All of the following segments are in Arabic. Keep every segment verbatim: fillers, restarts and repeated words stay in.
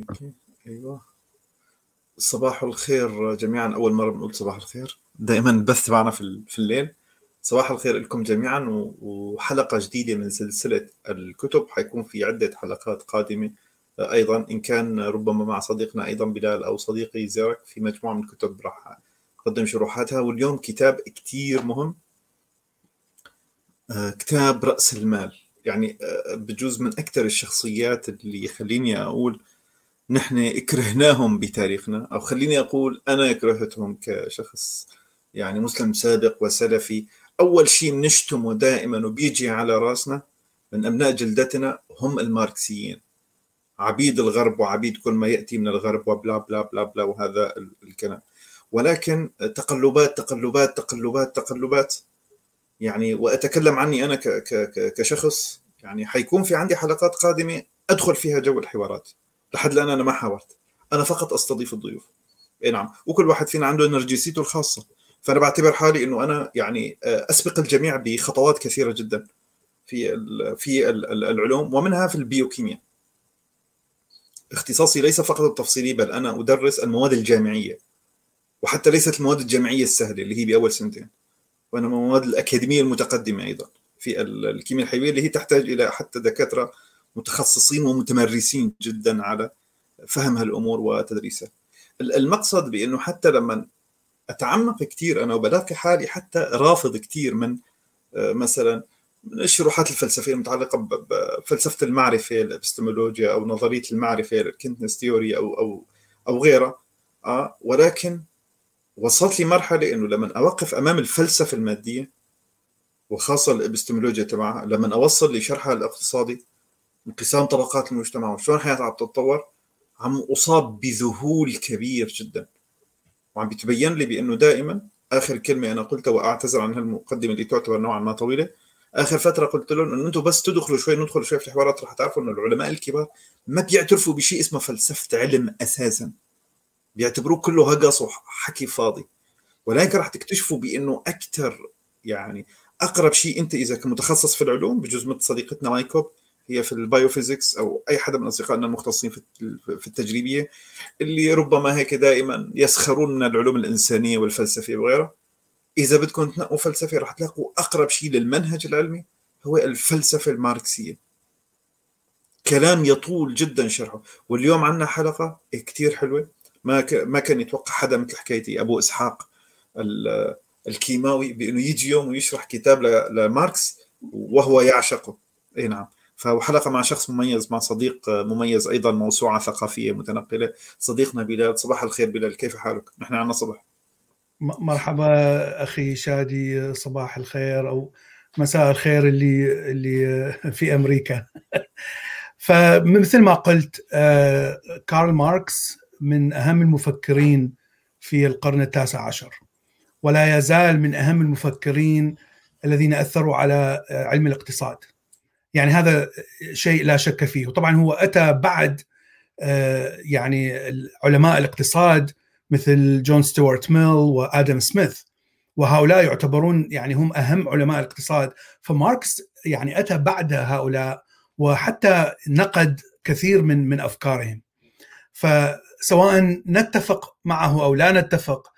أوكي. أيوة. صباح الخير جميعا. أول مرة بنقول صباح الخير، دائما البث معنا في في الليل. صباح الخير لكم جميعا، وحلقة جديدة من سلسلة الكتب. حيكون في عدة حلقات قادمة أيضا، إن كان ربما مع صديقنا أيضا بلال أو صديقي زيرك في مجموعة من الكتب راح أقدم شروحاتها. واليوم كتاب كتير مهم، كتاب رأس المال. يعني بجوز من أكثر الشخصيات اللي يخليني أقول نحن كرهناهم بتاريخنا، أو خليني أقول أنا كرهتهم كشخص يعني مسلم سابق وسلفي. أول شيء نشتمه دائما وبيجي على راسنا من أبناء جلدتنا هم الماركسيين، عبيد الغرب وعبيد كل ما يأتي من الغرب وبلا بلا بلا بلا وهذا الكلام. ولكن تقلبات تقلبات تقلبات تقلبات يعني. وأتكلم عني أنا كشخص، يعني حيكون في عندي حلقات قادمة أدخل فيها جو الحوارات. لحد الآن أنا ما حاولت، أنا فقط أستضيف الضيوف. إيه نعم، وكل واحد فينا عنده نرجسيته الخاصة. فأنا بعتبر حالي إنه أنا يعني أسبق الجميع بخطوات كثيرة جدا في في العلوم، ومنها في البيوكيمياء. اختصاصي ليس فقط التفصيلي، بل أنا أدرس المواد الجامعية، وحتى ليست المواد الجامعية السهلة اللي هي بأول سنتين، وأنا مواد الأكاديمية المتقدمة أيضا في الكيمياء الحيوية، اللي هي تحتاج إلى حتى دكاترة متخصصين ومتمرسين جدا على فهم هالأمور وتدريسها. المقصد بأنه حتى لما أتعمق كتير أنا وبلاقي حالي حتى رافض كتير من مثلا من الشروحات الفلسفية المتعلقة بفلسفة المعرفة، الابستمولوجيا أو نظرية المعرفة، الكنتنس تيوري أو أو أو غيرها. آه ولكن وصلت لي مرحلة إنه لما أوقف أمام الفلسفة المادية، وخاصة الابستمولوجيا تبعها، لما أوصل لشرحها الاقتصادي، انقسام طبقات المجتمع وشلون حياتها عم تتطور، عم أصاب بذهول كبير جدا. وعم بيتبين لي بأنه دائما آخر كلمة أنا قلتها، وأعتذر عن هالمقدمة اللي تعتبر نوعا ما طويلة، آخر فترة قلت لهم أنه أنتم بس تدخلوا شوي ندخل شوي في الحوارات رح تعرفوا أنه العلماء الكبار ما بيعترفوا بشيء اسمه فلسفة علم أساسا، بيعتبروه كله هجس وحكي فاضي. ولكن رح تكتشفوا بأنه أكثر يعني أقرب شيء أنت إذا كمتخصص في العلوم، بجوز مثل صديقتنا مايكوب هي في البايوفيزيكس، أو أي حدا من أصدقائنا المختصين في التجريبية اللي ربما هيك دائما يسخرون من العلوم الإنسانية والفلسفة وغيرها، إذا بدكم تنقوا فلسفة رح تلاقوا أقرب شيء للمنهج العلمي هو الفلسفة الماركسية. كلام يطول جدا شرحه. واليوم عنا حلقة كتير حلوة، ما ما كان يتوقع حدا مثل حكايتي أبو إسحاق الكيماوي بأنه يجي يوم ويشرح كتاب لماركس وهو يعشقه. اي نعم. فحلقة مع شخص مميز، مع صديق مميز أيضا، موسوعة ثقافية متنقلة، صديقنا بلال. صباح الخير بلال، كيف حالك؟ نحن عنا صباح. مرحبا أخي شادي، صباح الخير أو مساء الخير اللي اللي في أمريكا. فمثل ما قلت، كارل ماركس من أهم المفكرين في القرن التاسع عشر، ولا يزال من أهم المفكرين الذين أثروا على علم الاقتصاد. يعني هذا شيء لا شك فيه. وطبعا هو أتى بعد يعني علماء الاقتصاد مثل جون ستيوارت ميل وآدم سميث، وهؤلاء يعتبرون يعني هم أهم علماء الاقتصاد. فماركس يعني أتى بعد هؤلاء، وحتى نقد كثير من من أفكارهم. فسواء نتفق معه أو لا نتفق،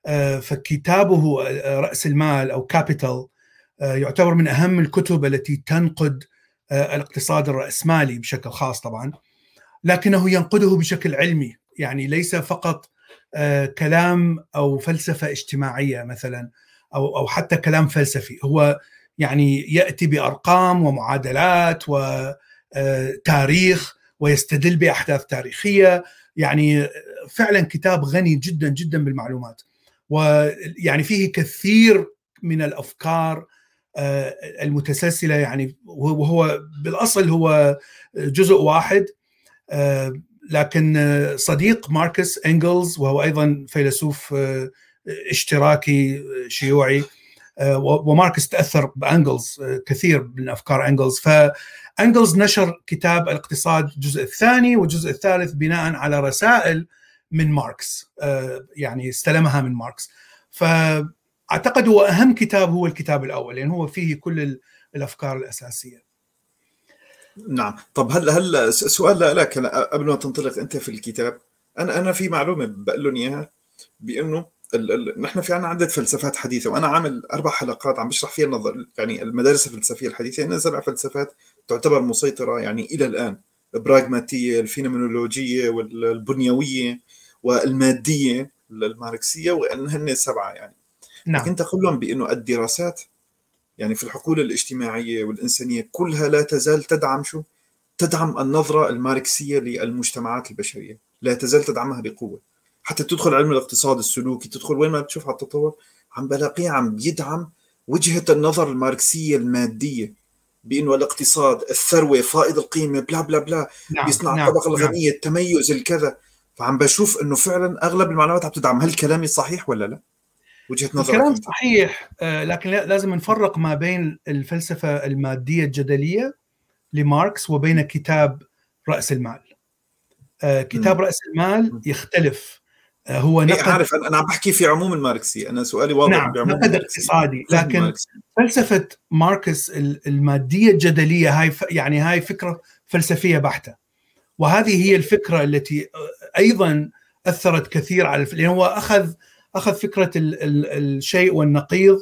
فكتابه رأس المال أو كابيتال يعتبر من أهم الكتب التي تنقد الاقتصاد الرأسمالي بشكل خاص طبعا، لكنه ينقده بشكل علمي، يعني ليس فقط كلام أو فلسفة اجتماعية مثلا أو أو حتى كلام فلسفي. هو يعني يأتي بأرقام ومعادلات وتاريخ ويستدل بأحداث تاريخية. يعني فعلا كتاب غني جدا جدا بالمعلومات، ويعني فيه كثير من الأفكار المتسلسلة. يعني وهو بالأصل هو جزء واحد، لكن صديق ماركس إنجلز، وهو أيضا فيلسوف اشتراكي شيوعي، وماركس تأثر بأنجلز كثير من أفكار أنجلز. فأنجلز نشر كتاب الاقتصاد الجزء الثاني والجزء الثالث بناء على رسائل من ماركس، يعني استلمها من ماركس. فأعتقد هو أهم كتاب هو الكتاب الأول، لأن هو فيه كل الأفكار الأساسية. نعم. طب هلا هلا سؤال لك قبل ما تنطلق انت في الكتاب. انا انا في معلومه بقول لهم اياها، بانه ال ال نحن في عنا عده فلسفات حديثه، وانا عامل اربع حلقات عم بشرح فيها النظر يعني المدارس الفلسفيه الحديثه. يعني سبع فلسفات تعتبر مسيطره يعني الى الان: البراغماتيه، الفينومينولوجيه، والبنيويه، والماديه الماركسيه، وانهن سبعه يعني. نعم. فكنت اقول لهم بانه الدراسات يعني في الحقول الاجتماعيه والانسانيه كلها لا تزال تدعم شو؟ تدعم النظرة الماركسية للمجتمعات البشرية، لا تزال تدعمها بقوة. حتى تدخل علم الاقتصاد السلوكي، تدخل وين ما بتشوف على التطور، عم بلاقيه عم بيدعم وجهة النظر الماركسية المادية، بأنه الاقتصاد، الثروة، فائض القيمة، بلا بلا بلا، نعم بيصنع نعم الطبقة نعم. الغنية، التميز، الكذا. فعم بشوف أنه فعلا أغلب المعلومات عم تدعم. هل كلامي صحيح ولا لا؟ وجهة نظرك الكلام أنت. صحيح، لكن لازم نفرق ما بين الفلسفة المادية الجدلية لماركس وبين كتاب رأس المال. كتاب رأس المال يختلف، هو ايه نقد. عارف، انا عم بحكي في عموم الماركسيه، انا سؤالي واضح نعم، بعموم نقد الماركسيه، اقتصادي، فهم لكن الماركسيه. فلسفة ماركس المادية الجدلية هاي يعني هاي فكرة فلسفية بحتة، وهذه هي الفكرة التي أيضا أثرت كثير على، لأنه هو أخذ أخذ فكرة ال ال الشيء والنقيض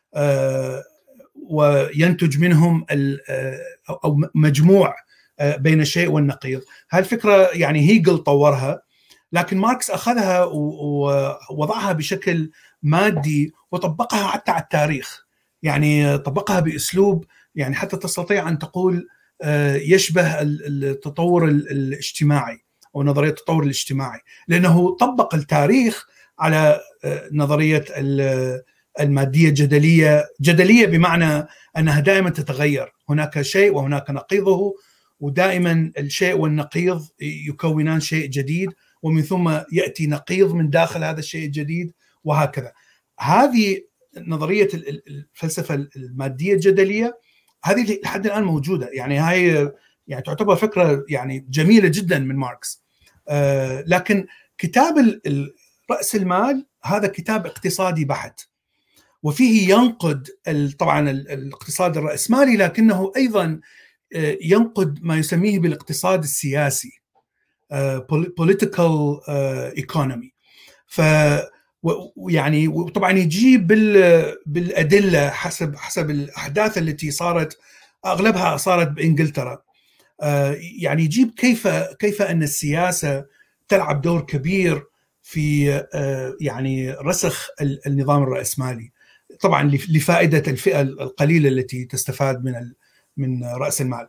وينتج منهم أو مجموع بين الشيء والنقيض. هالفكرة يعني هيجل طورها، لكن ماركس أخذها ووضعها بشكل مادي وطبقها حتى على التاريخ. يعني طبقها بأسلوب يعني حتى تستطيع أن تقول يشبه التطور الاجتماعي أو نظرية التطور الاجتماعي، لأنه طبق التاريخ على نظرية المادية الجدلية. جدلية بمعنى أنها دائما تتغير، هناك شيء وهناك نقيضه، ودائما الشيء والنقيض يكونان شيء جديد، ومن ثم يأتي نقيض من داخل هذا الشيء الجديد، وهكذا. هذه نظرية الفلسفة المادية الجدلية هذه لحد الآن موجودة، يعني هاي يعني تعتبر فكرة يعني جميلة جدا من ماركس. آه لكن كتاب رأس المال هذا كتاب اقتصادي بحت، وفيه ينقد طبعا الاقتصاد الرأسمالي، لكنه أيضا ينقد ما يسميه بالاقتصاد السياسي، political economy. ف يعني وطبعا يجيب بالأدلة حسب حسب الأحداث التي صارت، أغلبها صارت بإنجلترا. يعني يجيب كيف كيف أن السياسة تلعب دور كبير في يعني رسخ النظام الرأسمالي، طبعا لفائدة الفئة القليلة التي تستفاد من من رأس المال.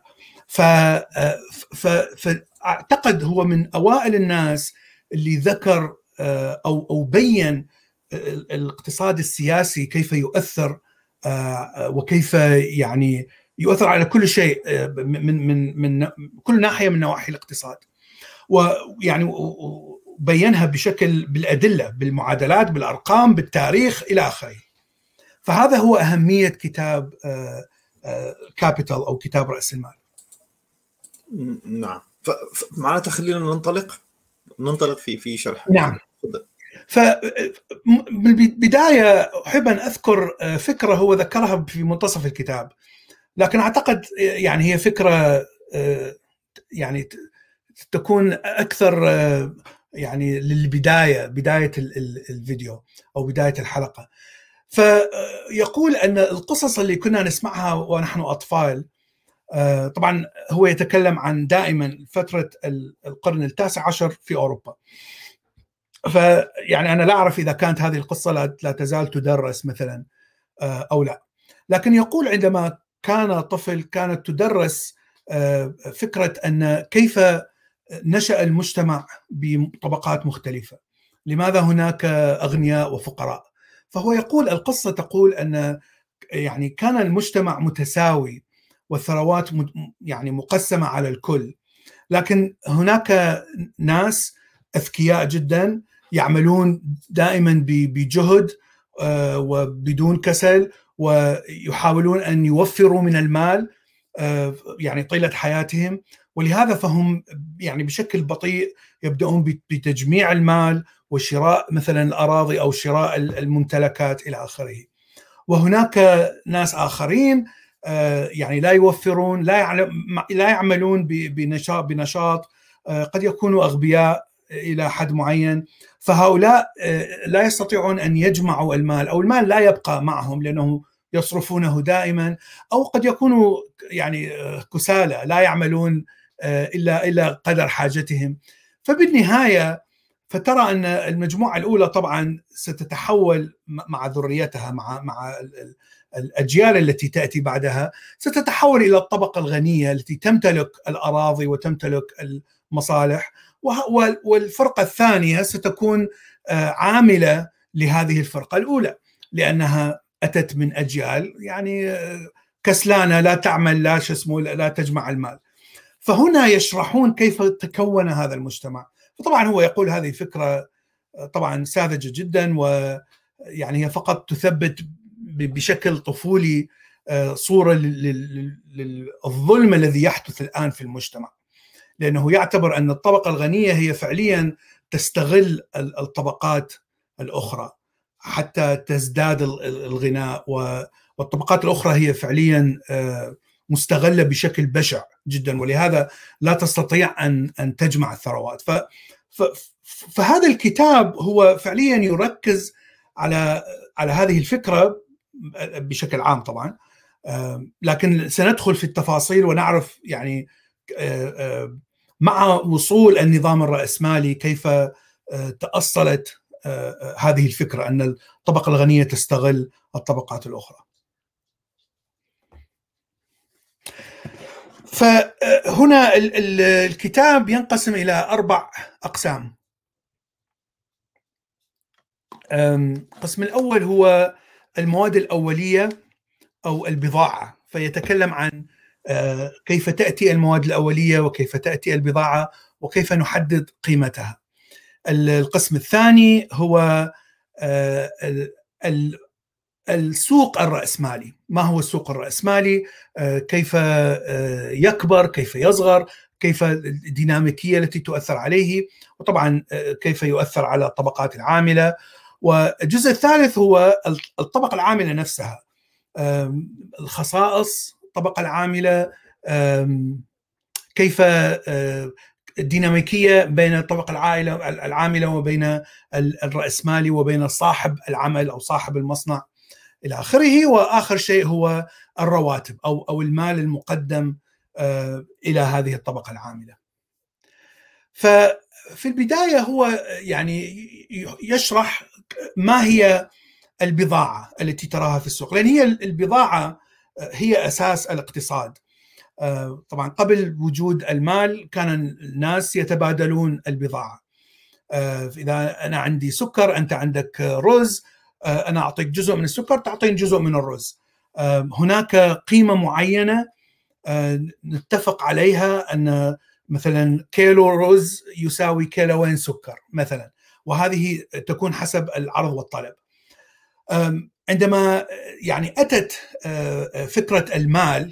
فأعتقد هو من أوائل الناس اللي ذكر أو أو بين الاقتصاد السياسي كيف يؤثر وكيف يعني يؤثر على كل شيء من من من كل ناحية من نواحي الاقتصاد، ويعني بينها بشكل بالأدلة، بالمعادلات، بالأرقام، بالتاريخ إلى آخره. فهذا هو أهمية كتاب كابيتال أو كتاب رأس المال. نعم. فمعناتها خلينا ننطلق ننطلق في في شرح. نعم. فبالبداية أحب أن أذكر فكرة هو ذكرها في منتصف الكتاب، لكن أعتقد يعني هي فكرة يعني تكون أكثر يعني للبداية، بداية الفيديو أو بداية الحلقة. فيقول أن القصص اللي كنا نسمعها ونحن أطفال، طبعا هو يتكلم عن دائما فترة القرن التاسع عشر في أوروبا. فيعني أنا لا أعرف إذا كانت هذه القصة لا تزال تدرس مثلا أو لا، لكن يقول عندما كان طفل كانت تدرس فكرة أن كيف نشأ المجتمع بطبقات مختلفة، لماذا هناك أغنياء وفقراء. فهو يقول القصة تقول أن يعني كان المجتمع متساوي والثروات يعني مقسمة على الكل، لكن هناك ناس أذكياء جدا يعملون دائما بجهد وبدون كسل، ويحاولون أن يوفروا من المال يعني طيلة حياتهم، ولهذا فهم يعني بشكل بطيء يبدأون بتجميع المال وشراء مثلا الأراضي أو شراء الممتلكات إلى آخره. وهناك ناس آخرين يعني لا يوفرون، لا لا يعملون بنشاط بنشاط قد يكونوا أغبياء إلى حد معين، فهؤلاء لا يستطيعون أن يجمعوا المال، أو المال لا يبقى معهم لأنه يصرفونه دائما، أو قد يكونوا يعني كسالى لا يعملون إلا إلا قدر حاجتهم. فبالنهاية فترى أن المجموعة الأولى طبعا ستتحول مع ذريتها، مع مع الأجيال التي تأتي بعدها، ستتحول إلى الطبقة الغنية التي تمتلك الأراضي وتمتلك المصالح، والفرقة الثانية ستكون عاملة لهذه الفرقة الأولى، لأنها أتت من أجيال يعني كسلانة لا تعمل، لا شو اسمه، لا تجمع المال. فهنا يشرحون كيف تكون هذا المجتمع. فطبعا هو يقول هذه فكرة طبعا ساذجة جدا، ويعني هي فقط تثبت بشكل طفولي صورة للظلم الذي يحدث الآن في المجتمع، لأنه يعتبر أن الطبقة الغنية هي فعليا تستغل الطبقات الأخرى حتى تزداد الغناء، والطبقات الأخرى هي فعليا مستغلة بشكل بشع جدا، ولهذا لا تستطيع أن أن تجمع الثروات. ف فهذا الكتاب هو فعليا يركز على على هذه الفكرة بشكل عام طبعا، لكن سندخل في التفاصيل ونعرف يعني مع وصول النظام الرأسمالي كيف تأصلت هذه الفكرة أن الطبقة الغنية تستغل الطبقات الأخرى. فهنا الكتاب ينقسم إلى أربع أقسام. القسم الأول هو المواد الأولية أو البضاعة، فيتكلم عن كيف تأتي المواد الأولية وكيف تأتي البضاعة وكيف نحدد قيمتها. القسم الثاني هو السوق الرأسمالي. ما هو السوق الرأسمالي؟ كيف يكبر، كيف يصغر، كيف الديناميكية التي تؤثر عليه، وطبعا كيف يؤثر على الطبقات العاملة. والجزء الثالث هو الطبقة العاملة نفسها، الخصائص الطبقة العاملة، كيف الديناميكية بين الطبقة العاملة وبين الرأسمالي وبين صاحب العمل أو صاحب المصنع إلى آخره. وآخر شيء هو الرواتب أو أو المال المقدم إلى هذه الطبقة العاملة. ففي البداية هو يعني يشرح ما هي البضاعة التي تراها في السوق، لأن هي البضاعة هي أساس الاقتصاد. طبعا قبل وجود المال كان الناس يتبادلون البضاعة. إذا أنا عندي سكر، أنت عندك رز، أنا أعطيك جزء من السكر، تعطيني جزء من الرز. هناك قيمة معينة نتفق عليها، أن مثلا كيلو رز يساوي كيلوين سكر مثلا، وهذه تكون حسب العرض والطلب. عندما يعني أتت فكرة المال،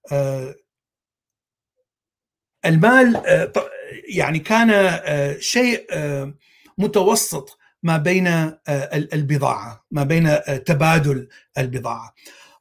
المال يعني كان شيء متوسط ما بين البضاعة، ما بين تبادل البضاعة.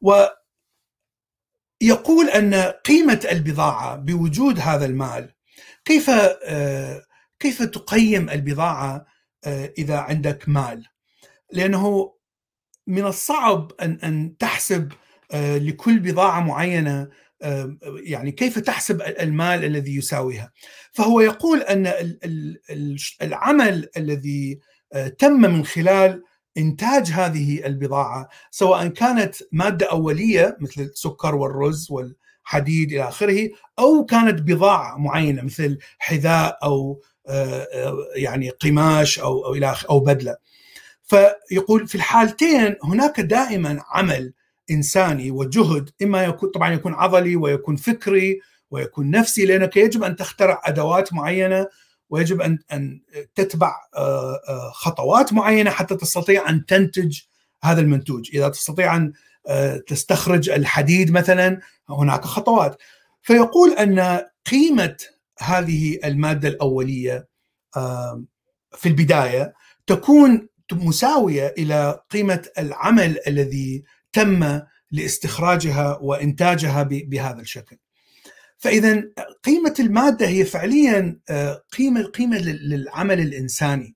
ويقول أن قيمة البضاعة بوجود هذا المال، كيف كيف تقيم البضاعة إذا عندك مال؟ لأنه من الصعب أن أن تحسب لكل بضاعة معينة يعني كيف تحسب المال الذي يساويها. فهو يقول أن العمل الذي تم من خلال إنتاج هذه البضاعة، سواء كانت مادة أولية مثل السكر والرز والحديد إلى آخره، أو كانت بضاعة معينة مثل حذاء أو يعني قماش أو أو إلى أو بدلة. فيقول في الحالتين هناك دائما عمل إنساني وجهد، إما يكون طبعا يكون عضلي ويكون فكري ويكون نفسي، لأنك يجب أن تخترع أدوات معينة ويجب أن أن تتبع خطوات معينة حتى تستطيع أن تنتج هذا المنتوج. إذا تستطيع أن تستخرج الحديد مثلا، هناك خطوات. فيقول أن قيمة هذه المادة الأولية في البداية تكون مساوية إلى قيمة العمل الذي تم لاستخراجها وإنتاجها بهذا الشكل. فإذا قيمة المادة هي فعليا قيمة قيمة للعمل الإنساني،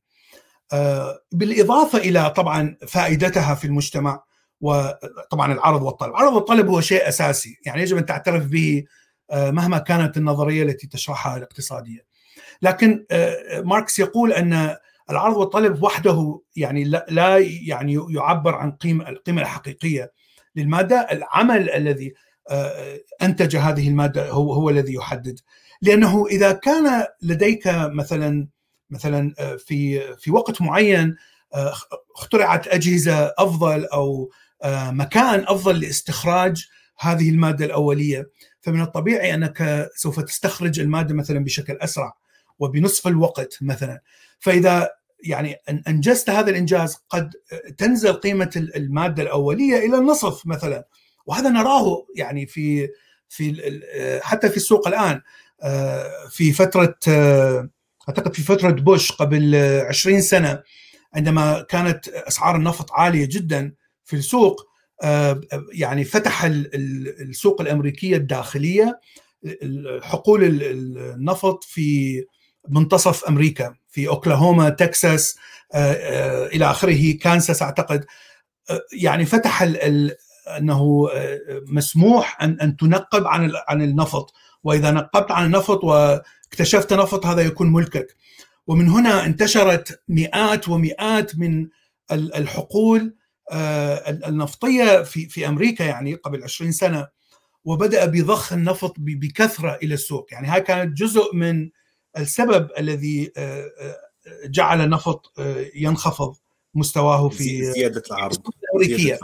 بالإضافة إلى طبعا فائدتها في المجتمع، وطبعا العرض والطلب. العرض والطلب هو شيء أساسي، يعني يجب أن تعترف به مهما كانت النظرية التي تشرحها الاقتصادية. لكن ماركس يقول أن العرض والطلب وحده يعني لا يعني يعبر عن قيمة القيمة الحقيقية للمادة. العمل الذي أنتج هذه المادة هو هو الذي يحدد. لأنه إذا كان لديك مثلا مثلا في في وقت معين اخترعت أجهزة أفضل أو مكان أفضل لاستخراج هذه المادة الأولية، فمن الطبيعي أنك سوف تستخرج المادة مثلا بشكل أسرع وبنصف الوقت مثلا. فإذا يعني أنجزت هذا الإنجاز قد تنزل قيمة المادة الأولية إلى النصف مثلا، وهذا نراه يعني في في حتى في السوق الآن. في فترة أعتقد في فترة بوش قبل عشرين سنة، عندما كانت أسعار النفط عالية جدا في السوق، يعني فتح السوق الأمريكية الداخلية حقول النفط في منتصف أمريكا، في أوكلاهوما، تكساس، إلى آخره، كانساس أعتقد. يعني فتح أنه مسموح أن أن تنقب عن عن النفط، وإذا نقبت عن النفط واكتشفت نفط هذا يكون ملكك. ومن هنا انتشرت مئات ومئات من الحقول النفطية في في أمريكا يعني قبل عشرين سنة، وبدأ بضخ النفط بكثرة إلى السوق. يعني هاي كانت جزء من السبب الذي جعل النفط ينخفض مستواه في زيادة العرض الأمريكية.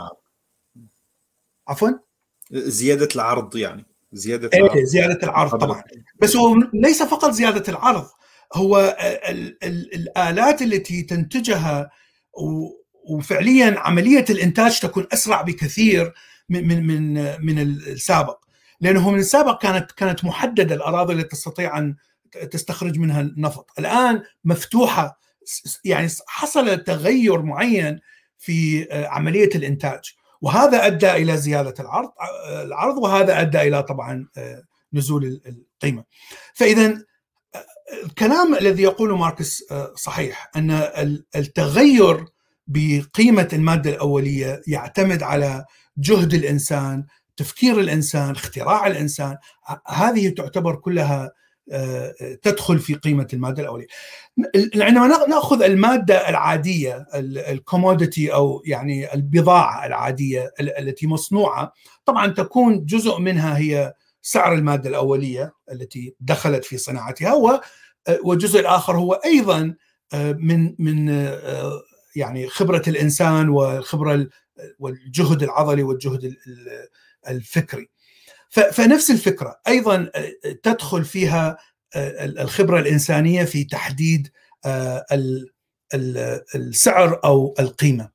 عفوا زيادة العرض، يعني زيادة إيه العرض. زيادة العرض طبعا. بس هو ليس فقط زيادة العرض، هو ال ال الآلات التي تنتجها وفعليا عملية الإنتاج تكون أسرع بكثير من من من من السابق، لأنه من السابق كانت كانت محددة الأراضي التي تستطيع أن تستخرج منها النفط، الآن مفتوحة. يعني حصل تغير معين في عملية الإنتاج، وهذا أدى إلى زيادة العرض العرض وهذا أدى إلى طبعا نزول القيمة. فإذا الكلام الذي يقوله ماركس صحيح، أن التغير بقيمة المادة الأولية يعتمد على جهد الإنسان، تفكير الإنسان، اختراع الإنسان. هذه تعتبر كلها تدخل في قيمة المادة الأولية. عندما نأخذ المادة العادية، الكوموديتي أو يعني البضاعة العادية التي مصنوعة، طبعا تكون جزء منها هي سعر المادة الأولية التي دخلت في صناعتها، والجزء الآخر هو أيضا من من يعني خبرة الإنسان والخبرة والجهد العضلي والجهد الفكري. فنفس الفكرة أيضا تدخل فيها الخبرة الإنسانية في تحديد السعر أو القيمة.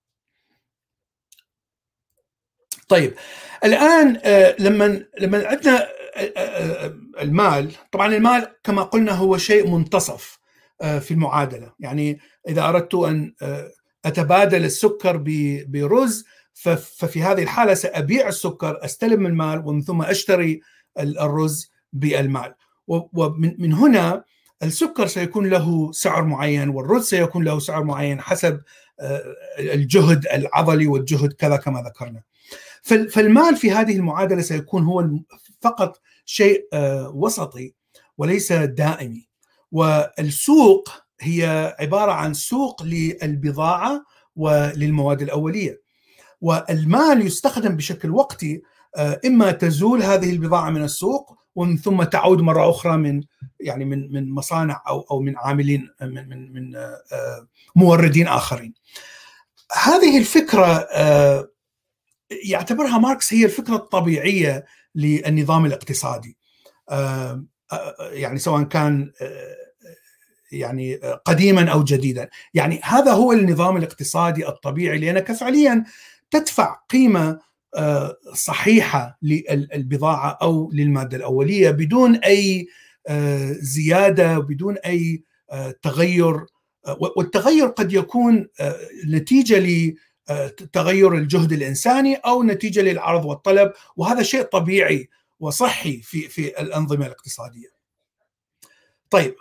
طيب الآن لما لما عندنا المال، طبعا المال كما قلنا هو شيء منتصف في المعادلة. يعني إذا أردت أن أتبادل السكر برز، ففي هذه الحالة سأبيع السكر، أستلم المال، ومن ثم أشتري الرز بالمال. ومن هنا السكر سيكون له سعر معين والرز سيكون له سعر معين حسب الجهد العضلي والجهد كذا كما ذكرنا. فالمال في هذه المعادلة سيكون هو فقط شيء وسطي وليس دائمي. والسوق هي عبارة عن سوق للبضاعة وللمواد الأولية، والمال يستخدم بشكل وقتي. إما تزول هذه البضاعة من السوق ومن ثم تعود مرة أخرى من يعني من من مصانع أو أو من عاملين من من من موردين آخرين. هذه الفكرة يعتبرها ماركس هي الفكرة الطبيعية للنظام الاقتصادي، يعني سواء كان يعني قديما أو جديدا. يعني هذا هو النظام الاقتصادي الطبيعي، لأنك فعليا تدفع قيمة صحيحة للبضاعة أو للمادة الأولية بدون أي زيادة، بدون أي تغير. والتغير قد يكون نتيجة تغير الجهد الإنساني أو نتيجة للعرض والطلب، وهذا شيء طبيعي وصحي في في الأنظمة الاقتصادية. طيب،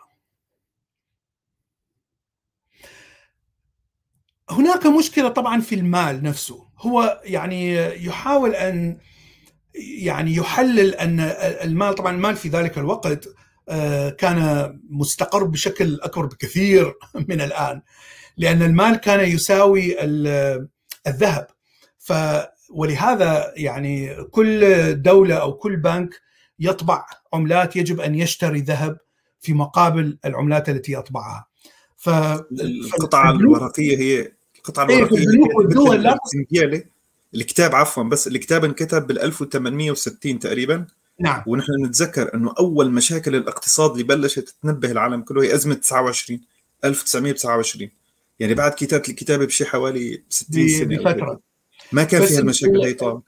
هناك مشكلة طبعا في المال نفسه. هو يعني يحاول أن يعني يحلل أن المال، طبعا المال في ذلك الوقت كان مستقر بشكل أكبر بكثير من الآن، لأن المال كان يساوي الذهب. ف ولهذا يعني كل دولة أو كل بنك يطبع عملات، يجب أن يشتري ذهب في مقابل العملات التي يطبعها. فالقطعة الورقية هي القطعة الورقية هي مثل الكتاب، عفوا بس الكتاب انكتب بال ألف وثمانمئة وستين تقريبا. نعم. ونحن نتذكر انه اول مشاكل الاقتصاد اللي بلشت تنبه العالم كله هي ازمه تسعة وعشرين ألف وتسعمئة وتسعة وعشرين، يعني بعد كتابه الكتابه بشي حوالي ستين سنه بفترة. ما كان فيها المشاكل هي. طبعا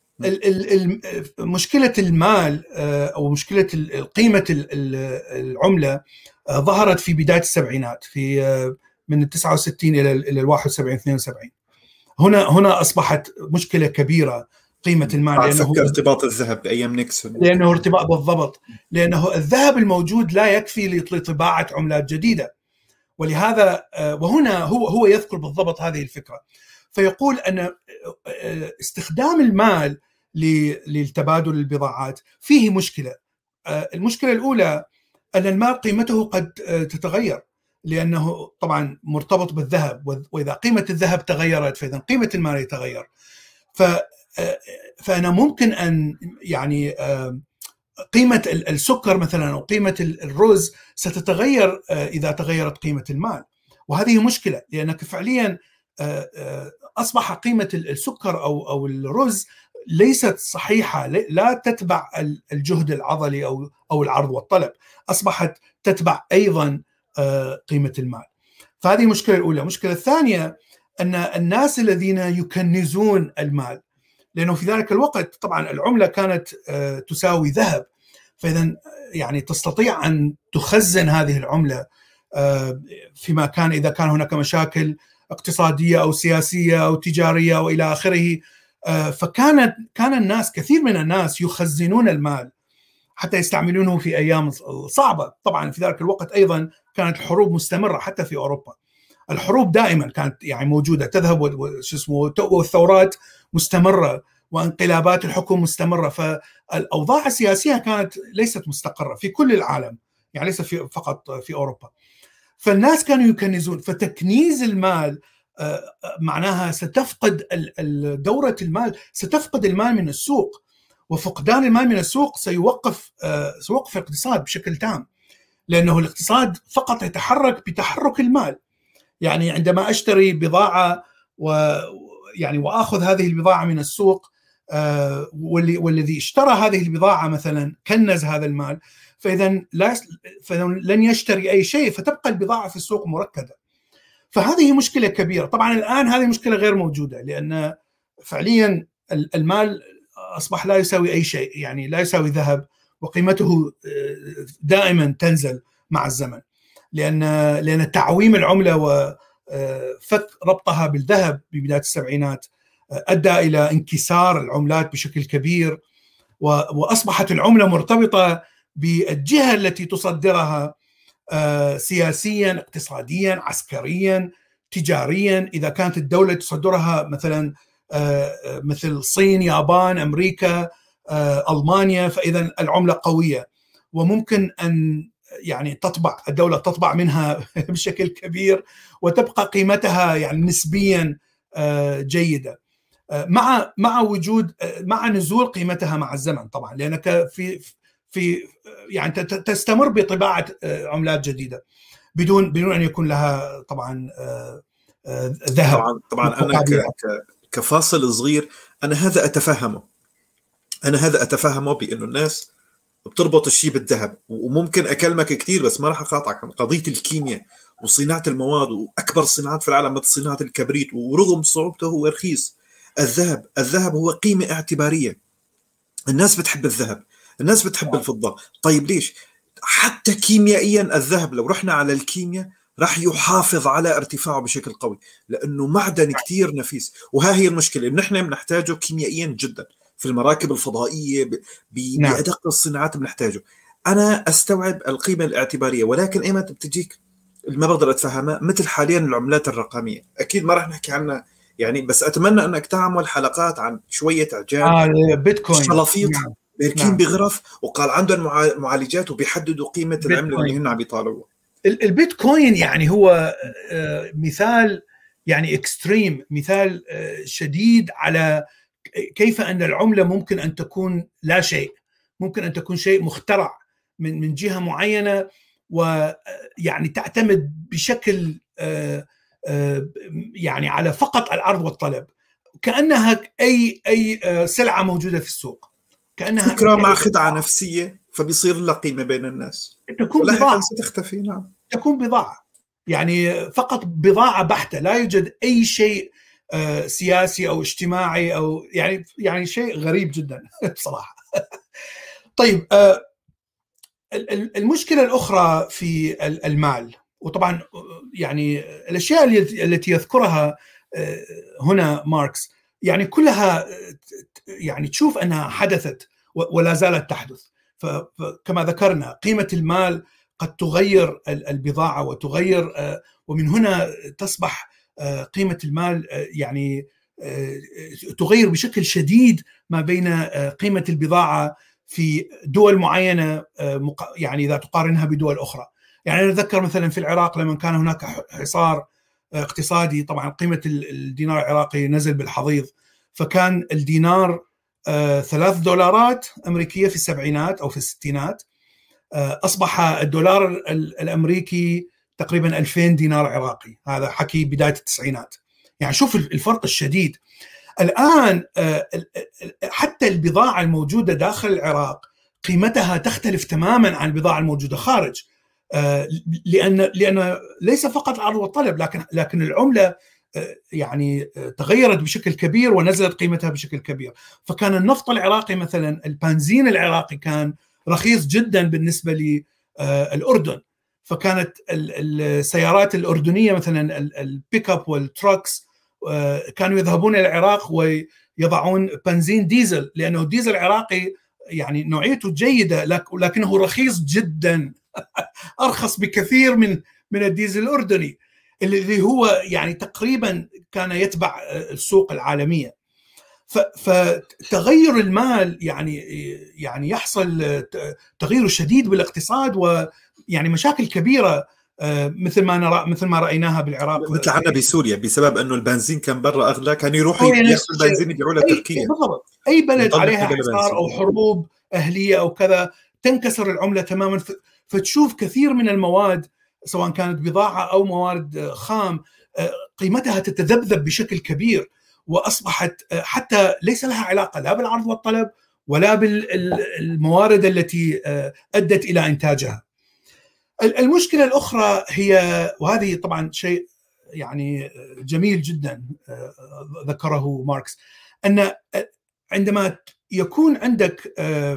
مشكله المال او مشكله قيمه العمله ظهرت في بدايه السبعينات، في من التسعة وستين الى الى الواحد وسبعين اثنين وسبعين. هنا هنا اصبحت مشكله كبيره قيمه المال، لانه فكر ارتباط الذهب بايام نيكسون، لانه ارتباط بالضبط، لانه الذهب الموجود لا يكفي لطباعه عملات جديده. ولهذا وهنا هو هو يذكر بالضبط هذه الفكره، فيقول ان استخدام المال للتبادل البضاعات فيه مشكله. المشكله الاولى ان المال قيمته قد تتغير، لانه طبعا مرتبط بالذهب، واذا قيمه الذهب تغيرت فاذا قيمه المال يتغير. ف فانا ممكن ان يعني قيمه السكر مثلا او قيمه الرز ستتغير اذا تغيرت قيمه المال، وهذه مشكله، لانك فعليا اصبح قيمه السكر او او الرز ليست صحيحه، لا تتبع الجهد العضلي او او العرض والطلب، اصبحت تتبع ايضا قيمه المال. فهذه المشكله الاولى. المشكله الثانيه ان الناس الذين يكنزون المال، لانه في ذلك الوقت طبعا العمله كانت تساوي ذهب، فاذا يعني تستطيع ان تخزن هذه العمله فيما كان اذا كان هناك مشاكل اقتصاديه او سياسيه او تجاريه والى اخره. فكانت كان الناس كثير من الناس يخزنون المال حتى يستعملونه في ايام صعبه. طبعا في ذلك الوقت ايضا كانت الحروب مستمره حتى في اوروبا، الحروب دائما كانت يعني موجوده تذهب وشو اسمه، والثورات مستمره وانقلابات الحكم مستمره، فالاوضاع السياسيه كانت ليست مستقره في كل العالم، يعني ليس في فقط في اوروبا. فالناس كانوا يكنزون، فتكنيز المال معناها ستفقد دورة المال، ستفقد المال من السوق، وفقدان المال من السوق سيوقف سيوقف الاقتصاد بشكل تام، لأنه الاقتصاد فقط يتحرك بتحرك المال. يعني عندما أشتري بضاعة ويعني وأخذ هذه البضاعة من السوق، والذي اشترى هذه البضاعة مثلا كنز هذا المال، فإذا لن يشتري أي شيء، فتبقى البضاعة في السوق مركدة. فهذه مشكلة كبيرة. طبعا الآن هذه مشكلة غير موجودة، لأن فعليا المال أصبح لا يساوي أي شيء، يعني لا يساوي ذهب، وقيمته دائما تنزل مع الزمن، لأن لأن تعويم العملة وفك ربطها بالذهب ببداية السبعينات أدى إلى انكسار العملات بشكل كبير، وأصبحت العملة مرتبطة بالجهة التي تصدرها سياسيا، اقتصاديا، عسكريا، تجاريا. إذا كانت الدولة تصدرها مثلا مثل الصين، يابان، أمريكا، ألمانيا، فإذا العملة قوية، وممكن أن يعني تطبع الدولة تطبع منها بشكل كبير وتبقى قيمتها يعني نسبيا جيدة، مع مع وجود مع نزول قيمتها مع الزمن طبعا، لأنك في في يعني تستمر بطباعة عملات جديدة بدون بدون أن يكون لها طبعا ذهب. طبعا طبعا أنا كفاصل صغير، أنا هذا أتفهمه أنا هذا أتفهمه بأنه الناس بتربط الشيء بالذهب، وممكن أكلمك كتير بس ما راح أقاطعك. قضية الكيمياء وصناعة المواد، وأكبر صناعات في العالم مثل صناعة الكبريت، ورغم صعوبته هو رخيص. الذهب الذهب هو قيمة اعتبارية، الناس بتحب الذهب، الناس بتحب الفضة. طيب ليش؟ حتى كيميائيا الذهب، لو رحنا على الكيمياء راح يحافظ على ارتفاعه بشكل قوي، لأنه معدن كتير نفيس. وها هي المشكلة، إنه نحن بنحتاجه كيميائيا جدا في المراكب الفضائية، بأدق الصناعات بنحتاجه. أنا أستوعب القيمة الاعتبارية، ولكن إيمتى بتجيك ما بقدر أتفهمها، مثل حاليا العملات الرقمية. أكيد ما راح نحكي عنها يعني، بس أتمنى أنك تعمل حلقات عن شوية عجان آه بيتكوين شلافيط نعم. بيركين نعم. بغرف، وقال عندهم معالجات وبيحددوا قيمة العملة اللي هن عم بيطالبوها. البيتكوين يعني هو مثال يعني اكستريم، مثال شديد على كيف أن العملة ممكن أن تكون لا شيء، ممكن أن تكون شيء مخترع من من جهة معينة، ويعني تعتمد بشكل يعني على فقط العرض والطلب، كأنها أي أي سلعة موجودة في السوق، كأنها فكرة مع خدعة نفسية، فبيصير لها قيمة بين الناس، تكون بضاعة ستختفي. نعم، تكون بضاعة، يعني فقط بضاعة بحتة، لا يوجد أي شيء سياسي أو اجتماعي أو يعني يعني شيء غريب جدا بصراحة. طيب المشكلة الأخرى في المال، وطبعا يعني الأشياء التي يذكرها هنا ماركس يعني كلها يعني تشوف أنها حدثت ولا زالت تحدث. فكما ذكرنا قيمة المال قد تغير البضاعة وتغير، ومن هنا تصبح قيمة المال يعني تغير بشكل شديد ما بين قيمة البضاعة في دول معينة يعني إذا تقارنها بدول أخرى. يعني نتذكر مثلا في العراق لما كان هناك حصار اقتصادي، طبعا قيمة الدينار العراقي نزل بالحضيض، فكان الدينار ثلاث دولارات أمريكية في السبعينات أو في الستينات، أصبح الدولار الأمريكي تقريبا ألفين دينار عراقي. هذا حكي بداية التسعينات، يعني شوف الفرق الشديد. الآن حتى البضاعة الموجودة داخل العراق قيمتها تختلف تماما عن البضاعة الموجودة خارج، لأن لأن ليس فقط العرض والطلب، لكن لكن العملة يعني تغيرت بشكل كبير ونزلت قيمتها بشكل كبير. فكان النفط العراقي مثلا، البنزين العراقي كان رخيص جدا بالنسبة للأردن، فكانت السيارات الأردنية مثلا البيك اب والتراكس كانوا يذهبون إلى العراق ويضعون بنزين ديزل، لأنه الديزل العراقي يعني نوعيته جيدة لكنه رخيص جدا، أرخص بكثير من من الديزل الأردني اللي هو يعني تقريبا كان يتبع السوق العالمية. فتغير المال يعني يعني يحصل تغير شديد بالاقتصاد، ويعني مشاكل كبيرة مثل ما نرى مثل ما رأيناها بالعراق، مثل عنا بسوريا، بسبب انه البنزين كان برا اغلى، كان يروحوا ياخذوا البنزين يبيعوه لتركيا. بالضبط، اي بلد عليها حصار او حروب اهليه او كذا تنكسر العمله تماما، فتشوف كثير من المواد سواء كانت بضاعه او موارد خام قيمتها تتذبذب بشكل كبير، واصبحت حتى ليس لها علاقه لا بالعرض والطلب ولا بالموارد التي ادت الى انتاجها. المشكلة الأخرى هي، وهذه طبعا شيء يعني جميل جدا ذكره ماركس، أن عندما يكون عندك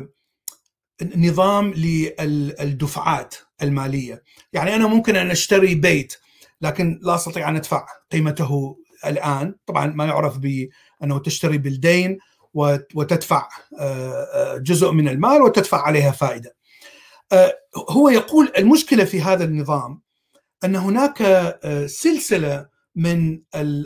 نظام للدفعات المالية، يعني أنا ممكن أن أشتري بيت لكن لا أستطيع أن أدفع قيمته الآن، طبعا ما يعرف بأنه تشتري بالدين وتدفع جزء من المال وتدفع عليها فائدة. هو يقول المشكلة في هذا النظام أن هناك سلسلة من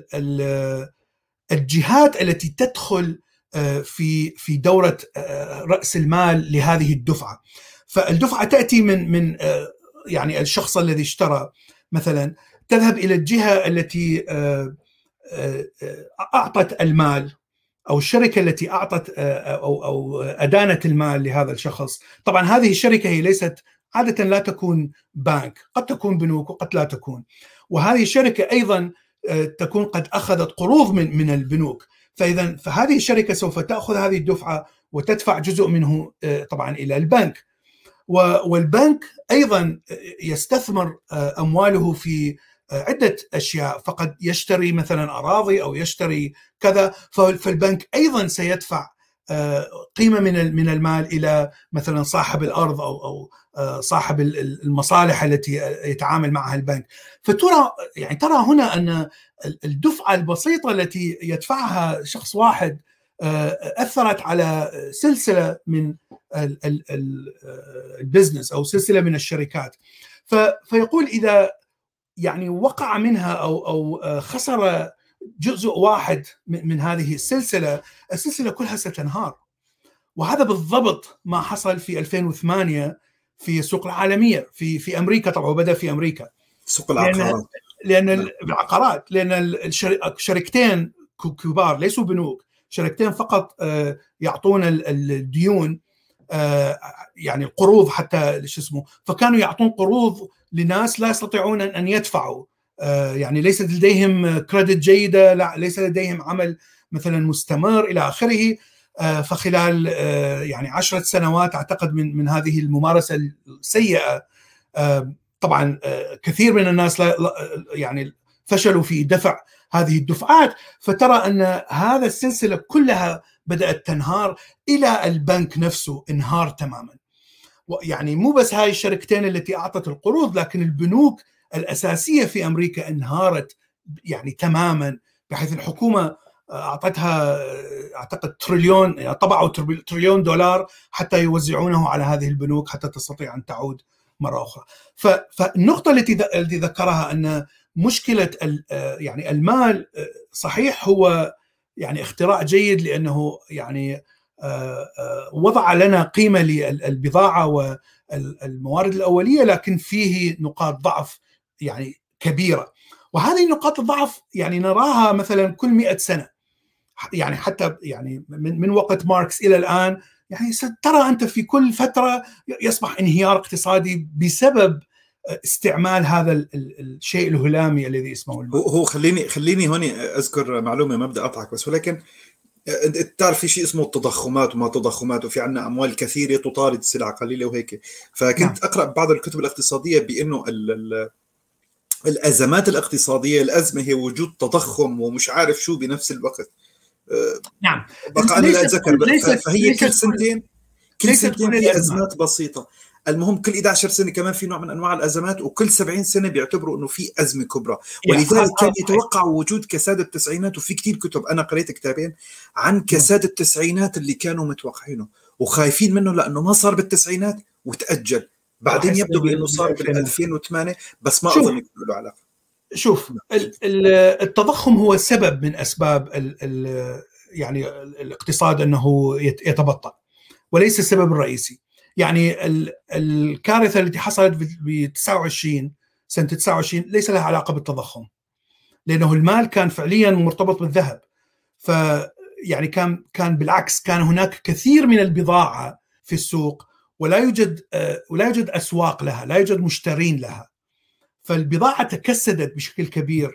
الجهات التي تدخل في في دورة رأس المال لهذه الدفعة. فالدفعة تأتي من من يعني الشخص الذي اشترى مثلا، تذهب إلى الجهة التي أعطت المال أو الشركة التي أعطت أو أو أدانت المال لهذا الشخص. طبعا هذه الشركة هي ليست عادة، لا تكون بنك، قد تكون بنوك وقد لا تكون، وهذه الشركة أيضا تكون قد أخذت قروض من من البنوك. فإذا فهذه الشركة سوف تأخذ هذه الدفعة وتدفع جزء منه طبعا إلى البنك، والبنك أيضا يستثمر أمواله في عدة أشياء، فقد يشتري مثلا أراضي أو يشتري كذا، فالبنك أيضا سيدفع قيمة من من المال إلى مثلا صاحب الأرض أو أو صاحب المصالح التي يتعامل معها البنك. فترى يعني ترى هنا أن الدفعة البسيطة التي يدفعها شخص واحد أثرت على سلسلة من البزنس أو سلسلة من الشركات. فيقول إذا يعني وقع منها أو أو خسر جزء واحد من هذه السلسلة، السلسلة كلها ستنهار. وهذا بالضبط ما حصل في ألفين وثمانية في السوق العالمية في في أمريكا. طبعا بدأ في أمريكا سوق العقارات، لأن, لأن العقارات لأن الشركتين كبار ليسوا بنوك، شركتين فقط يعطون الديون يعني القروض حتى شو اسمه، فكانوا يعطون قروض لناس لا يستطيعون أن يدفعوا، يعني ليست لديهم كريدت جيدة، لا ليس لديهم عمل مثلا مستمر إلى آخره. فخلال يعني عشرة سنوات أعتقد من من هذه الممارسة السيئة، طبعا كثير من الناس لا يعني فشلوا في دفع هذه الدفعات. فترى أن هذا السلسلة كلها بدأت تنهار إلى البنك نفسه انهار تماما. يعني مو بس هاي الشركتين التي أعطت القروض، لكن البنوك الأساسية في أمريكا انهارت يعني تماما، بحيث الحكومة أعطتها أعتقد تريليون، يعني طبعوا تريليون دولار حتى يوزعونه على هذه البنوك حتى تستطيع أن تعود مرة أخرى. فالنقطة التي التي ذكرها أن مشكلة يعني المال صحيح هو يعني اختراع جيد، لأنه يعني وضع لنا قيمة للبضاعة والموارد الأولية، لكن فيه نقاط ضعف يعني كبيرة. وهذه نقاط الضعف يعني نراها مثلا كل مئة سنة، يعني حتى يعني من من وقت ماركس إلى الآن، يعني ترى أنت في كل فترة يصبح انهيار اقتصادي بسبب استعمال هذا الشيء الهلامي الذي اسمه المال. هو خليني خليني هون أذكر معلومة، ما بدي أقطعك بس، ولكن تعرف في شيء اسمه التضخمات وما تضخمات، وفي عنا أموال كثيرة تطارد سلع قليلة وهيك. فكنت نعم. أقرأ بعض الكتب الاقتصادية بأنه الأزمات الاقتصادية، الأزمة هي وجود تضخم ومش عارف شو بنفس الوقت. نعم بقى أنا لا أتذكر، فهي كل سنتين كل سنتين في أزمات بسيطة. المهم كل إحدى عشرة سنة كمان في نوع من أنواع الأزمات، وكل سبعين سنة بيعتبروا إنه في أزمة كبرى. ولذلك كان يتوقع وجود كساد التسعينات، وفي كتير كتب أنا قريت كتابين عن كساد التسعينات اللي كانوا متوقعينه وخايفين منه لأنه ما صار بالتسعينات وتأجل، بعدين يبدو بأنه صار بال ألفين وثمانية، بس ما أظن يكون له علاقة. شوف، التضخم هو سبب من أسباب ال ال يعني الاقتصاد أنه يتبطأ، وليس السبب الرئيسي. يعني الكارثة التي حصلت ب تسعة وعشرين سنة تسعة وعشرين ليس لها علاقة بالتضخم، لأنه المال كان فعليا مرتبط بالذهب. فيعني كان كان بالعكس، كان هناك كثير من البضاعة في السوق ولا يوجد ولا يوجد أسواق لها، لا يوجد مشترين لها، فالبضاعة تكسدت بشكل كبير،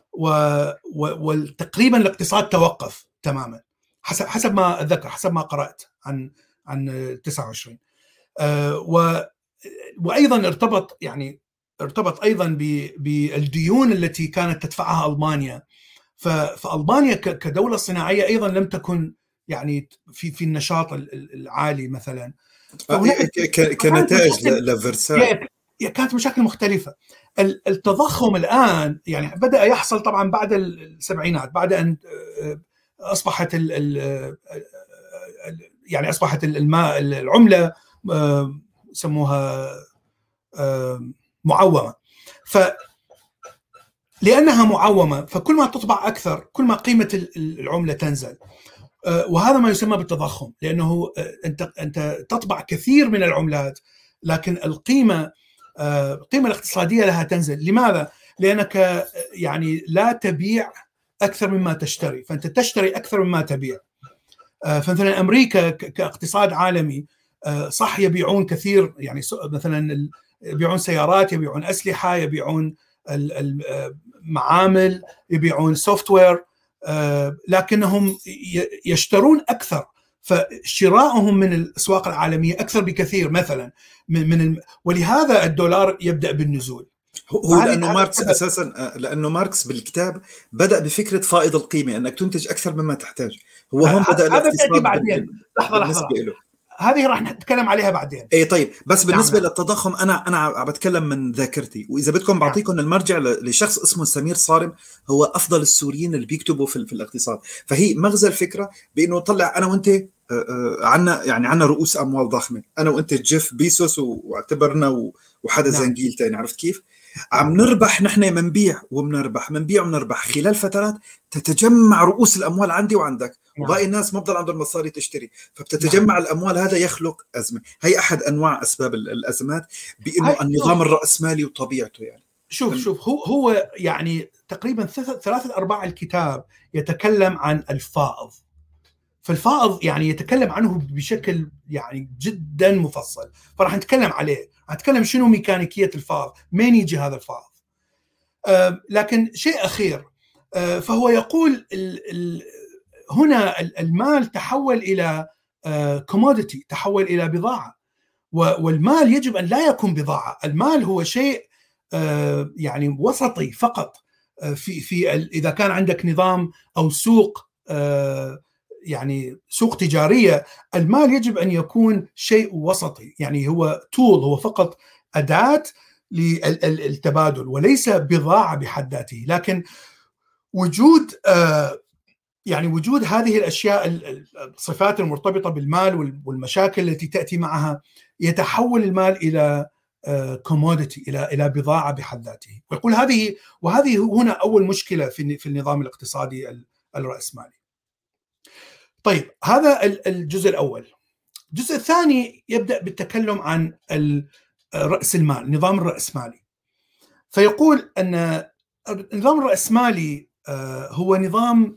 وتقريبا الاقتصاد توقف تماما حسب حسب ما أتذكر، حسب ما قرأت عن عن تسعة وعشرين. آه وأيضا ارتبط يعني ارتبط أيضا بالديون التي كانت تدفعها ألمانيا. فألمانيا كدولة صناعية أيضا لم تكن يعني في في النشاط العالي مثلا، كنتائج لفرساي كانت مشاكل مختلفة. التضخم الآن يعني بدأ يحصل طبعا بعد السبعينات، بعد أن أصبحت ال ال يعني أصبحت الماء العملة يسموها معومة. ف لأنها معومة فكل ما تطبع أكثر كل ما قيمة العملة تنزل، وهذا ما يسمى بالتضخم، لأنه أنت أنت تطبع كثير من العملات لكن القيمة القيمة الاقتصادية لها تنزل. لماذا؟ لأنك يعني لا تبيع أكثر مما تشتري، فأنت تشتري أكثر مما تبيع. فمثلا أمريكا كاقتصاد عالمي صح يبيعون كثير، يعني مثلا يبيعون سيارات، يبيعون أسلحة، يبيعون معامل، يبيعون سوفت وير، لكنهم يشترون أكثر، فشراؤهم من الأسواق العالمية أكثر بكثير مثلا من من ولهذا الدولار يبدأ بالنزول. هو لانه ماركس اساسا لانه ماركس بالكتاب بدا بفكره فائض القيمه، انك تنتج اكثر مما تحتاج. هو هون بدا الاقتصاد بعدين. لحظه لحظه له. هذه راح نتكلم عليها بعدين. اي طيب، بس بالنسبه نعم. للتضخم انا انا عم بتكلم من ذاكرتي، واذا بدكم بعطيكم نعم. المرجع لشخص اسمه سمير صارم، هو افضل السوريين اللي بيكتبوا في, في الاقتصاد. فهي مغزى الفكره بانه طلع انا وانت عنا يعني عنا رؤوس اموال ضخمه، انا وانت جيف بيسوس واعتبرنا وحدا نعم. زنجيل تاني، عرفت كيف؟ عم نربح نحن، منبيع ومنربح، منبيع ومنربح. خلال فترات تتجمع رؤوس الأموال عندي وعندك، وباقي الناس ما بضل عندهم مصاري تشتري، فبتتجمع الأموال. هذا يخلق أزمة. هي أحد أنواع أسباب الأزمات، بأنه النظام الرأسمالي وطبيعته. يعني شوف شوف هو هو يعني تقريبا ثلاثة أرباع الكتاب يتكلم عن الفائض. فالفائض يعني يتكلم عنه بشكل يعني جدا مفصل، فراح نتكلم عليه، نتكلم شنو ميكانيكية الفائض، مين يجي هذا الفائض. آه لكن شيء أخير، آه فهو يقول ال ال هنا المال تحول إلى كوموديتي، آه تحول إلى بضاعة، والمال يجب أن لا يكون بضاعة. المال هو شيء آه يعني وسطي فقط. آه في في إذا كان عندك نظام أو سوق آه يعني سوق تجارية، المال يجب أن يكون شيء وسطي، يعني هو تول، هو فقط أداة للتبادل وليس بضاعة بحد ذاته. لكن وجود آه يعني وجود هذه الأشياء، الصفات المرتبطة بالمال والمشاكل التي تأتي معها، يتحول المال إلى كوموديتي، إلى إلى بضاعة بحد ذاته. ويقول هذه وهذه هنا أول مشكلة في في النظام الاقتصادي الرأسمالي. طيب، هذا الجزء الأول. الجزء الثاني يبدأ بالتكلم عن رأس المال، النظام الرأسمالي. فيقول أن النظام الرأسمالي هو نظام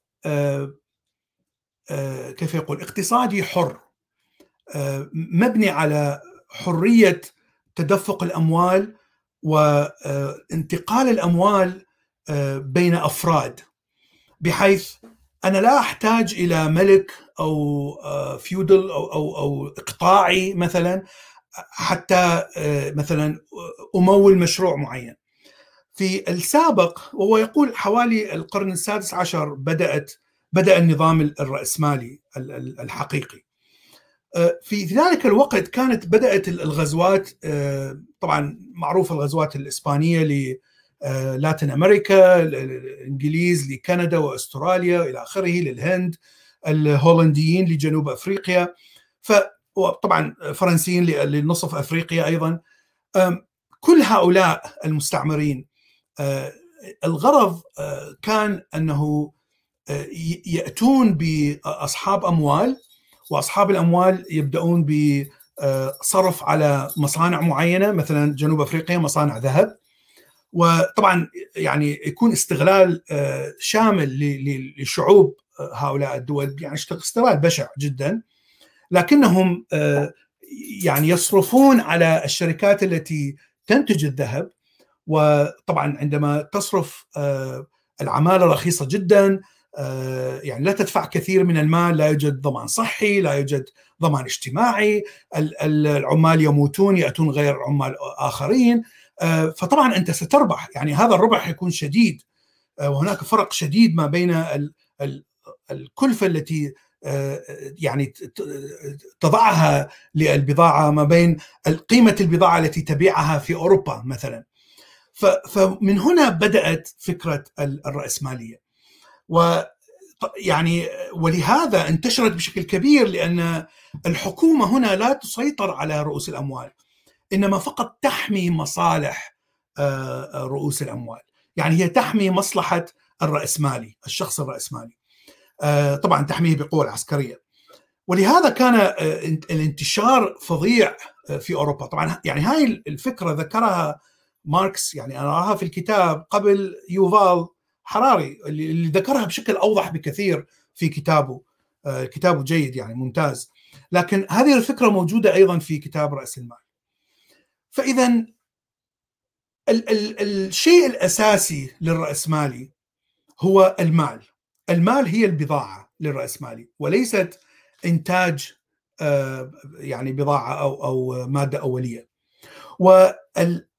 كيف يقول اقتصادي حر، مبني على حرية تدفق الأموال وانتقال الأموال بين أفراد، بحيث أنا لا أحتاج إلى ملك أو فيودل أو, أو, أو إقطاعي مثلا حتى مثلا أمول مشروع معين. في السابق، وهو يقول حوالي القرن السادس عشر بدأت بدأ النظام الرأسمالي الحقيقي. في ذلك الوقت كانت بدأت الغزوات، طبعا معروف الغزوات الإسبانية للاتين أمريكا، الإنجليز لكندا وأستراليا إلى آخره، للهند، الهولنديين لجنوب أفريقيا، وطبعا فرنسيين لنصف أفريقيا أيضا. كل هؤلاء المستعمرين الغرض كان أنه يأتون بأصحاب أموال، وأصحاب الأموال يبدأون بصرف على مصانع معينة، مثلا جنوب أفريقيا مصانع ذهب، وطبعا يعني يكون استغلال شامل لشعوب هؤلاء الدول، يعني استغلال بشع جدا. لكنهم يعني يصرفون على الشركات التي تنتج الذهب، وطبعا عندما تصرف العمالة رخيصة جدا، يعني لا تدفع كثير من المال، لا يوجد ضمان صحي، لا يوجد ضمان اجتماعي، العمال يموتون يأتون غير عمال آخرين، فطبعا أنت ستربح، يعني هذا الربح يكون شديد، وهناك فرق شديد ما بين الكلفة التي يعني تضعها للبضاعة ما بين قيمة البضاعة التي تبيعها في أوروبا مثلا. فمن هنا بدأت فكرة الرأسمالية، ويعني ولهذا انتشرت بشكل كبير، لأن الحكومة هنا لا تسيطر على رؤوس الأموال، إنما فقط تحمي مصالح رؤوس الأموال، يعني هي تحمي مصلحة الرأسمالي، الشخص الرأسمالي، طبعا تحميه بقوة العسكرية. ولهذا كان الانتشار فظيع في أوروبا. طبعا يعني هاي الفكرة ذكرها ماركس، يعني أنا أراها في الكتاب قبل يوفال حراري، اللي ذكرها بشكل أوضح بكثير في كتابه. كتابه جيد يعني ممتاز، لكن هذه الفكرة موجودة أيضا في كتاب رأس المال. فإذا ال- ال- الشيء الأساسي للرأسمالي هو المال. المال هي البضاعة للرأسمالي، وليست إنتاج يعني بضاعة أو أو مادة أولية.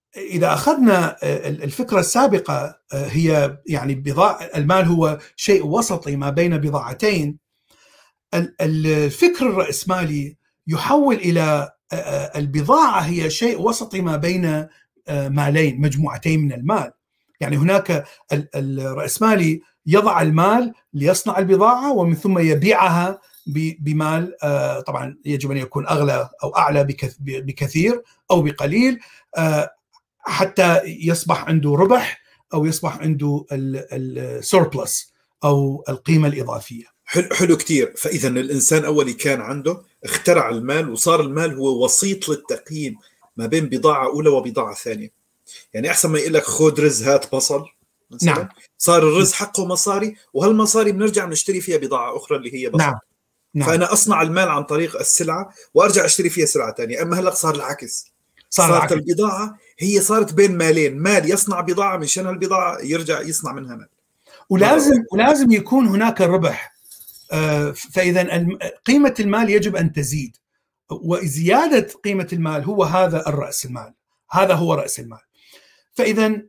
إذا أخذنا الفكرة السابقة هي يعني بضاعة المال هو شيء وسطي ما بين بضاعتين، الفكر الرأسمالي يحول إلى البضاعة هي شيء وسطي ما بين مالين، مجموعتين من المال. يعني هناك الرأسمالي يضع المال ليصنع البضاعة ومن ثم يبيعها بمال طبعا يجب أن يكون أغلى أو أعلى بكثير أو بقليل حتى يصبح عنده ربح أو يصبح عنده السوربلس أو القيمة الإضافية. حلو حلو كتير. فإذا الإنسان أولي كان عنده اخترع المال، وصار المال هو وسيط للتقييم ما بين بضاعة أولى وبضاعة ثانية. يعني أحسن ما يقول لك خذ رز هات بصل مثلا، نعم. صار الرز حقه مصاري، وهالمصاري بنرجع نشتري فيها بضاعة أخرى اللي هي بصل. نعم. نعم. فأنا أصنع المال عن طريق السلعة وأرجع أشتري فيها سلعة تانية. أما هلأ صار العكس، صار صارت العكس. البضاعة هي صارت بين مالين، مال يصنع بضاعة مشان البضاعة يرجع يصنع منها مال، ولازم ولازم يكون هناك ربح. فإذا قيمة المال يجب أن تزيد، وزيادة قيمة المال هو هذا الرأس المال، هذا هو رأس المال. فإذا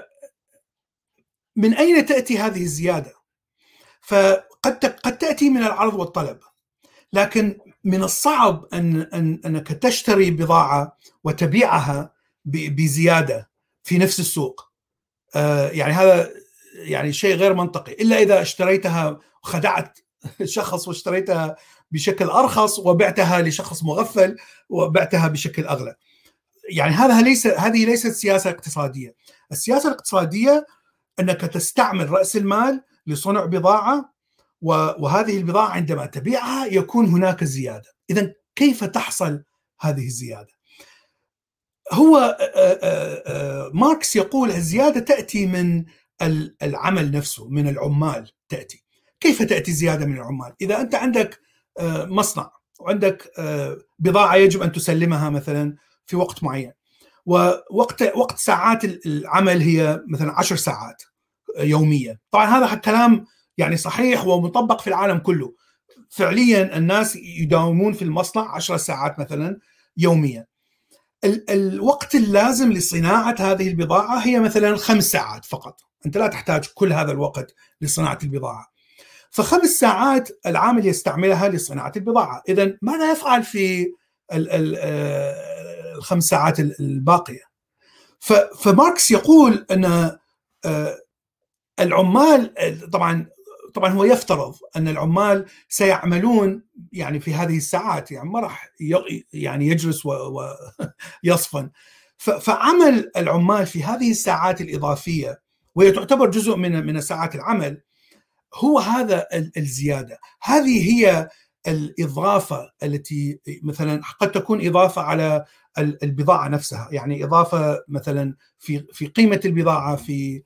من أين تأتي هذه الزيادة؟ فقد قد تأتي من العرض والطلب، لكن من الصعب أن أن أنك تشتري بضاعة وتبيعها بزيادة في نفس السوق. يعني هذا يعني شيء غير منطقي، إلا إذا اشتريتها خدعت شخص واشتريتها بشكل أرخص وبعتها لشخص مغفل وبعتها بشكل أغلى. يعني هذا ليس هذه ليست سياسة اقتصادية. السياسة الاقتصادية أنك تستعمل رأس المال لصنع بضاعة، وهذه البضاعة عندما تبيعها يكون هناك زيادة. إذن كيف تحصل هذه الزيادة؟ هو ماركس يقول الزيادة تأتي من العمل نفسه، من العمال تأتي. كيف تأتي زيادة من العمال؟ إذا أنت عندك مصنع وعندك بضاعة يجب أن تسلمها مثلا في وقت معين، ووقت وقت ساعات العمل هي مثلا عشر ساعات يوميا. طبعا هذا كلام يعني صحيح ومطبق في العالم كله. فعليا الناس يداومون في المصنع عشر ساعات مثلا يوميا. ال الوقت اللازم لصناعة هذه البضاعة هي مثلا خمس ساعات فقط. أنت لا تحتاج كل هذا الوقت لصناعة البضاعة، فخمس ساعات العامل يستعملها لصناعة البضاعة. إذن ماذا يفعل في ال ال الخمس ساعات الباقية؟ فماركس يقول أن العمال طبعا طبعا هو يفترض أن العمال سيعملون يعني في هذه الساعات، يعني ما راح يعني يجلس ويصفن. فعمل العمال في هذه الساعات الإضافية، وهي تعتبر جزء من من ساعات العمل، هو هذا الزيادة. هذه هي الإضافة التي مثلا قد تكون إضافة على البضاعة نفسها، يعني إضافة مثلا في في قيمة البضاعة، في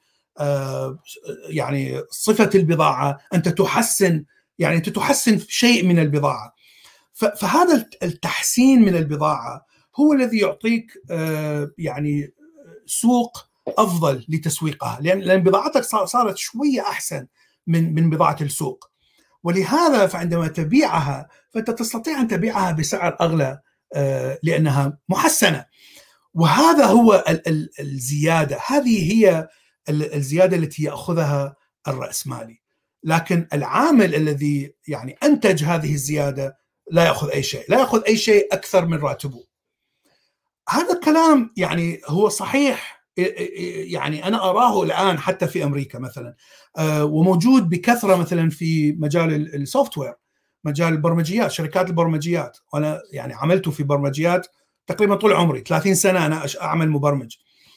يعني صفة البضاعة، أنت تحسن يعني أنت تحسن شيء من البضاعة. فهذا التحسين من البضاعة هو الذي يعطيك يعني سوق أفضل لتسويقها، لأن لأن بضاعتك صارت شوية أحسن من من بضاعة السوق. ولهذا فعندما تبيعها فأنت تستطيع أن تبيعها بسعر أغلى لأنها محسنة. وهذا هو الزيادة، هذه هي الزيادة التي يأخذها الرأسمالي. لكن العامل الذي يعني أنتج هذه الزيادة لا يأخذ أي شيء، لا يأخذ أي شيء أكثر من راتبه. هذا الكلام يعني هو صحيح، يعني أنا أراه الآن حتى في أمريكا مثلا، وموجود بكثرة مثلا في مجال السوفت وير، مجال البرمجيات، شركات البرمجيات. وأنا يعني عملت في برمجيات تقريبا طول عمري، ثلاثين سنة أنا أعمل مبرمج.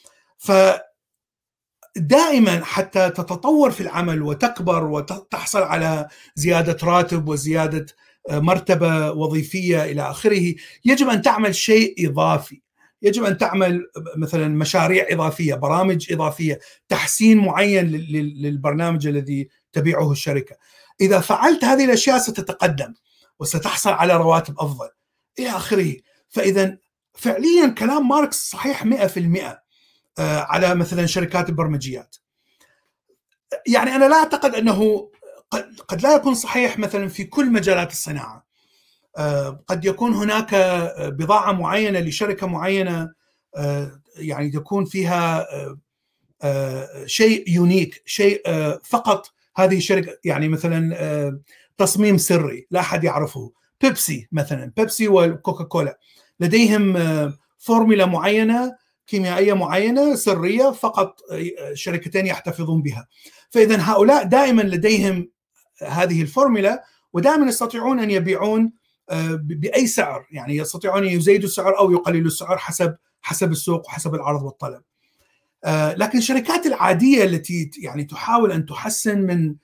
فدائما حتى تتطور في العمل وتكبر وتحصل على زيادة راتب وزيادة مرتبة وظيفية إلى آخره، يجب أن تعمل شيء إضافي، يجب أن تعمل مثلا مشاريع إضافية، برامج إضافية، تحسين معين للبرنامج الذي تبيعه الشركة. إذا فعلت هذه الأشياء ستتقدم وستحصل على رواتب أفضل إلى آخره. فإذا فعليا كلام ماركس صحيح مئة في المئة على مثلا شركات البرمجيات. يعني أنا لا أعتقد أنه قد لا يكون صحيح مثلا في كل مجالات الصناعة. قد يكون هناك بضاعة معينة لشركة معينة يعني تكون فيها شيء يونيك، شيء فقط هذه الشركة، يعني مثلا تصميم سري لا أحد يعرفه. بيبسي مثلا، بيبسي وكوكا كولا لديهم فورمولا معينة كيميائية معينة سرية فقط شركتين يحتفظون بها. فإذا هؤلاء دائما لديهم هذه الفورمولا، ودائما يستطيعون أن يبيعون بأي سعر، يعني يستطيعون أن يزيدوا السعر أو يقللوا السعر حسب حسب السوق وحسب العرض والطلب. لكن الشركات العادية التي يعني تحاول أن تحسن من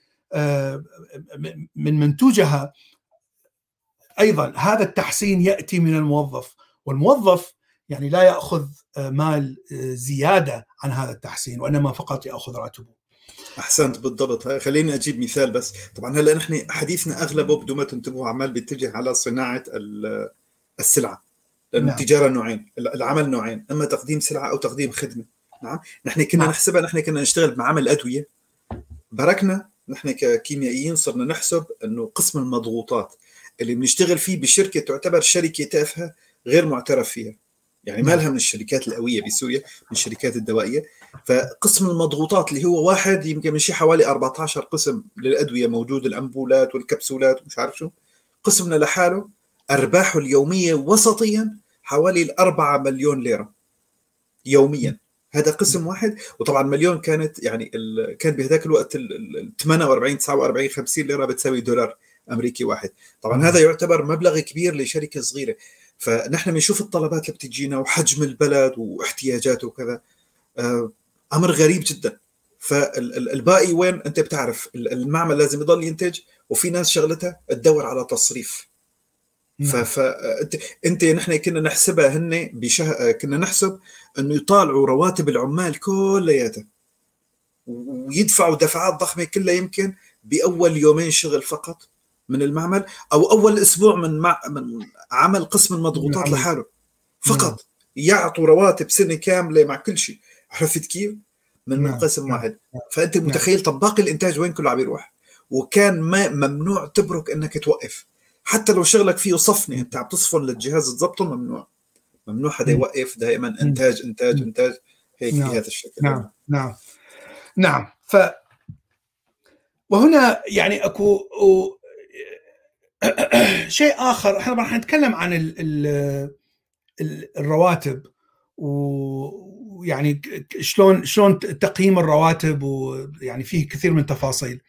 من منتوجها، أيضا هذا التحسين يأتي من الموظف، والموظف يعني لا يأخذ مال زيادة عن هذا التحسين، وإنما فقط يأخذ راتبه. أحسنت بالضبط. خليني أجيب مثال بس. طبعا هلا نحن حديثنا أغلبه بدون ما تنتبهوا عمال بيتجه على صناعة السلعة، لأن نعم. التجارة نوعين، العمل نوعين، إما تقديم سلعة أو تقديم خدمة. نعم. نحن كنا نعم. نحسبها، نحن كنا نشتغل بمعامل أدوية، بركنا نحن ككيميائيين صرنا نحسب أنه قسم المضغوطات اللي بنشتغل فيه بشركة تعتبر شركة تافهة غير معترف فيها، يعني ما لها من الشركات القوية بسوريا، من الشركات الدوائية. فقسم المضغوطات اللي هو واحد يمكن من شيء حوالي أربعة عشر قسم للأدوية موجود، الأمبولات والكبسولات ومش عارف شو، قسمنا لحاله أرباحه اليومية وسطيا حوالي الأربعة مليون ليرة يوميا. هذا قسم واحد. وطبعا مليون كانت يعني كان بهذاك الوقت ال ثمانية وأربعين تسعة وأربعين خمسين ليرة بتساوي دولار أمريكي واحد. طبعا هذا يعتبر مبلغ كبير لشركة صغيرة. فنحن بنشوف الطلبات اللي بتجينا وحجم البلد واحتياجاته وكذا، أمر غريب جدا. فالباقي وين؟ أنت بتعرف المعمل لازم يضل ينتج، وفي ناس شغلتها تدور على تصريف. فأنت أنت نحن كنا نحسبها هن بشه... كنا نحسب إنه يطالعوا رواتب العمال كلياتها ويدفعوا دفعات ضخمة كلها يمكن بأول يومين شغل فقط من المعمل، أو أول أسبوع من مع... من عمل قسم المضغوطات نعم. لحاله فقط نعم. يعطوا رواتب سنة كاملة مع كل شيء. عرفت كيف؟ من نعم. من قسم نعم. واحد. فأنت متخيل نعم. طب باقي الإنتاج وين كله عم يروح؟ وكان ما ممنوع تبرك إنك توقف، حتى لو شغلك فيه صفني أنت عم تصفن للجهاز تضبطه، ممنوع ممنوع حدا يوقف، دائما إنتاج إنتاج إنتاج هيك نعم. بهذا الشكل. نعم نعم نعم. ف وهنا يعني أكو شيء آخر. احنا راح نتكلم عن ال ال الرواتب، ويعني شلون شلون تقييم الرواتب، ويعني فيه كثير من التفاصيل.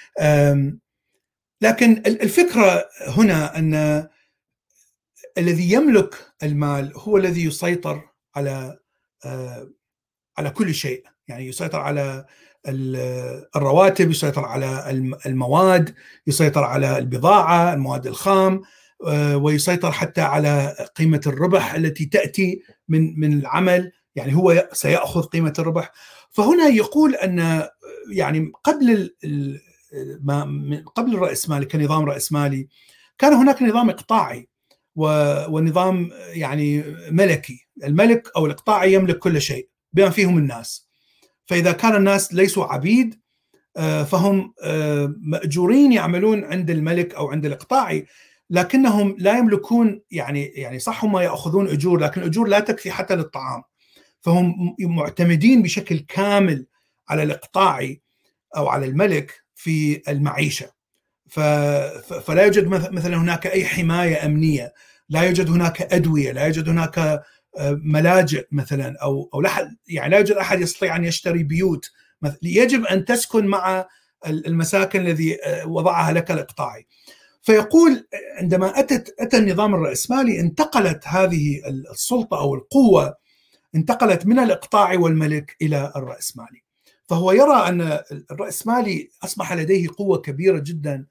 لكن الفكرة هنا أن الذي يملك المال هو الذي يسيطر على على كل شيء، يعني يسيطر على الرواتب، يسيطر على المواد، يسيطر على البضاعة، المواد الخام، ويسيطر حتى على قيمة الربح التي تأتي من من العمل، يعني هو سيأخذ قيمة الربح. فهنا يقول أن يعني قبل ما قبل الرأسمالي كنظام رأسمالي كان هناك نظام إقطاعي ونظام يعني ملكي. الملك أو الإقطاعي يملك كل شيء بما فيهم الناس. فإذا كان الناس ليسوا عبيد فهم مأجورين يعملون عند الملك أو عند الإقطاعي، لكنهم لا يملكون، يعني يعني صح هم يأخذون أجور، لكن الأجور لا تكفي حتى للطعام. فهم معتمدين بشكل كامل على الإقطاعي أو على الملك في المعيشة. فلا يوجد مثلا هناك أي حماية أمنية، لا يوجد هناك أدوية، لا يوجد هناك ملاجئ مثلا، أو أو لا يعني لا يوجد أحد يستطيع أن يشتري بيوت. يجب أن تسكن مع المساكن الذي وضعها لك الإقطاعي. فيقول عندما أتت أتى النظام الرأسمالي انتقلت هذه السلطة أو القوة انتقلت من الإقطاعي والملك إلى الرأسمالي. فهو يرى أن الرأسمالي أصبح لديه قوة كبيرة جدا،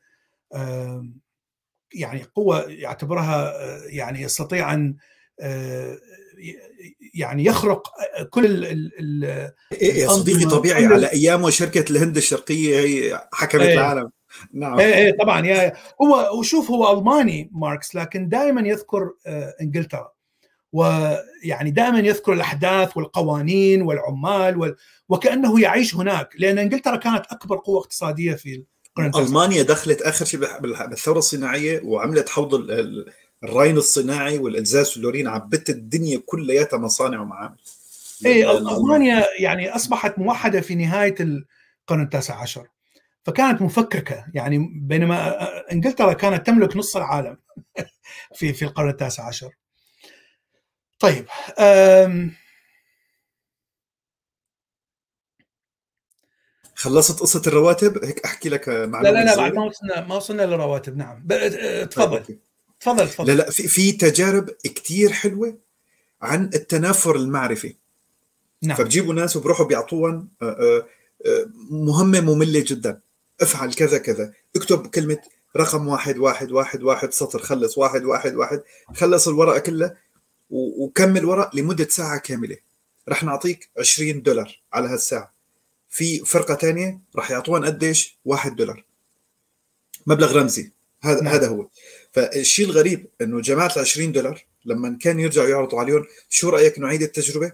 يعني قوة يعتبرها يعني يستطيع أن يعني يخرق كل ال يا صديقي طبيعي على أيامه شركة الهند الشرقية هي حكمت ايه العالم. نعم ايه ايه طبعا. يا هو وشوف هو ألماني ماركس، لكن دائما يذكر إنجلترا، ويعني دائما يذكر الأحداث والقوانين والعمال وال... وكأنه يعيش هناك، لأن إنجلترا كانت أكبر قوة اقتصادية في ألمانيا دخلت آخر شيء بالثورة الصناعية وعملت حوض الراين الصناعي والإزاز واللورين عبت الدنيا كلياتها مصانع ومعامل. اي ألمانيا يعني أصبحت موحدة في نهاية القرن التاسع عشر، فكانت مفككة يعني، بينما إنجلترا كانت تملك نصف العالم في في القرن التاسع عشر. طيب خلصت قصة الرواتب هيك أحكي لك معلومة. لا لا لا بعد ما وصلنا ما وصلنا للرواتب. نعم تفضل تفضل تفضل. لا لا في في تجارب كتير حلوة عن التنافر المعرفي. نعم. فبجيبوا ناس وبروحوا بيعطوهم مهمة مملة جدا، افعل كذا كذا، اكتب كلمة رقم واحد واحد واحد واحد سطر، خلص واحد واحد واحد، خلص الورقة كلها وكمل ورق لمدة ساعة كاملة، رح نعطيك عشرين دولار على هالساعة. في فرقة تانية رح يعطوهم قديش؟ واحد دولار، مبلغ رمزي. هذا نعم. هذا هو. فالشيء الغريب انه جماعة العشرين دولار لما كان يرجعوا يعرضوا عليهم شو رأيك نعيد التجربة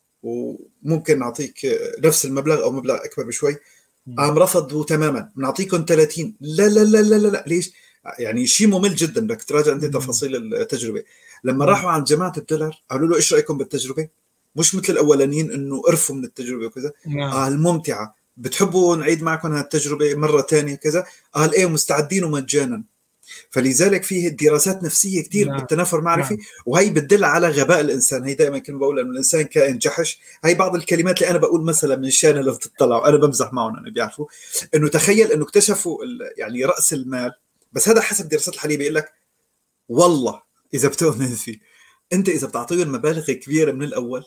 وممكن نعطيك نفس المبلغ او مبلغ اكبر بشوي، قام رفضوا تماما، بنعطيكم ثلاثين. لا لا لا لا لا, لا. ليش؟ يعني شيء ممل جدا، بدك تراجع انت تفاصيل التجربه. لما مم. راحوا عند جماعه الدولار قالوا له ايش رايكم بالتجربه؟ مش مثل الاولانيين انه قرفوا من التجربه وكذا. قال آه ممتعه، بتحبوا نعيد معكم هالتجربه مره ثانيه كذا؟ قال ايه مستعدين ومجانا. فلذلك فيه دراسات نفسية كتير نعم. بالتنافر المعرفي نعم. وهي بتدل على غباء الإنسان. هي دائما كلمة بقول أن الإنسان كائن جحش. هي بعض الكلمات اللي أنا بقول مثلا من شان لو تطلعوا، أنا بمزح معهم، أنا بيعرفوا إنه تخيل إنه اكتشفوا يعني رأس المال، بس هذا حسب دراسات الحالية بيقول لك والله إذا بتؤمن فيه أنت إذا بتعطيه مبالغ كبيرة من الأول،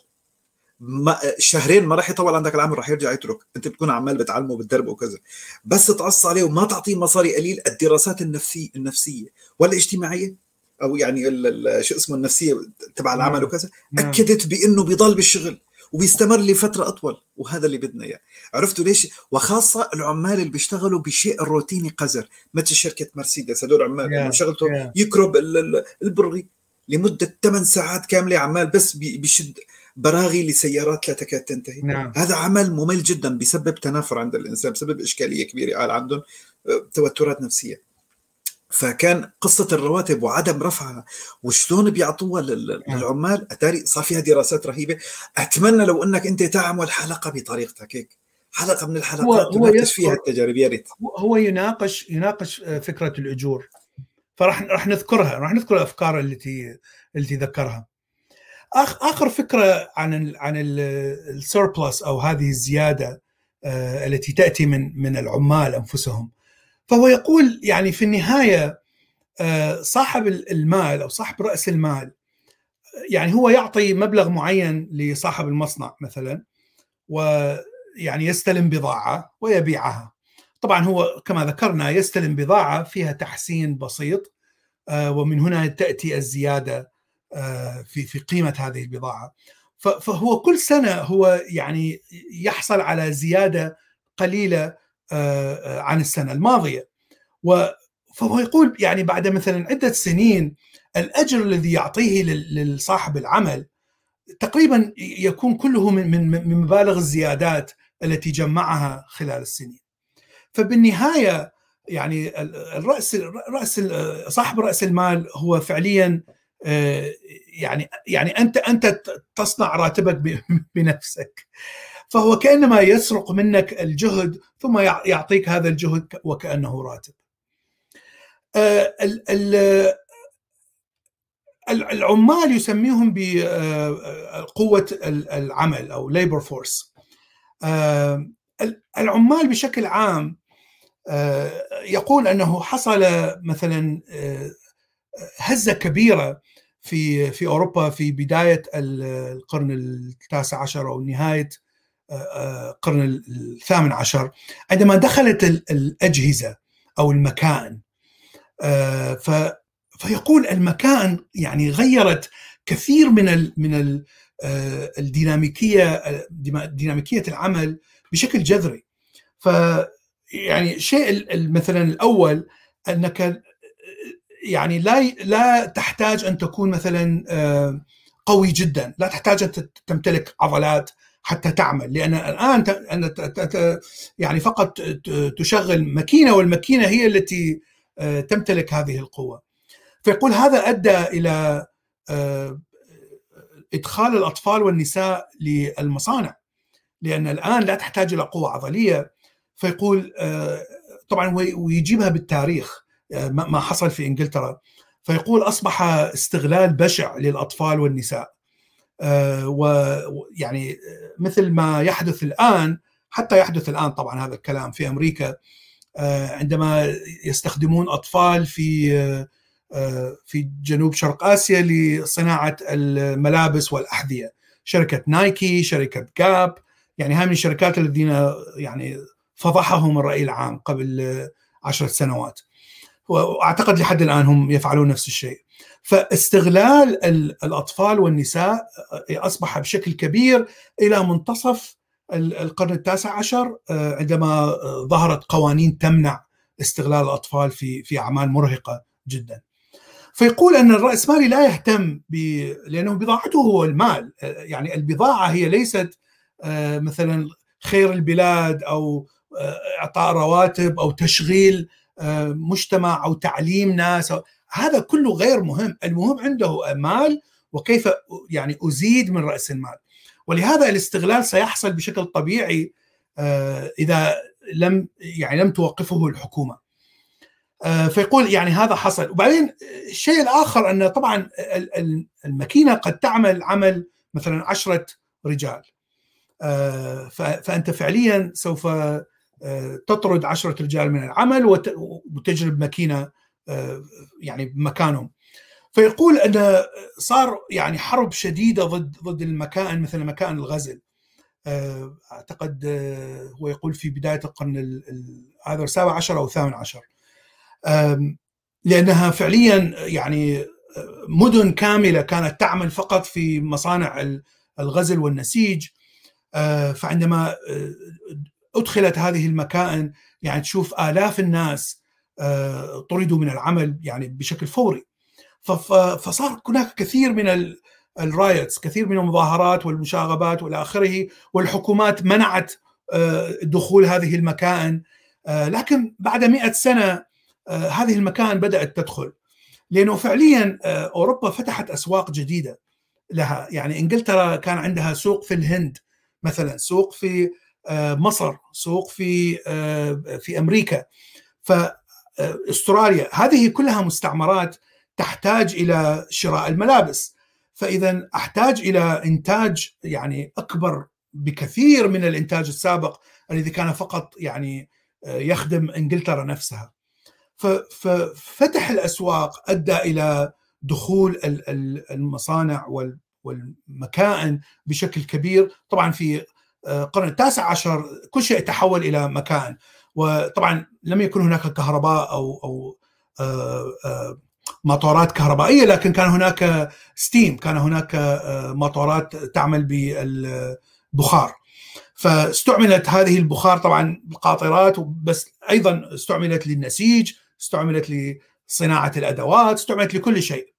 ما شهرين ما راح يطول عندك العمل، راح يرجع يترك. انت بتكون عمال بتعلمه بالدرب وكذا، بس تعص عليه وما تعطيه مصاري قليل. الدراسات النفسيه النفسيه والاجتماعيه او يعني شو اسمه النفسيه تبع العمل وكذا اكدت بانه بيضل بالشغل وبيستمر لفتره اطول، وهذا اللي بدنا اياه. عرفتوا ليش؟ وخاصه العمال اللي بيشتغلوا بشيء روتيني قذر مثل شركه مرسيدس، هدول عمال انه شغلته يكرب البرغي لمده ثمان ساعات كامله، عمال بس بيشد براغي لسيارات لا تكاد تنتهي. نعم. هذا عمل ممل جدا، بيسبب تنافر عند الإنسان، بسبب إشكالية كبيرة، قال عندهم توترات نفسية. فكان قصة الرواتب وعدم رفعها وشلون بيعطوها للعمال أتاري صار فيها دراسات رهيبة. أتمنى لو أنك أنت تعمل حلقة بطريقتك هيك، حلقة من الحلقات تناقش فيها التجارب. يا ريت. هو يناقش يناقش فكرة الأجور، فرح رح نذكرها، رح نذكر الأفكار التي التي ذكرها. آخر فكرة عن عن السوربلس أو هذه الزيادة التي تأتي من من العمال أنفسهم. فهو يقول يعني في النهاية صاحب المال أو صاحب رأس المال يعني هو يعطي مبلغ معين لصاحب المصنع مثلا، ويعني يستلم بضاعة ويبيعها. طبعا هو كما ذكرنا يستلم بضاعة فيها تحسين بسيط، ومن هنا تأتي الزيادة في في قيمة هذه البضاعة. فهو كل سنة هو يعني يحصل على زيادة قليلة عن السنة الماضية. فهو يقول يعني بعد مثلا عدة سنين الأجر الذي يعطيه لصاحب العمل تقريبا يكون كله من من مبالغ الزيادات التي جمعها خلال السنين. فبالنهاية يعني الرأس رأس صاحب رأس المال هو فعليا يعني يعني أنت أنت تصنع راتبك بنفسك، فهو كأنما يسرق منك الجهد ثم يعطيك هذا الجهد وكأنه راتب. العمال يسميهم بقوة العمل أو labor force. العمال بشكل عام يقول أنه حصل مثلا هزة كبيرة في في أوروبا في بداية القرن التاسع عشر أو نهاية القرن الثامن عشر، عندما دخلت الأجهزة أو المكائن. فيقول المكائن يعني غيرت كثير من ال من ال الديناميكية ديناميكية العمل بشكل جذري. فيعني شيء مثلا الأول أنك يعني لا لا تحتاج أن تكون مثلا قوي جدا، لا تحتاج أن تمتلك عضلات حتى تعمل، لأن الآن أنت يعني فقط تشغل ماكينة والماكينة هي التي تمتلك هذه القوة. فيقول هذا أدى إلى إدخال الأطفال والنساء للمصانع، لأن الآن لا تحتاج إلى قوة عضلية. فيقول طبعا ويجيبها بالتاريخ ما حصل في إنجلترا، فيقول أصبح استغلال بشع للأطفال والنساء، ويعني مثل ما يحدث الآن، حتى يحدث الآن طبعا هذا الكلام في أمريكا، عندما يستخدمون أطفال في في جنوب شرق آسيا لصناعة الملابس والأحذية، شركة نايكي، شركة جاب، يعني هاي من الشركات الذين يعني فضحهم الرأي العام قبل عشرة سنوات، وأعتقد لحد الآن هم يفعلون نفس الشيء. فاستغلال الأطفال والنساء أصبح بشكل كبير إلى منتصف القرن التاسع عشر، عندما ظهرت قوانين تمنع استغلال الأطفال في في أعمال مرهقة جدا. فيقول أن الرأسمالي لا يهتم ب... لأنه بضاعته هو المال، يعني البضاعة هي ليست مثلا خير البلاد أو إعطاء رواتب أو تشغيل مجتمع أو تعليم ناس، هذا كله غير مهم. المهم عنده مال وكيف يعني أزيد من رأس المال، ولهذا الاستغلال سيحصل بشكل طبيعي إذا لم يعني لم توقفه الحكومة. فيقول يعني هذا حصل. وبعدين الشيء الآخر أن طبعا الماكينة قد تعمل عمل مثلا عشرة رجال، فأنت فعليا سوف تطرد عشرة رجال من العمل وتجلب ماكينة يعني بمكانهم. فيقول أن صار يعني حرب شديدة ضد ضد المكائن مثل مكائن الغزل، أعتقد هو يقول في بداية القرن هذا السابع عشر أو الثامن عشر، لأنها فعليا يعني مدن كاملة كانت تعمل فقط في مصانع الغزل والنسيج. فعندما أدخلت هذه المكائن يعني تشوف آلاف الناس طردوا من العمل يعني بشكل فوري. فصار هناك كثير من الرايتس، كثير من المظاهرات والمشاغبات والى اخره، والحكومات منعت دخول هذه المكائن. لكن بعد مئة سنة هذه المكائن بدأت تدخل، لأنه فعليا أوروبا فتحت أسواق جديدة لها. يعني إنجلترا كان عندها سوق في الهند مثلا، سوق في مصر، سوق في في أمريكا، فأستراليا، هذه كلها مستعمرات تحتاج إلى شراء الملابس. فإذا أحتاج إلى إنتاج يعني أكبر بكثير من الإنتاج السابق الذي كان فقط يعني يخدم إنجلترا نفسها. ففتح الأسواق أدى إلى دخول المصانع والمكائن بشكل كبير. طبعا في القرن التاسع عشر كل شيء تحول إلى مكائن، وطبعا لم يكن هناك كهرباء أو أو موتورات كهربائية، لكن كان هناك ستيم، كان هناك موتورات تعمل بالبخار. فاستعملت هذه البخار طبعا بالقاطرات، بس أيضا استعملت للنسيج، استعملت لصناعة الأدوات، استعملت لكل شيء.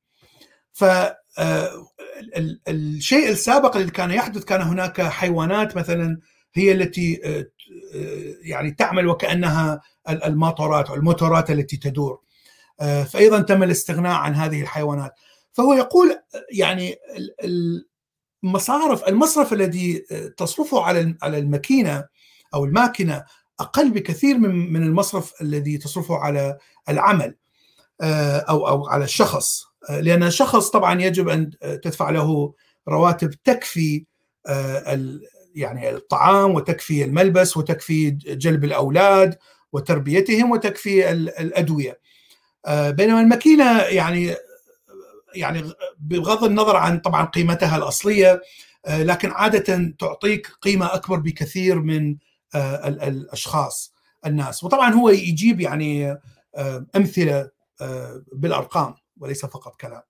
فالشيء السابق اللي كان يحدث كان هناك حيوانات مثلا هي التي يعني تعمل وكأنها الموتورات أو الموتورات التي تدور، فأيضا تم الاستغناء عن هذه الحيوانات. فهو يقول يعني المصارف المصرف الذي تصرفه على على الماكينة أو الماكينة أقل بكثير من من المصرف الذي تصرفه على العمل أو أو على الشخص، لأن الشخص طبعا يجب أن تدفع له رواتب تكفي يعني الطعام وتكفي الملبس وتكفي جلب الأولاد وتربيتهم وتكفي الأدوية، بينما الماكينة يعني يعني بغض النظر عن طبعا قيمتها الأصلية، لكن عادة تعطيك قيمة أكبر بكثير من الأشخاص الناس. وطبعا هو يجيب يعني أمثلة بالأرقام وليس فقط كلام.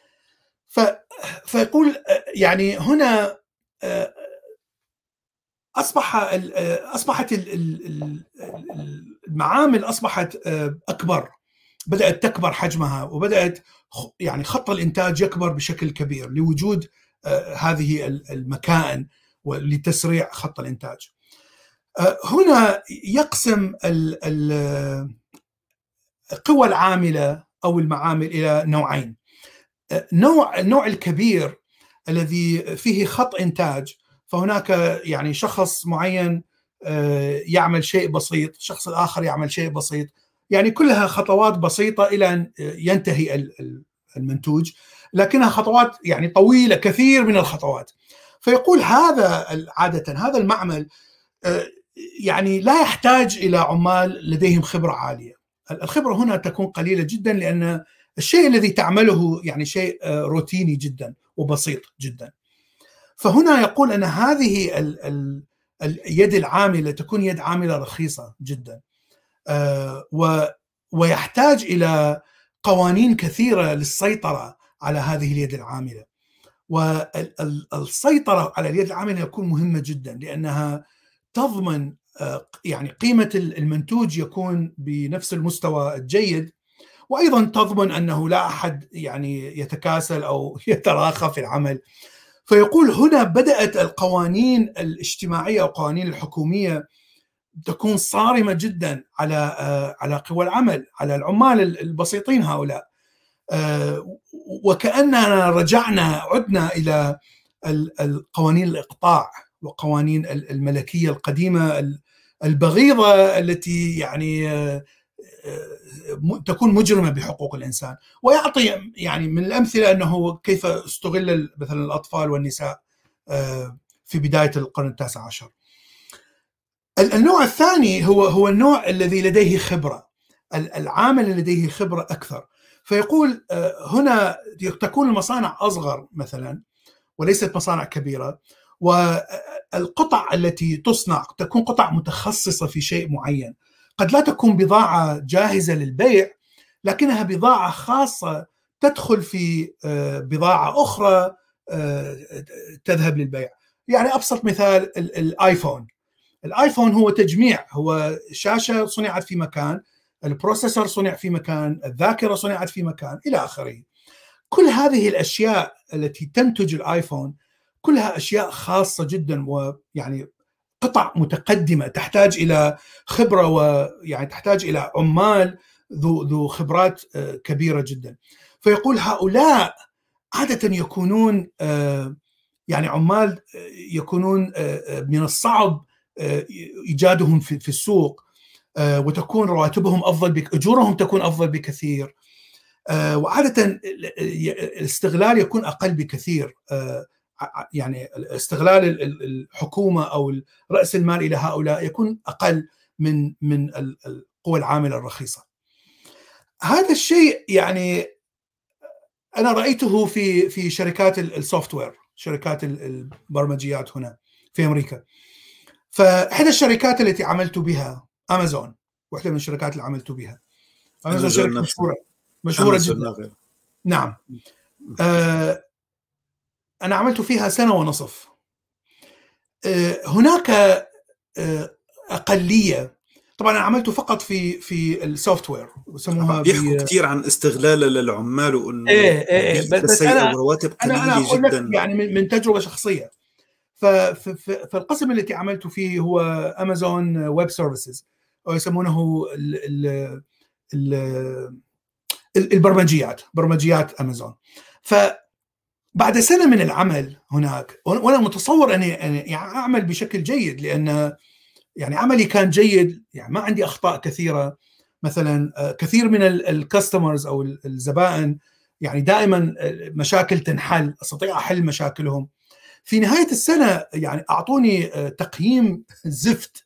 فيقول يعني هنا أصبح أصبحت المعامل أصبحت أكبر، بدأت تكبر حجمها، وبدأت يعني خط الإنتاج يكبر بشكل كبير لوجود هذه المكائن ولتسريع خط الإنتاج. هنا يقسم القوى العاملة أو المعامل إلى نوعين. نوع النوع الكبير الذي فيه خط إنتاج، فهناك يعني شخص معين يعمل شيء بسيط، الشخص الآخر يعمل شيء بسيط، يعني كلها خطوات بسيطة إلى أن ينتهي المنتوج، لكنها خطوات يعني طويلة، كثير من الخطوات. فيقول هذا عادة هذا المعمل يعني لا يحتاج إلى عمال لديهم خبرة عالية. الخبرة هنا تكون قليلة جدا، لأن الشيء الذي تعمله يعني شيء روتيني جدا وبسيط جدا. فهنا يقول أن هذه ال ال اليد العاملة تكون يد عاملة رخيصة جدا، ويحتاج إلى قوانين كثيرة للسيطرة على هذه اليد العاملة. والسيطرة على اليد العاملة يكون مهمة جدا، لأنها تضمن يعني قيمة المنتوج يكون بنفس المستوى الجيد، وأيضا تضمن أنه لا أحد يعني يتكاسل أو يتراخى في العمل. فيقول هنا بدأت القوانين الاجتماعية أو القوانين الحكومية تكون صارمة جدا على على قوى العمل، على العمال البسيطين هؤلاء، وكأننا رجعنا عدنا إلى القوانين الإقطاع وقوانين الملكية القديمة البغيضة التي يعني تكون مجرمة بحقوق الإنسان. ويعطي يعني من الأمثلة أنه كيف استغل مثلا الأطفال والنساء في بداية القرن التاسع عشر. النوع الثاني هو هو النوع الذي لديه خبرة، العامل الذي لديه خبرة أكثر. فيقول هنا تكون المصانع أصغر مثلا وليست مصانع كبيرة، والقطع التي تصنع تكون قطع متخصصة في شيء معين، قد لا تكون بضاعة جاهزة للبيع، لكنها بضاعة خاصة تدخل في بضاعة أخرى تذهب للبيع. يعني أبسط مثال الآيفون. الآيفون هو تجميع، هو شاشة صنعت في مكان، البروسيسور صنع في مكان، الذاكرة صنعت في مكان، إلى آخره. كل هذه الأشياء التي تنتج الآيفون كلها أشياء خاصة جدا، ويعني قطع متقدمة تحتاج إلى خبرة، ويعني تحتاج إلى عمال ذو ذو خبرات كبيرة جدا. فيقول هؤلاء عادة يكونون يعني عمال يكونون من الصعب إيجادهم في السوق، وتكون رواتبهم أفضل، أجورهم تكون أفضل بكثير، وعادة الاستغلال يكون أقل بكثير. يعني استغلال الحكومة أو رأس المال إلى هؤلاء يكون أقل من من القوى العاملة الرخيصة. هذا الشيء يعني أنا رأيته في في شركات السوفت وير، شركات البرمجيات هنا في أمريكا. فإحدى الشركات التي عملت بها أمازون، واحدة من الشركات اللي عملت بها أمازون، شركة مشهورة مشهورة جدا. نعم. آه أنا عملت فيها سنة ونصف. آه هناك آه أقلية، طبعا أنا عملت فقط في في السوفت وير وسموها بيحكوا كثير عن استغلال للعمال وإنه إيه إيه بس أنا رواتب أنا أنا أقول لك جدا. يعني من, من تجربة شخصية. فالقسم التي عملت فيه هو أمازون ويب سيرفيسز، أو يسمونه ال ال البرمجيات، برمجيات أمازون. فبعد سنة من العمل هناك، وأنا متصور أني يعني أعمل بشكل جيد، لأن يعني عملي كان جيد، يعني ما عندي أخطاء كثيرة. مثلا كثير من الكاستمرز أو الزبائن يعني دائما مشاكل تنحل، أستطيع أحل مشاكلهم. في نهاية السنة يعني أعطوني تقييم زفت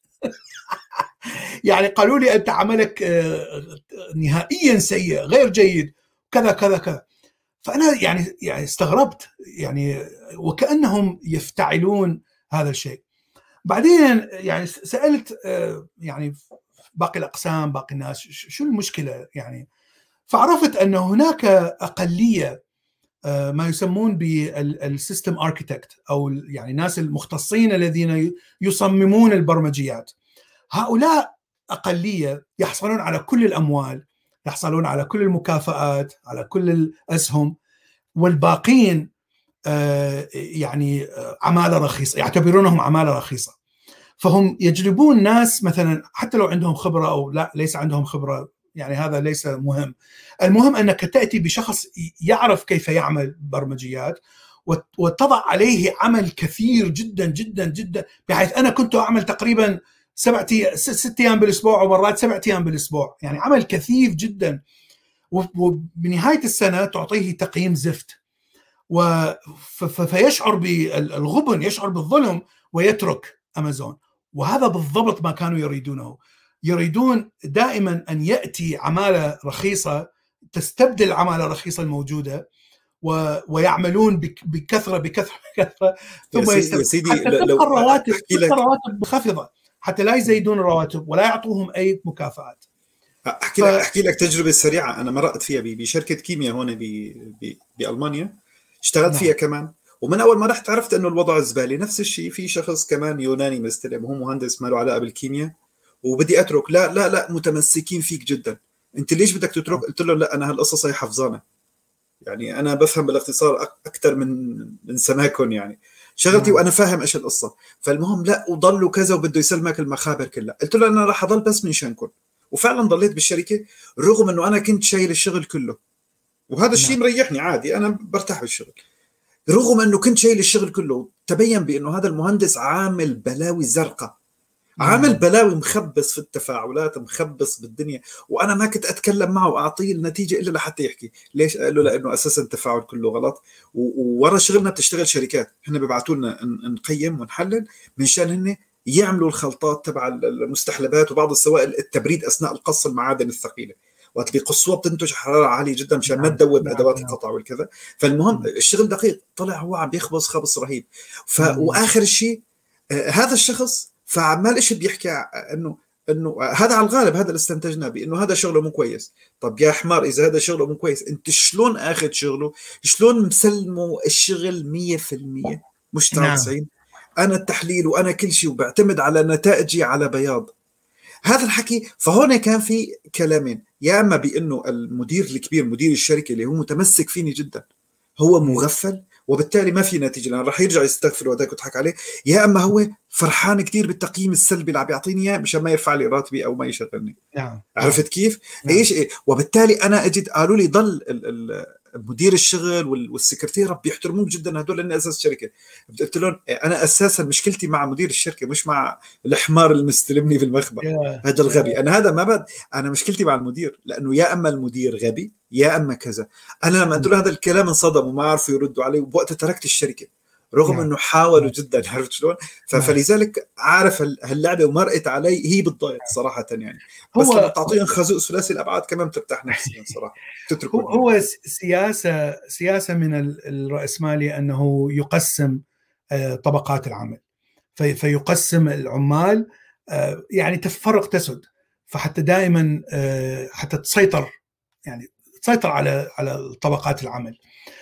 يعني قالوا لي أنت عملك نهائيا سيء، غير جيد، كذا كذا كذا. فأنا يعني يعني استغربت، يعني وكأنهم يفتعلون هذا الشيء. بعدين يعني سألت يعني باقي الأقسام، باقي الناس، شو المشكلة يعني. فعرفت أن هناك أقلية ما يسمون بالسيستم اركيتكت، أو يعني الناس المختصين الذين يصممون البرمجيات. هؤلاء أقلية يحصلون على كل الأموال، يحصلون على كل المكافآت، على كل الأسهم، والباقين يعني عمالة رخيصة، يعتبرونهم عمالة رخيصة. فهم يجلبون ناس مثلا حتى لو عندهم خبرة أو لا ليس عندهم خبرة يعني هذا ليس مهم. المهم أنك تأتي بشخص يعرف كيف يعمل برمجيات وتضع عليه عمل كثير جدا جدا جدا، بحيث أنا كنت أعمل تقريبا سبعة ست أيام بالأسبوع ومرات سبعة أيام بالأسبوع، يعني عمل كثيف جدا، وبنهاية السنة تعطيه تقييم زفت، فيشعر بالغبن، يشعر بالظلم ويترك أمازون. وهذا بالضبط ما كانوا يريدونه. يريدون دائما أن يأتي عمالة رخيصة تستبدل العمالة الرخيصة الموجودة ويعملون بكثرة بكثرة بكثرة ثم يا سيدي حتى تبقى الرواتب الرواتب منخفضة، حتى لا يزيدون الرواتب ولا يعطوهم أي مكافآت. أحكي, ف... لك أحكي لك تجربة سريعة أنا مرقت فيها بشركة كيمياء هون بألمانيا، اشتغلت فيها كمان، ومن أول ما رحت عرفت أنه الوضع زبالة. نفس الشيء في شخص كمان يوناني مستلم، هو مهندس ما له علاقة بالكيمياء، وبدي أترك، لا لا لا متمسكين فيك جدا، أنت ليش بدك تترك؟ قلت له لا أنا هالقصص هي حفظانة، يعني أنا بفهم بالاختصار أكثر من من سماكن، يعني شغلتي وأنا فاهم إيش القصة. فالمهم لا وضلوا كذا وبده يسلمك المخابر كلها. قلت له أنا راح أضل بس من شانكم، وفعلا ضليت بالشركة رغم أنه أنا كنت شايل الشغل كله، وهذا الشيء مريحني عادي، أنا برتاح بالشغل. رغم أنه كنت شايل الشغل كله تبين بأنه هذا المهندس عامل بلاوي زرقاء، عامل بلاوي، مخبص في التفاعلات، مخبص بالدنيا، وأنا ما كنت أتكلم معه وأعطيه النتيجة إلا لحتى يحكي. ليش؟ قال له لأنه أساسا التفاعل كله غلط، وورا شغلنا بتشتغل شركات، إحنا بيبعتوا لنا نقيم ونحلل من شان هن يعملوا الخلطات تبع المستحلبات وبعض السوائل التبريد أثناء القص المعادن الثقيلة، وقت بيقصوها بتنتج حرارة عالية جدا مشان ما تدوب أدوات القطع والكذا. فالمهم الشغل دقيق، طلع هو عم بيخبص خبص رهيب. ف... وآخر الشيء آه هذا الشخص فعمال إيش بيحكي إنه إنه هذا على الغالب هذا اللي استنتجناه بإنه هذا شغله مو كويس. طب يا حمار إذا هذا شغله مو كويس أنت شلون أخذ شغله؟ شلون مسلمه الشغل مية في المية مش تسعين؟ أنا التحليل وأنا كل شيء وبعتمد على نتائجي على بياض. هذا الحكي. فهون كان في كلامين، يا أما بأنه المدير الكبير مدير الشركة اللي هو متمسك فيني جدا هو مغفل وبالتالي ما في نتيجة لأنه راح يرجع يستغفر وذاك وضحك عليه، يا أما هو فرحان كتير بالتقييم السلبي اللي عم بيعطيني إياه مشان ما يرفع لي راتبي أو ما يشغلني. نعم. عرفت كيف؟ نعم. إيش إيه؟ وبالتالي أنا أجد قالوا لي ضل ال ال مدير الشغل والسكرتيرة بيحترموك جدا، هدول لأن أساس الشركة. قلت لهم أنا أساسا مشكلتي مع مدير الشركة مش مع الحمار اللي مستلمني في المخبر yeah. هذا الغبي. أنا هذا ما بد أنا مشكلتي مع المدير، لأنه يا أما المدير غبي يا أما كذا. أنا لما قلت له هذا الكلام انصدم وما عرفوا يردوا عليه، وبوقتها تركت الشركة رغم yeah. أنه حاولوا yeah. جدا. عرفت شلون؟ فلذلك عارف هاللعبة ومرقت علي هي بالضبط صراحة، يعني بس لما تعطيهم خازوق ثلاثي الأبعاد كمان ترتاح نفسيا صراحة. هو, هو سياسة سياسة من الرأسمالي أنه يقسم طبقات العمل، في فيقسم العمال يعني تفرق تسد، فحتى دائما حتى تسيطر يعني تسيطر على على طبقات العمل.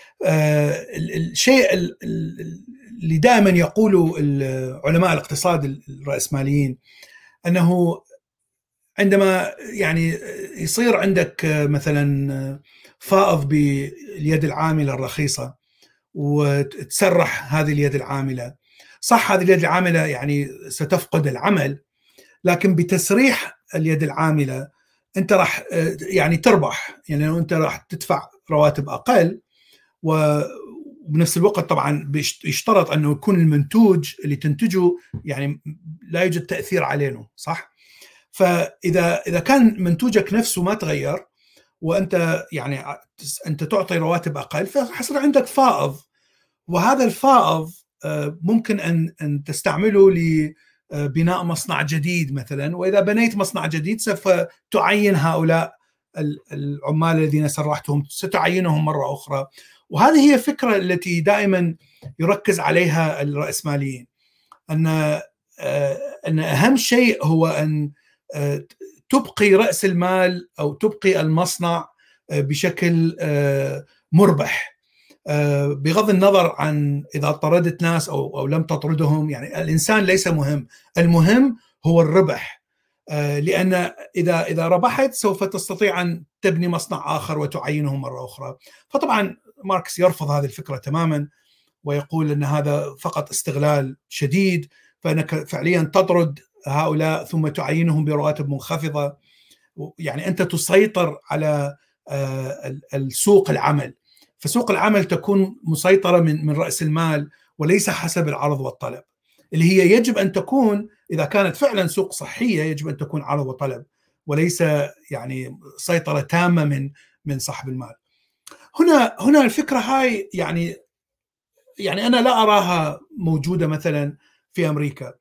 الشيء اللي دائما يقوله علماء الاقتصاد الرأسماليين أنه عندما يعني يصير عندك مثلا فائض باليد العاملة الرخيصة وتسرح هذه اليد العاملة، صح هذه اليد العاملة يعني ستفقد العمل، لكن بتسريح اليد العاملة أنت راح يعني تربح، يعني أنت راح تدفع رواتب أقل، وبنفس الوقت طبعا يشترط أنه يكون المنتوج اللي تنتجه يعني لا يوجد تأثير علينا، صح؟ فإذا إذا كان منتوجك نفسه ما تغير وأنت يعني أنت تعطي رواتب أقل، فحصل عندك فائض، وهذا الفائض ممكن أن أن تستعمله لبناء مصنع جديد مثلا، وإذا بنيت مصنع جديد سوف تعين هؤلاء العمال الذين سرحتهم ستعينهم مرة أخرى. وهذه هي الفكرة التي دائما يركز عليها الرأسماليين، أن أن أهم شيء هو أن تبقي رأس المال أو تبقي المصنع بشكل مربح، بغض النظر عن إذا طردت ناس أو أو لم تطردهم. يعني الإنسان ليس مهم، المهم هو الربح، لأن إذا إذا ربحت سوف تستطيع أن تبني مصنع آخر وتعينه مرة أخرى. فطبعا ماركس يرفض هذه الفكرة تماما ويقول أن هذا فقط استغلال شديد، فإنك فعليا تطرد هؤلاء ثم تعينهم برواتب منخفضة. يعني أنت تسيطر على السوق العمل، فسوق العمل تكون مسيطرة من من رأس المال وليس حسب العرض والطلب، اللي هي يجب أن تكون إذا كانت فعلا سوق صحية يجب أن تكون عرض وطلب وليس يعني سيطرة تامة من من صاحب المال. هنا هنا الفكرة هاي يعني يعني أنا لا أراها موجودة مثلا في أمريكا.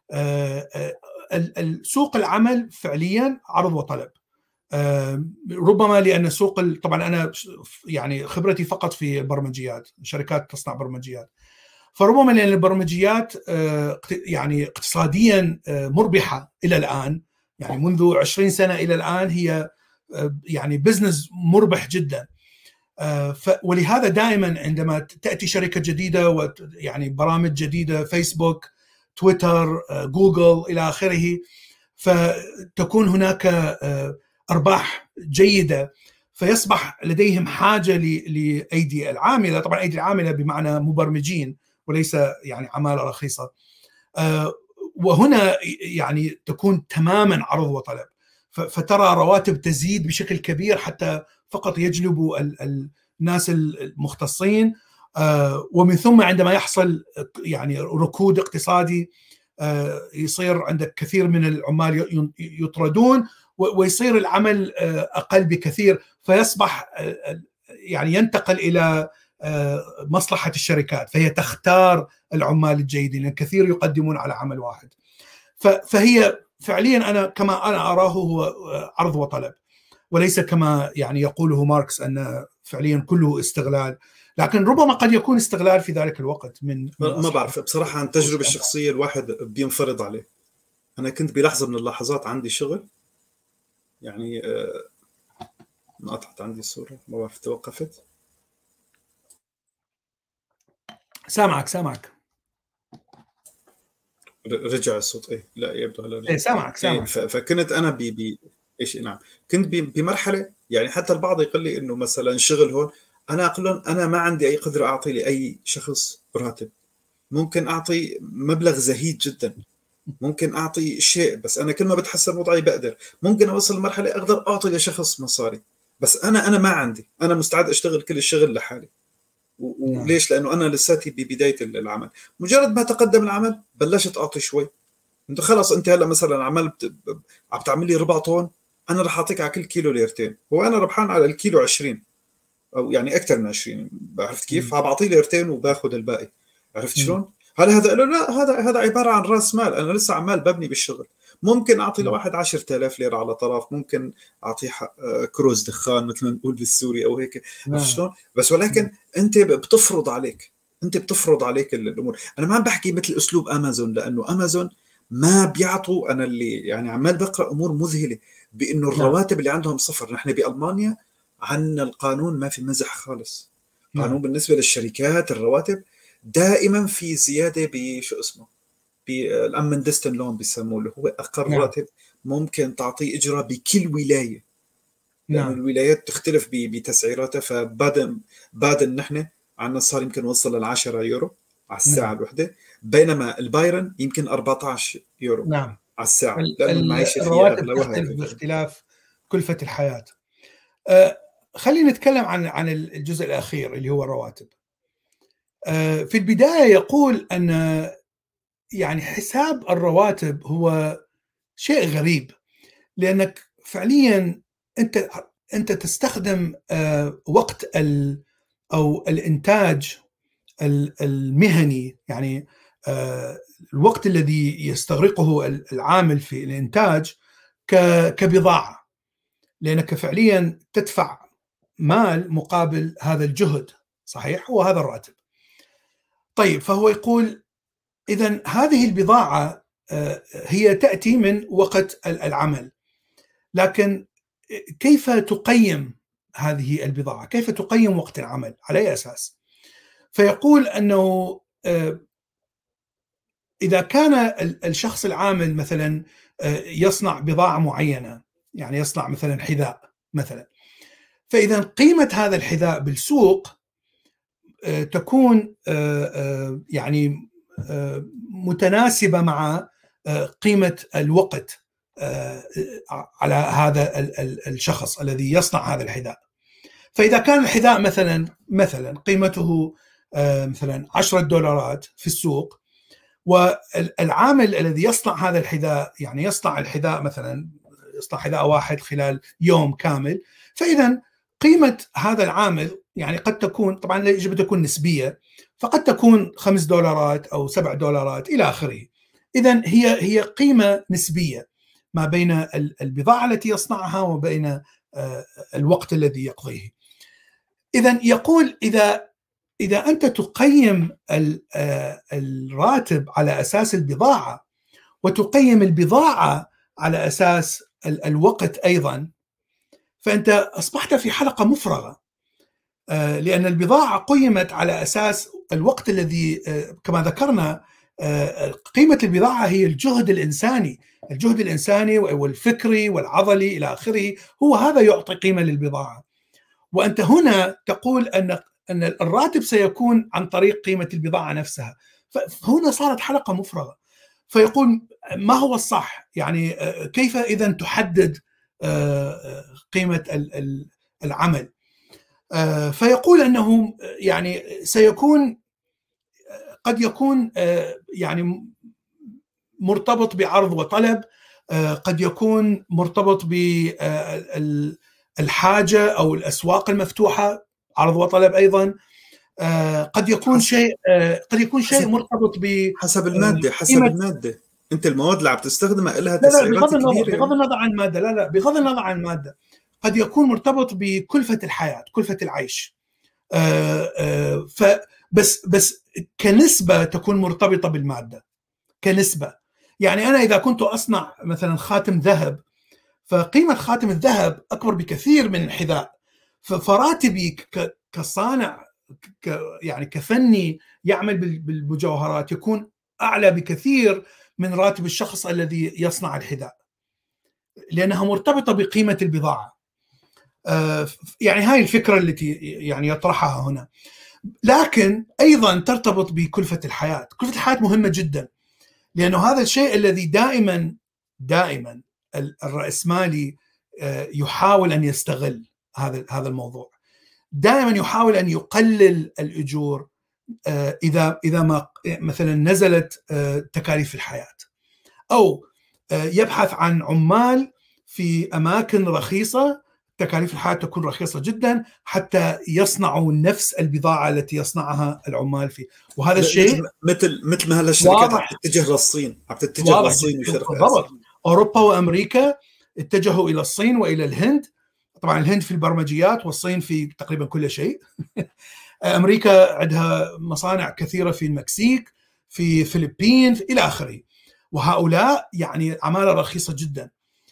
السوق العمل فعليا عرض وطلب، ربما لأن سوق طبعا أنا يعني خبرتي فقط في البرمجيات، شركات تصنع برمجيات، فربما لأن البرمجيات يعني اقتصاديا مربحة إلى الآن، يعني منذ عشرين سنة إلى الآن هي يعني بزنس مربح جدا. ولهذا دائما عندما تأتي شركة جديدة ويعني برامج جديدة، فيسبوك، تويتر، جوجل إلى آخره، فتكون هناك أرباح جيدة، فيصبح لديهم حاجة لأيدي العاملة، طبعا أيدي العاملة بمعنى مبرمجين وليس يعني عمالة رخيصة. وهنا يعني تكون تماما عرض وطلب، فترى رواتب تزيد بشكل كبير حتى فقط يجلبوا الناس المختصين، ومن ثم عندما يحصل يعني ركود اقتصادي يصير عندك كثير من العمال يطردون ويصير العمل أقل بكثير، فيصبح يعني ينتقل إلى مصلحة الشركات، فهي تختار العمال الجيدين لأن كثير يقدمون على عمل واحد. فهي فعليا أنا كما أنا أراه هو عرض وطلب وليس كما يعني يقوله ماركس أن فعليا كله استغلال، لكن ربما قد يكون استغلال في ذلك الوقت من, من ما بعرف بصراحة. عن تجربة الشخصية الواحد بينفرض عليه. أنا كنت بلحظة من اللحظات عندي شغل يعني آه انقطعت عندي الصورة، ما بعرف توقفت. سامعك سامعك رجع الصوت. ايه لا يبدو هلا إيه سامعك سامعك. إيه فكنت انا ب ب ايش نعم كنت بمرحله يعني حتى البعض يقول لي انه مثلا شغل هون، انا اقول لهم انا ما عندي اي قدره اعطي لاي شخص راتب، ممكن اعطي مبلغ زهيد جدا، ممكن اعطي شيء، بس انا كل ما بتحسن وضعي بقدر ممكن اوصل لمرحله اقدر اعطي لشخص مصاري، بس انا انا ما عندي، انا مستعد اشتغل كل الشغل لحالي. وليش؟ لانه انا لساتي ببدايه العمل. مجرد ما تقدم العمل بلشت اعطي شوي. انت خلاص انت هلا مثلا عمل بت... عم تعمل لي ربع طن، انا رح اعطيك على كل كيلو ليرتين، هو انا ربحان على الكيلو عشرين او يعني اكثر من عشرين، عرفت كيف؟ بعطيه ليرتين وباخذ الباقي، عرفت شلون؟ هلا هذا له لا، هذا هذا عباره عن راس مال، انا لسه عمال ببني بالشغل. ممكن اعطي لواحد عشرة آلاف ليره على طرف، ممكن اعطيه كروز دخان مثل ما نقول بالسوري او هيك، عرفت شلون؟ بس ولكن انت بتفرض عليك، انت بتفرض عليك الامور. انا ما عم بحكي مثل اسلوب امازون، لانه امازون ما بيعطوا، انا اللي يعني عمال بقرا امور مذهله بانه الرواتب اللي عندهم صفر. نحن بالمانيا عندنا القانون ما في مزح خالص، قانون بالنسبه للشركات الرواتب دائما في زياده بشو اسمه بالامندستن لون بيسموه، اللي هو اقل راتب ممكن تعطيه اجره بكل ولايه، لانه نعم. الولايات تختلف بتسعيراتها، فبعد بعد نحن عندنا صار يمكن وصل للعشرة يورو على الساعه نعم. الوحده، بينما البايرن يمكن أربعة عشر يورو نعم. على الساعه، لانه المعيشه فيها اغلى وهكذا باختلاف كلفه الحياه. أه خلينا نتكلم عن عن الجزء الاخير اللي هو الرواتب. أه في البدايه يقول ان يعني حساب الرواتب هو شيء غريب، لانك فعليا انت انت تستخدم أه وقت ال او الانتاج المهني، يعني أه الوقت الذي يستغرقه العامل في الانتاج كبضاعه، لانك فعليا تدفع مال مقابل هذا الجهد، صحيح؟ هو هذا الراتب. طيب فهو يقول إذن هذه البضاعة هي تأتي من وقت العمل، لكن كيف تقيم هذه البضاعة؟ كيف تقيم وقت العمل؟ على أي أساس؟ فيقول أنه إذا كان الشخص العامل مثلا يصنع بضاعة معينة، يعني يصنع مثلا حذاء مثلا، فإذا قيمة هذا الحذاء بالسوق تكون يعني متناسبة مع قيمة الوقت على هذا الشخص الذي يصنع هذا الحذاء. فإذا كان الحذاء مثلا مثلا قيمته مثلا عشرة دولارات في السوق، والعامل الذي يصنع هذا الحذاء يعني يصنع الحذاء مثلا يصنع حذاء واحد خلال يوم كامل، فإذا قيمة هذا العامل يعني قد تكون، طبعا يجب تكون نسبية، فقد تكون خمس دولارات أو سبع دولارات إلى آخره. إذن هي هي قيمة نسبية ما بين البضاعة التي يصنعها وبين الوقت الذي يقضيه. إذن يقول إذا إذا أنت تقيم الراتب على أساس البضاعة وتقيم البضاعة على أساس الوقت أيضا، فأنت أصبحت في حلقة مفرغة، لأن البضاعة قيمت على أساس الوقت الذي كما ذكرنا قيمة البضاعة هي الجهد الإنساني، الجهد الإنساني والفكري والعضلي إلى آخره، هو هذا يعطي قيمة للبضاعة. وأنت هنا تقول أن أن الراتب سيكون عن طريق قيمة البضاعة نفسها، فهنا صارت حلقة مفرغة. فيقول ما هو الصح؟ يعني كيف إذن تحدد قيمة العمل؟ فيقول أنه يعني سيكون قد يكون يعني مرتبط بعرض وطلب، قد يكون مرتبط بالحاجة أو الأسواق المفتوحة، عرض وطلب أيضا، قد يكون حسب شيء قد يكون شيء مرتبط ب حسب المادة حسب المادة انت المواد اللي عم تستخدمها لها تسعيرات كبيرة. كبيرة. بغض النظر عن المادة، لا لا بغض النظر عن المادة، قد يكون مرتبط بكلفة الحياة، كلفة العيش، فبس بس كنسبة تكون مرتبطة بالمادة كنسبة. يعني أنا إذا كنت أصنع مثلا خاتم ذهب، فقيمة خاتم الذهب أكبر بكثير من الحذاء، فراتبي كصانع يعني كفني يعمل بالمجوهرات يكون أعلى بكثير من راتب الشخص الذي يصنع الحذاء، لأنها مرتبطة بقيمة البضاعة. يعني هاي الفكرة التي يعني يطرحها هنا، لكن أيضا ترتبط بكلفة الحياة. كلفة الحياة مهمة جدا، لأنه هذا الشيء الذي دائما دائما الرأسمالي يحاول أن يستغل هذا هذا الموضوع، دائما يحاول أن يقلل الأجور إذا إذا ما مثلا نزلت تكاليف الحياة، أو يبحث عن عمال في أماكن رخيصة، تكاليف الحياة تكون رخيصة جدا حتى يصنعوا نفس البضاعة التي يصنعها العمال فيه. وهذا الشيء مثل مثل ما هالشركات عم تتجه للصين، عم تتجه للصين وشركات أوروبا وأمريكا اتجهوا إلى الصين وإلى الهند. طبعا الهند في البرمجيات والصين في تقريبا كل شيء. أمريكا عندها مصانع كثيرة في المكسيك، في فلبين، إلى آخره، وهؤلاء يعني عمالة رخيصة جدا.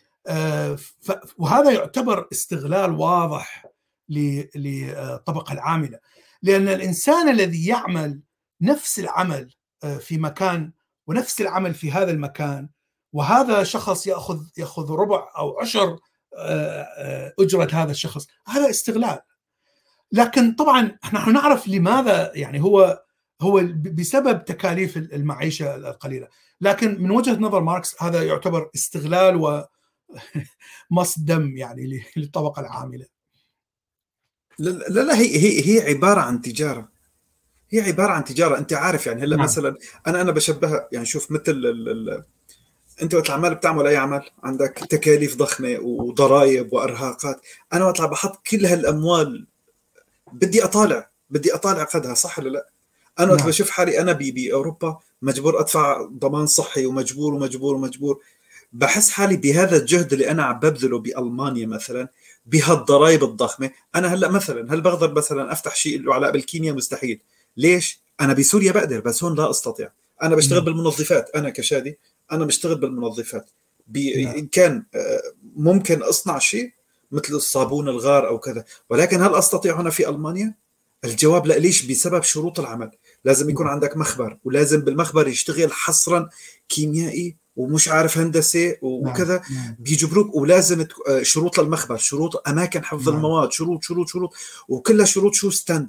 وهذا يعتبر استغلال واضح للطبقة العاملة، لأن الإنسان الذي يعمل نفس العمل في مكان ونفس العمل في هذا المكان، وهذا شخص يأخذ يأخذ ربع أو عشر أجرة هذا الشخص، هذا استغلال. لكن طبعا نحن نعرف لماذا، يعني هو هو بسبب تكاليف المعيشة القليلة، لكن من وجهة نظر ماركس هذا يعتبر استغلال و مص دم يعني للطبقة العاملة. لا لا هي هي هي عبارة عن تجارة، هي عبارة عن تجارة. أنت عارف يعني هلا نعم. مثلا أنا أنا بشبهها، يعني شوف مثل ال ال أنت وقت العمال بتعمل أي عمل عندك تكاليف ضخمة وضرائب وأرهاقات. أنا وقت بحط كل هالأموال بدي أطالع بدي أطالع قدها، صح ولا لا؟ أنا وقت نعم. بشوف حالي أنا بأوروبا مجبور أدفع ضمان صحي ومجبور ومجبور ومجبور، بحس حالي بهذا الجهد اللي أنا عم ببذله بألمانيا مثلا بهالضرائب الضخمة. أنا هلأ مثلا هل بقدر مثلا أفتح شيء له علاقة بالكيمياء؟ مستحيل. ليش؟ أنا بسوريا بقدر، بس هون لا أستطيع. أنا بشتغل بالمنظفات، أنا كشادي أنا بشتغل بالمنظفات، إن كان ممكن أصنع شيء مثل الصابون الغار أو كذا، ولكن هل أستطيع هنا في ألمانيا؟ الجواب لا. ليش؟ بسبب شروط العمل. لازم يكون عندك مخبر، ولازم بالمخبر يشتغل حصرا كيميائي ومش عارف هندسة وكذا، بيجبروك. ولازم شروط المخبر، شروط أماكن حفظ المواد، شروط شروط شروط وكلها شروط شو ستاندرد.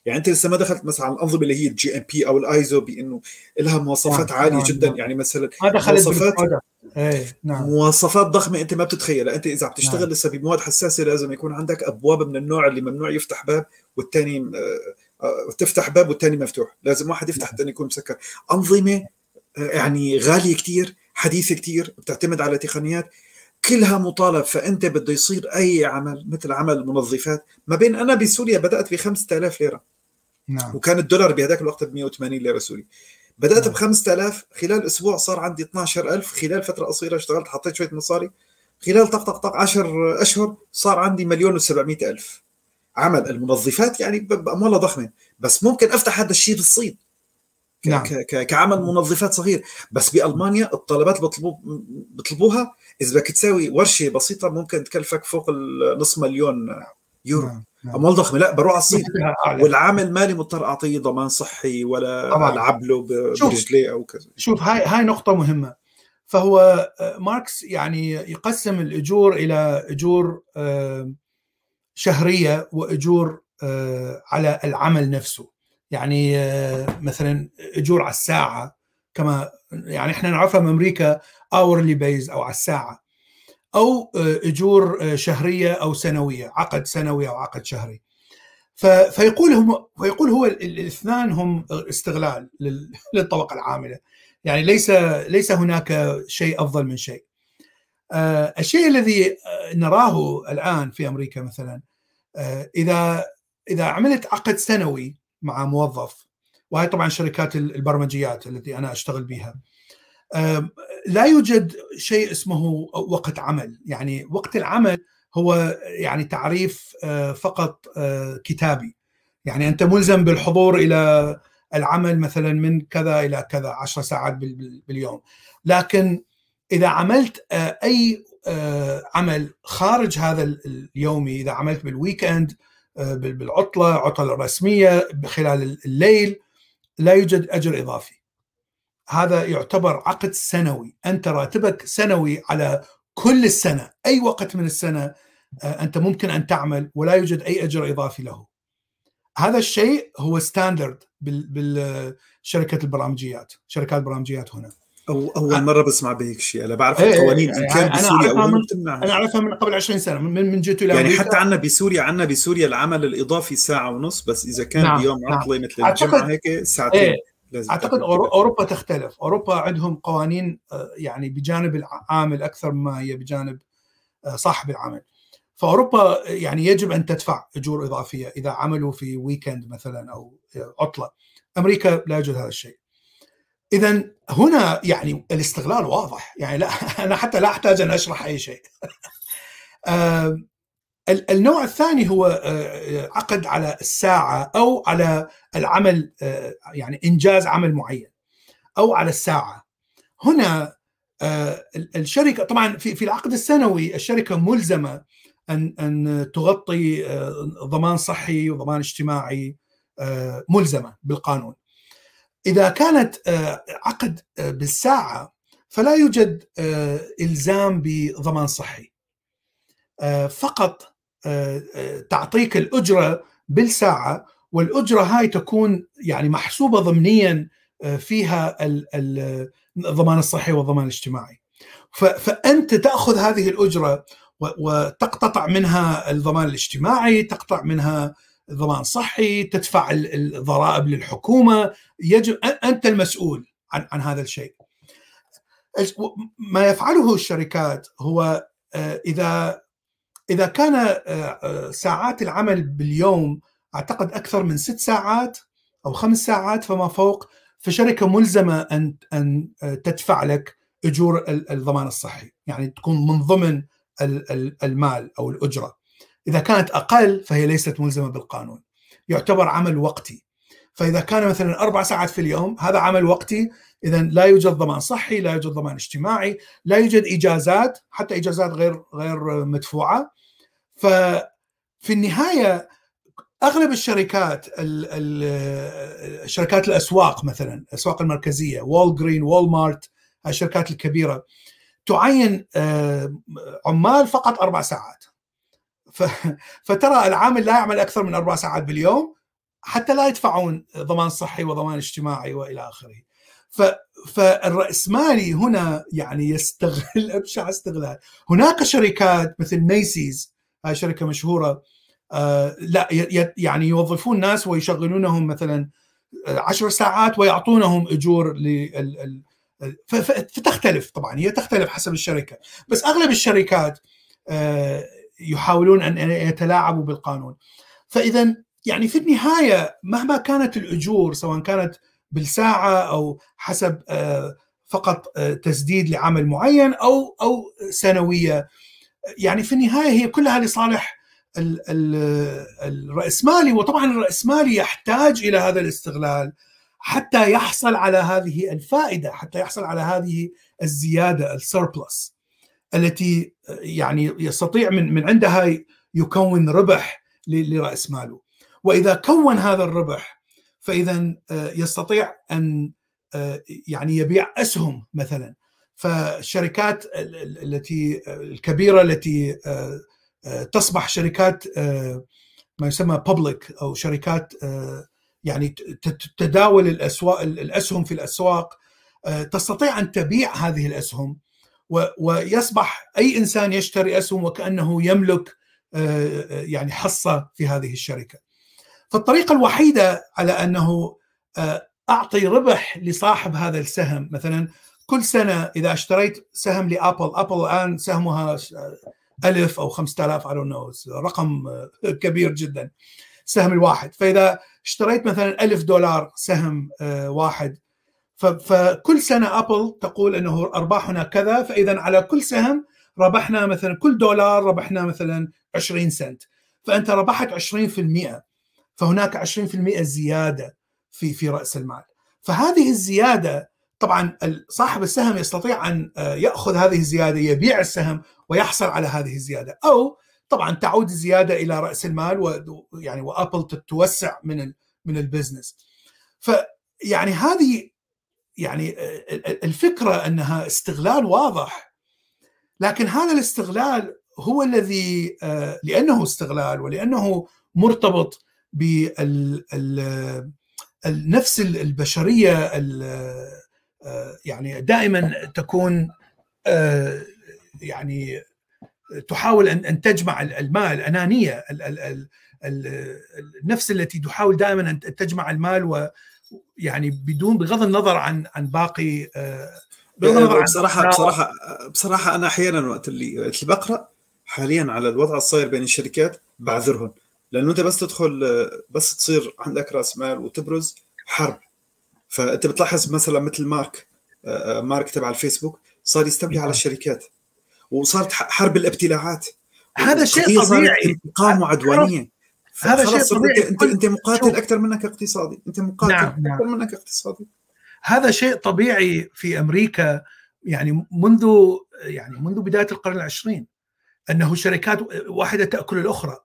يعني انت لسه ما دخلت مثلا على الانظمه اللي هي الجي ام بي او الايزو بانه لها مواصفات نعم. عاليه نعم. جدا، نعم. يعني مثلا ما دخلت مواصفات بالبرودكت. ايه نعم. مواصفات ضخمه انت ما بتتخيلها. انت اذا عم تشتغل نعم. لسه بمواد حساسه لازم يكون عندك ابواب من النوع اللي ممنوع يفتح باب والثاني تفتح باب والثاني مفتوح، لازم واحد يفتح الثاني يكون مسكر. انظمه يعني غاليه كتير، حديثه كتير، بتعتمد على تقنيات كلها مطالب. فانت بده يصير اي عمل مثل عمل المنظفات ما بين، انا بسوريا بدات ب خمسة آلاف ليره، نعم. وكان الدولار بهذاك الوقت ب مئة وثمانين ليره سوري. بدات نعم. ب خمسة آلاف، خلال اسبوع صار عندي اثناشر ألف، خلال فتره قصيره اشتغلت حطيت شويه مصاري، خلال طق طق طق عشر اشهر صار عندي مليون وسبعمائة الف. عمل المنظفات يعني باموال ضخمه، بس ممكن افتح هذا الشيء بالصين نعم. كعمل منظفات صغير. بس بألمانيا الطلبات بطلبوا بطلبوها، إذا بدك تساوي ورشة بسيطة ممكن تكلفك فوق النص مليون يورو. نعم. نعم. أموال ضخمة. لا بروح على الصين، والعامل مالي مضطر أعطيه ضمان صحي ولا ألعب له برجليه أو كذا. شوف هاي هاي نقطة مهمة. فهو ماركس يعني يقسم الأجور إلى أجور شهرية وأجور على العمل نفسه. يعني مثلا أجور على الساعة، كما يعني احنا نعرفها من أمريكا hourly base أو على الساعة، أو أجور شهرية أو سنوية، عقد سنوي أو عقد شهري. فيقول هم فيقول هو الاثنان هم استغلال للطبقة العاملة، يعني ليس ليس هناك شيء أفضل من شيء. الشيء الذي نراه الآن في أمريكا مثلا، إذا إذا عملت عقد سنوي مع موظف، وهي طبعا شركات البرمجيات التي أنا أشتغل بها، لا يوجد شيء اسمه وقت عمل. يعني وقت العمل هو يعني تعريف فقط كتابي، يعني أنت ملزم بالحضور إلى العمل مثلا من كذا إلى كذا عشر ساعات باليوم. لكن إذا عملت أي عمل خارج هذا اليومي، إذا عملت بالويكند بالعطلة عطلة رسمية خلال الليل، لا يوجد أجر إضافي. هذا يعتبر عقد سنوي، أنت راتبك سنوي على كل السنة، أي وقت من السنة أنت ممكن أن تعمل ولا يوجد أي أجر إضافي له. هذا الشيء هو ستاندرد بالشركة البرامجيات، شركات البرامجيات هنا. أو أول مرة بسمع بهيك شيء. أنا بعرف ايه القوانين ايه إن كان أنا بسوريا أو من بتمنع. أنا أعرفها من قبل عشرين سنة، من من جيت إلى يعني أمريكا. حتى عنا بسوريا عنا بسوريا العمل الإضافي ساعة ونص، بس إذا كان نعم. بيوم نعم. عطلة مثل الجمعة هيك ساعتين. ايه لازم أعتقد أوروبا تختلف. أوروبا عندهم قوانين يعني بجانب العامل أكثر مما هي بجانب صاحب العمل. فأوروبا يعني يجب أن تدفع أجور إضافية إذا عملوا في ويكند مثلا أو عطلة. أمريكا لا يوجد هذا الشيء. إذن هنا يعني الاستغلال واضح، يعني لا أنا حتى لا أحتاج أن أشرح أي شيء. النوع الثاني هو عقد على الساعة أو على العمل، يعني إنجاز عمل معين، أو على الساعة. هنا الشركة طبعا في في العقد السنوي الشركة ملزمة أن أن تغطي ضمان صحي وضمان اجتماعي، ملزمة بالقانون. إذا كانت عقد بالساعة فلا يوجد إلزام بضمان صحي، فقط تعطيك الأجرة بالساعة، والأجرة هاي تكون يعني محسوبة ضمنيا فيها الضمان الصحي والضمان الاجتماعي. فأنت تأخذ هذه الأجرة وتقتطع منها الضمان الاجتماعي، تقطع منها ضمان صحي، تدفع الضرائب للحكومة. يجب أنت المسؤول عن عن هذا الشيء. ما يفعله الشركات هو إذا إذا كان ساعات العمل باليوم أعتقد أكثر من ست ساعات أو خمس ساعات فما فوق، فشركة ملزمة أن أن تدفع لك أجور الضمان الصحي، يعني تكون من ضمن المال أو الأجرة. إذا كانت أقل فهي ليست ملزمة بالقانون، يعتبر عمل وقتي. فإذا كان مثلا أربع ساعات في اليوم هذا عمل وقتي، إذا لا يوجد ضمان صحي، لا يوجد ضمان اجتماعي، لا يوجد إجازات، حتى إجازات غير غير مدفوعة. ففي النهاية أغلب الشركات الشركات الأسواق مثلا الأسواق المركزية، وول جرين، وول مارت، الشركات الكبيرة تعين عمال فقط أربع ساعات. فترى العامل لا يعمل أكثر من أربع ساعات باليوم، حتى لا يدفعون ضمان صحي وضمان اجتماعي والى اخره. فالرأسمالي هنا يعني يستغل أبشع استغلال. هناك شركات مثل ميسيز، هاي شركة مشهورة، آه لا يعني يوظفون ناس ويشغلونهم مثلا عشر ساعات ويعطونهم أجور لل فتختلف طبعا، هي تختلف حسب الشركة، بس أغلب الشركات آه يحاولون أن يتلاعبوا بالقانون. فإذا يعني في النهاية مهما كانت الأجور، سواء كانت بالساعة أو حسب فقط تسديد لعمل معين أو أو سنوية، يعني في النهاية هي كلها لصالح الرأسمالي. وطبعا الرأسمالي يحتاج إلى هذا الاستغلال حتى يحصل على هذه الفائدة، حتى يحصل على هذه الزيادة السيربلس التي يعني يستطيع من من عندها يكون ربح لرأس ماله. وإذا كون هذا الربح فإذا يستطيع أن يعني يبيع أسهم مثلا. فالشركات التي الكبيرة التي تصبح شركات ما يسمى public أو شركات يعني تداول الأسواق الأسهم في الأسواق، تستطيع أن تبيع هذه الأسهم ويصبح أي إنسان يشتري أسهم وكأنه يملك يعني حصة في هذه الشركة. فالطريقة الوحيدة على أنه أعطي ربح لصاحب هذا السهم، مثلا كل سنة إذا اشتريت سهم لأبل، أبل الآن سهمها ألف أو خمسة آلاف I don't know، رقم كبير جدا سهم الواحد. فإذا اشتريت مثلا ألف دولار سهم واحد، فكل سنة أبل تقول أنه أرباحنا كذا، فإذا على كل سهم ربحنا مثلا كل دولار ربحنا مثلا عشرين سنت، فأنت ربحت عشرين بالمئة، فهناك عشرين بالمئة زيادة في في رأس المال. فهذه الزيادة طبعا صاحب السهم يستطيع أن يأخذ هذه الزيادة، يبيع السهم ويحصل على هذه الزيادة، أو طبعا تعود الزيادة إلى رأس المال ويعني وأبل تتوسع من من البزنس. فيعني هذه يعني الفكرة أنها استغلال واضح، لكن هذا الاستغلال هو الذي لأنه استغلال ولأنه مرتبط بالنفس البشرية يعني دائما تكون يعني تحاول أن تجمع المال، أنانية، النفس التي تحاول دائما أن تجمع المال و يعني بدون بغض النظر عن عن باقي بغض النظر عن بصراحه بصراحه بصراحه انا احيانا وقت اللي وقت اللي بقرا حاليا على الوضع الصاير بين الشركات بعذرهم، لانه انت بس تدخل بس تصير عندك راس مال وتبرز حرب. فانت بتلاحظ مثلا مثل مارك مارك تبع الفيسبوك صار يستولي على الشركات، وصارت حرب الابتلاعات. هذا شيء طبيعي، انتقام وعدوانيه. هذا شيء طبيعي. انت انت مقاتل اكثر منك اقتصادي، انت مقاتل نعم اكثر نعم. منك اقتصادي. هذا شيء طبيعي في امريكا يعني منذ يعني منذ بدايه القرن العشرين، انه شركات واحده تاكل الاخرى،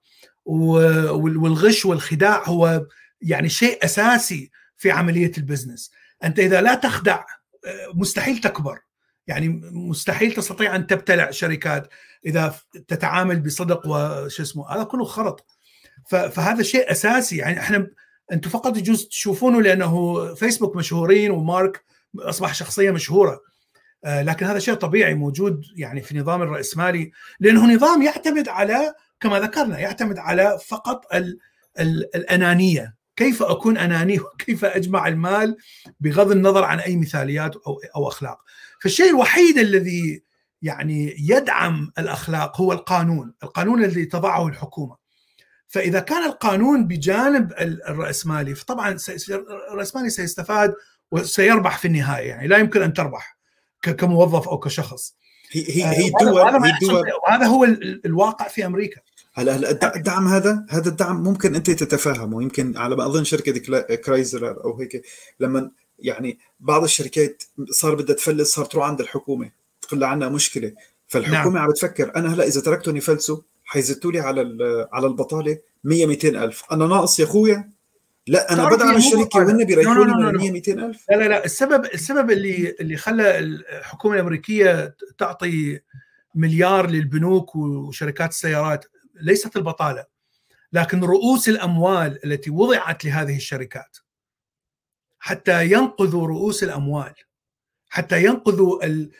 والغش والخداع هو يعني شيء اساسي في عمليه البزنس. انت اذا لا تخدع مستحيل تكبر، يعني مستحيل تستطيع ان تبتلع شركات اذا تتعامل بصدق وش اسمه، هذا كله خرط. فهذا شيء اساسي. يعني احنا انتم فقط يجوز تشوفونه لانه فيسبوك مشهورين ومارك اصبح شخصيه مشهوره، لكن هذا شيء طبيعي موجود يعني في نظام الرأسمالي، لانه نظام يعتمد على كما ذكرنا يعتمد على فقط ال ال الانانيه، كيف اكون اناني وكيف اجمع المال بغض النظر عن اي مثاليات او او اخلاق. فالشيء الوحيد الذي يعني يدعم الاخلاق هو القانون، القانون الذي تضعه الحكومه. فإذا كان القانون بجانب الرأسمالي فطبعا الرأسمالي سيستفاد وسيربح في النهاية، يعني لا يمكن أن تربح كموظف أو كشخص. هي هي هي الدول هذا, هي هذا هو الواقع في أمريكا. هلا هلا الدعم هذا هذا الدعم ممكن أنت تتفهمه، يمكن على ما أظن شركة كرايزلر أو هيك لما يعني بعض الشركات صار بدها تفلس صار تروح عند الحكومة تقول لها عندنا مشكلة، فالحكومة نعم. عم بتفكر أنا هلا إذا تركتهم يفلسوا حيزتوا لي على على البطاله مية مئتين ألف، انا ناقص يا اخويا، لا انا بدعم الشركه وهن بيريحوني من مية مئتين ألف. لا لا لا السبب السبب اللي اللي خلى الحكومه الامريكيه تعطي مليار للبنوك وشركات السيارات ليست البطاله، لكن رؤوس الأموال التي وضعت لهذه الشركات حتى ينقذوا رؤوس الأموال، حتى ينقذوا ال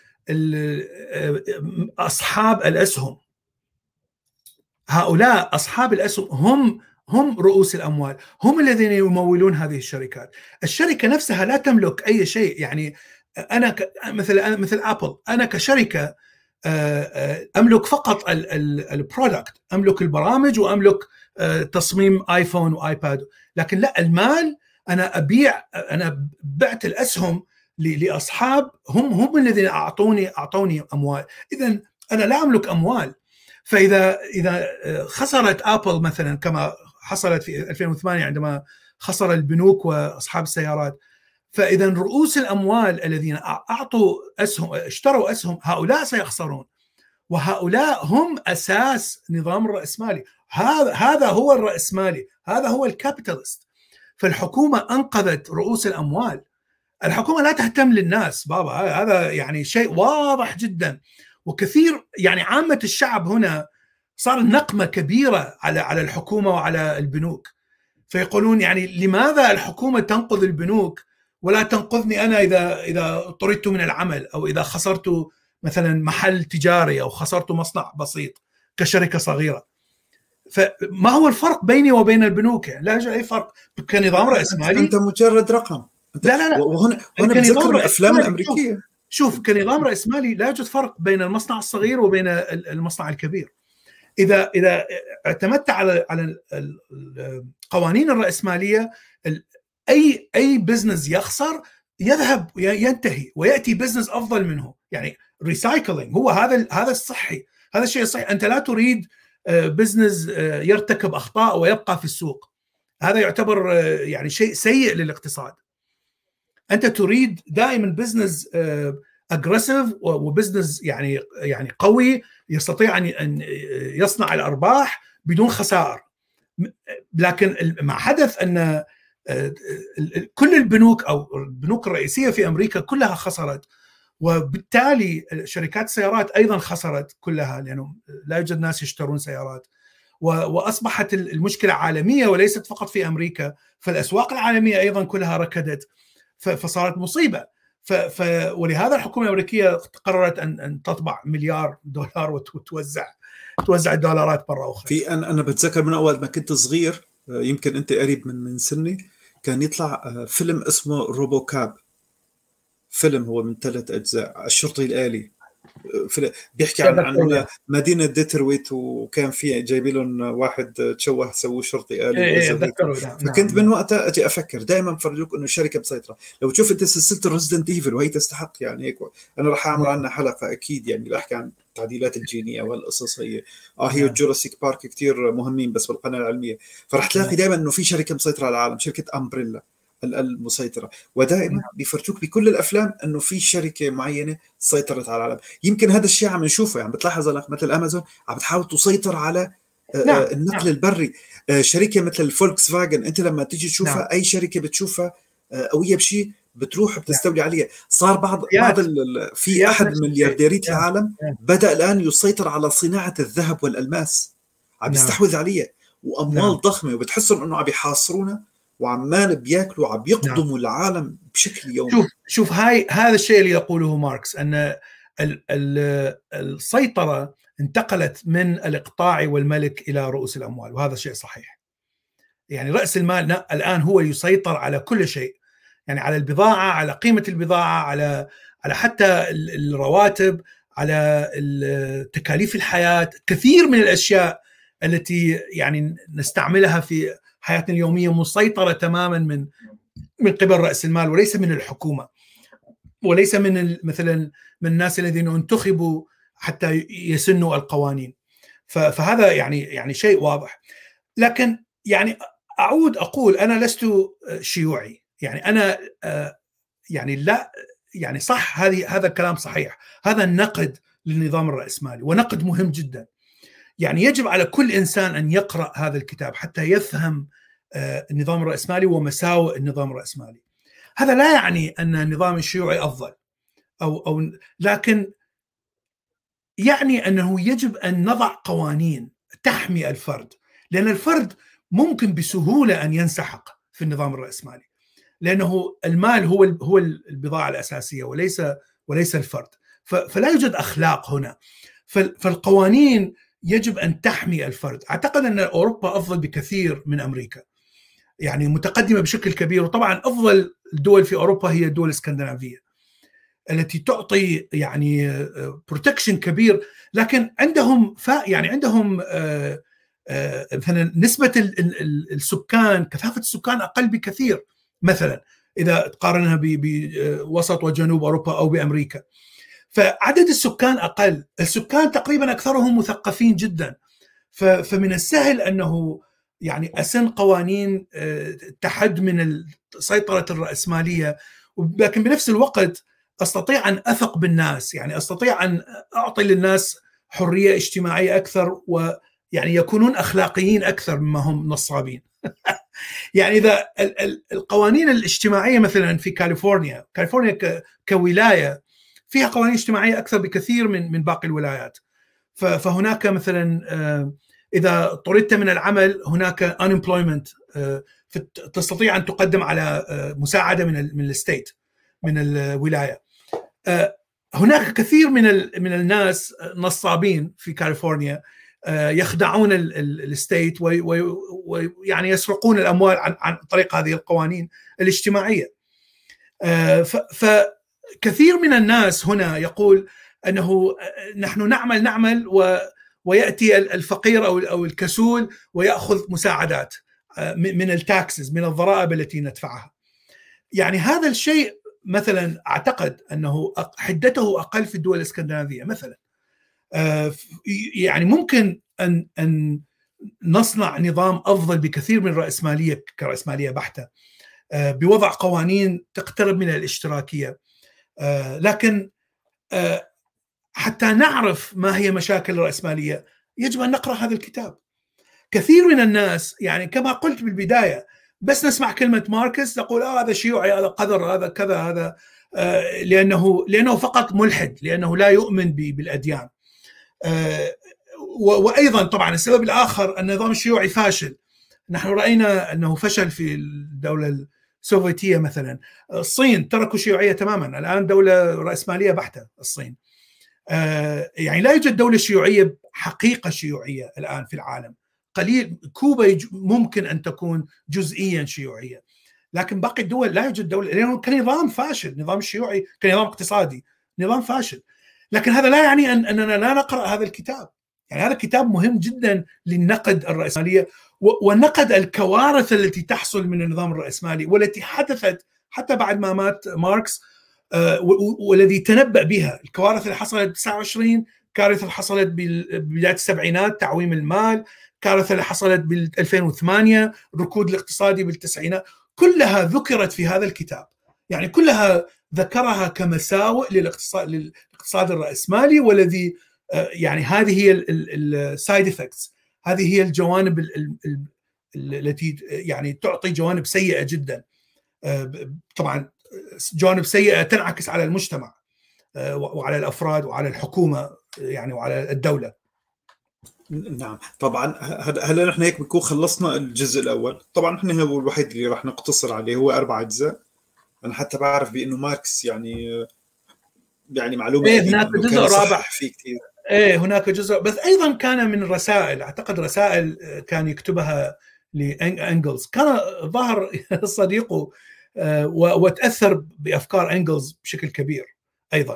ال أصحاب الأسهم. هؤلاء أصحاب الأسهم هم هم رؤوس الأموال، هم الذين يمولون هذه الشركات. الشركة نفسها لا تملك أي شيء. يعني أنا ك... مثل أنا مثل أبل، أنا كشركة أملك فقط البرودكت، أملك البرامج وأملك تصميم آيفون وآيباد، لكن لا، المال أنا أبيع، أنا بعت الأسهم لأصحاب هم هم الذين أعطوني أعطوني أموال. إذن أنا لا أملك أموال. فإذا إذا خسرت أبل مثلا كما حصلت في ألفين وثمانية عندما خسر البنوك وأصحاب السيارات، فإذا رؤوس الأموال الذين أعطوا أسهم، اشتروا أسهم، هؤلاء سيخسرون، وهؤلاء هم أساس نظام الرأسمالي. هذا هذا هو الرأسمالي، هذا هو الكابيتاليست. فالحكومة أنقذت رؤوس الأموال. الحكومة لا تهتم للناس بابا، هذا يعني شيء واضح جدا. وكثير يعني عامة الشعب هنا صار نقمة كبيرة على على الحكومة وعلى البنوك، فيقولون يعني لماذا الحكومة تنقذ البنوك ولا تنقذني أنا إذا إذا طردت من العمل، أو إذا خسرت مثلا محل تجاري، أو خسرت مصنع بسيط كشركة صغيرة. فما هو الفرق بيني وبين البنوك؟ لا يوجد أي فرق كنظام رأسمالي. أنت مجرد رقم. لا لا لا، وهنا هنا بتذكر الأفلام الأمريكية. شوف, شوف كنظام رأسمالي لا يوجد فرق بين المصنع الصغير وبين المصنع الكبير. إذا إذا اعتمدت على على القوانين الرأسمالية، أي أي بزنس يخسر يذهب ينتهي ويأتي بزنس أفضل منه. يعني ريسايكلينج هو هذا هذا الصحي، هذا الشيء الصحي. أنت لا تريد بزنس يرتكب أخطاء ويبقى في السوق، هذا يعتبر يعني شيء سيء للاقتصاد. أنت تريد دائما بزنس أجريسيف وبزنس يعني يعني قوي، يستطيع أن يصنع الأرباح بدون خسائر. لكن ما حدث أن كل البنوك أو البنوك الرئيسية في أمريكا كلها خسرت، وبالتالي شركات السيارات أيضا خسرت كلها، لأنه لا يوجد ناس يشترون سيارات. وأصبحت المشكلة عالمية وليست فقط في أمريكا، فالأسواق العالمية أيضا كلها ركدت، فصارت مصيبة. ف ولهذا الحكومة الأمريكية قررت أن أن تطبع مليار دولار وتوزع توزع الدولارات مرة أخرى. في أنا أنا بتذكر من أول ما كنت صغير، يمكن أنت قريب من من سني، كان يطلع فيلم اسمه روبو كاب. فيلم هو من ثلاث أجزاء، الشرطي الآلي. بيحكي عن عن مدينة ديترويت، وكان فيه جايبين لهم واحد تشوه سووه شرطي آلي. إيه فكنت من وقتها أجي أفكر دائما فرجوك إنه الشركة مسيطرة. لو تشوف أنت سلسلة الريزيدنت إيفل، وهي تستحق يعني هيك. أنا راح أعمل عنها حلقة أكيد، يعني بحكي عن التعديلات الجينية والقصص هي. آه هي جوراسيك بارك كتير مهمين بس بالقناة العلمية. فرح تلاقي دائما إنه في شركة مسيطرة على العالم، شركة أمبريلا المسيطرة. ودائما بيفرجوك بكل الأفلام أنه في شركة معينة سيطرت على العالم. يمكن هذا الشيء عم نشوفه، يعني بتلاحظ مثل أمازون عم بتحاول تسيطر على نعم. النقل نعم. البري. شركة مثل الفولكس فاجن، أنت لما تيجي تشوفها نعم. أي شركة بتشوفها قوية بشيء بتروح بتستولي نعم. عليها. صار بعض بعض في أحد من مليارديرية نعم. العالم نعم. بدأ الآن يسيطر على صناعة الذهب والألماس، عم يستحوذ نعم. عليها، وأموال نعم. ضخمة، وبتحسهم أنه عم يحاصرونا وعمال بياكلوا، عم يقضموا نعم. العالم بشكل يومي. شوف شوف هاي هذا الشيء اللي يقوله ماركس، أن ال ال السيطرة انتقلت من الإقطاع والملك إلى رؤوس الأموال، وهذا شيء صحيح. يعني رأس المال الآن هو يسيطر على كل شيء، يعني على البضاعة، على قيمة البضاعة، على على حتى الرواتب، على تكاليف الحياة. كثير من الأشياء التي يعني نستعملها في حياتنا اليومية مسيطرة تماما من من قبل رأس المال، وليس من الحكومة، وليس من مثلا من الناس الذين انتخبوا حتى يسنوا القوانين. فهذا يعني يعني شيء واضح. لكن يعني أعود أقول أنا لست شيوعي، يعني أنا يعني لا يعني صح، هذه هذا الكلام صحيح، هذا النقد للنظام الرأسمالي ونقد مهم جدا. يعني يجب على كل إنسان أن يقرأ هذا الكتاب حتى يفهم النظام الرأسمالي ومساوئ النظام الرأسمالي. هذا لا يعني أن النظام الشيوعي أفضل أو أو لكن يعني أنه يجب أن نضع قوانين تحمي الفرد، لأن الفرد ممكن بسهولة أن ينسحق في النظام الرأسمالي، لأنه المال هو هو البضاعة الأساسية وليس وليس الفرد. فلا يوجد أخلاق هنا. فالقوانين يجب أن تحمي الفرد. أعتقد أن أوروبا أفضل بكثير من أمريكا، يعني متقدمة بشكل كبير. وطبعا أفضل الدول في أوروبا هي الدول الإسكندنافية التي تعطي يعني بروتكشن كبير، لكن عندهم يعني عندهم مثلا نسبة السكان، كثافة السكان أقل بكثير مثلا إذا تقارنها بوسط وجنوب أوروبا أو بأمريكا. فعدد السكان أقل، السكان تقريبا أكثرهم مثقفين جدا، فمن السهل أنه يعني أسن قوانين تحد من سيطرة الرأسمالية، لكن بنفس الوقت أستطيع أن أثق بالناس، يعني أستطيع أن أعطي للناس حرية اجتماعية أكثر، ويعني يكونون أخلاقيين أكثر مما هم نصابين. يعني إذا القوانين الاجتماعية مثلا في كاليفورنيا، كاليفورنيا كولاية فيها قوانين اجتماعية أكثر بكثير من من باقي الولايات. فهناك مثلا إذا طردت من العمل هناك unemployment، تستطيع أن تقدم على مساعدة من من الستيت، من الولاية. هناك كثير من من الناس نصابين في كاليفورنيا يخدعون الستيت ويعني يسرقون الأموال عن عن طريق هذه القوانين الاجتماعية. فكثير من الناس هنا يقول أنه نحن نعمل نعمل و ويأتي الفقير أو أو الكسول ويأخذ مساعدات من التاكسز، من الضرائب التي ندفعها. يعني هذا الشيء مثلا أعتقد أنه حدته أقل في الدول الإسكندنافية مثلا. يعني ممكن أن أن نصنع نظام أفضل بكثير من الرأسمالية كرأسمالية بحتة بوضع قوانين تقترب من الاشتراكية، لكن حتى نعرف ما هي مشاكل الرأسمالية يجب أن نقرأ هذا الكتاب. كثير من الناس يعني كما قلت بالبداية بس نسمع كلمة ماركس نقول آه هذا شيوعي، هذا قذر، هذا كذا، هذا آه لأنه لأنه فقط ملحد، لأنه لا يؤمن بالأديان. آه وأيضا طبعا السبب الآخر النظام الشيوعي فاشل. نحن رأينا أنه فشل في الدولة السوفيتية مثلا. الصين تركوا الشيوعية تماما، الآن دولة رأسمالية بحتة الصين. آه يعني لا يوجد دولة شيوعية حقيقة شيوعية الآن في العالم. قليل، كوبا ممكن أن تكون جزئيا شيوعية، لكن باقي الدول لا يوجد دولة، لأنه كنظام فاشل. نظام الشيوعي كنظام اقتصادي نظام فاشل. لكن هذا لا يعني أن أننا لا نقرأ هذا الكتاب. يعني هذا الكتاب مهم جدا للنقد الرأسمالية ونقد الكوارث التي تحصل من النظام الرأسمالي والتي حدثت حتى بعد ما مات ماركس، والذي تنبأ بها. الكوارث اللي حصلت تسعة وعشرين، كارثة اللي حصلت ببداية السبعينات تعويم المال، كارثة اللي حصلت بال ألفين وثمانية الركود الاقتصادي بالتسعينات، كلها ذكرت في هذا الكتاب. يعني كلها ذكرها كمساوئ للاقتصاد للاقتصاد الرأسمالي، والذي يعني هذه هي السايد افكتس، هذه هي الجوانب التي يعني تعطي جوانب سيئة جدا. طبعا جوانب سيئة تنعكس على المجتمع وعلى الأفراد وعلى الحكومة يعني وعلى الدولة. نعم طبعا. هلا نحن هيك بنكون خلصنا الجزء الأول. طبعا نحن هو الوحيد اللي راح نقتصر عليه، هو أربع أجزاء. أنا حتى بعرف بأنه ماركس يعني يعني معلومة إيه هناك جزء رابع فيه كثير. إيه هناك جزء، بس أيضا كان من الرسائل، أعتقد رسائل كان يكتبها لأنجلز، كان ظهر صديقه وتأثر بأفكار أنجلز بشكل كبير أيضا.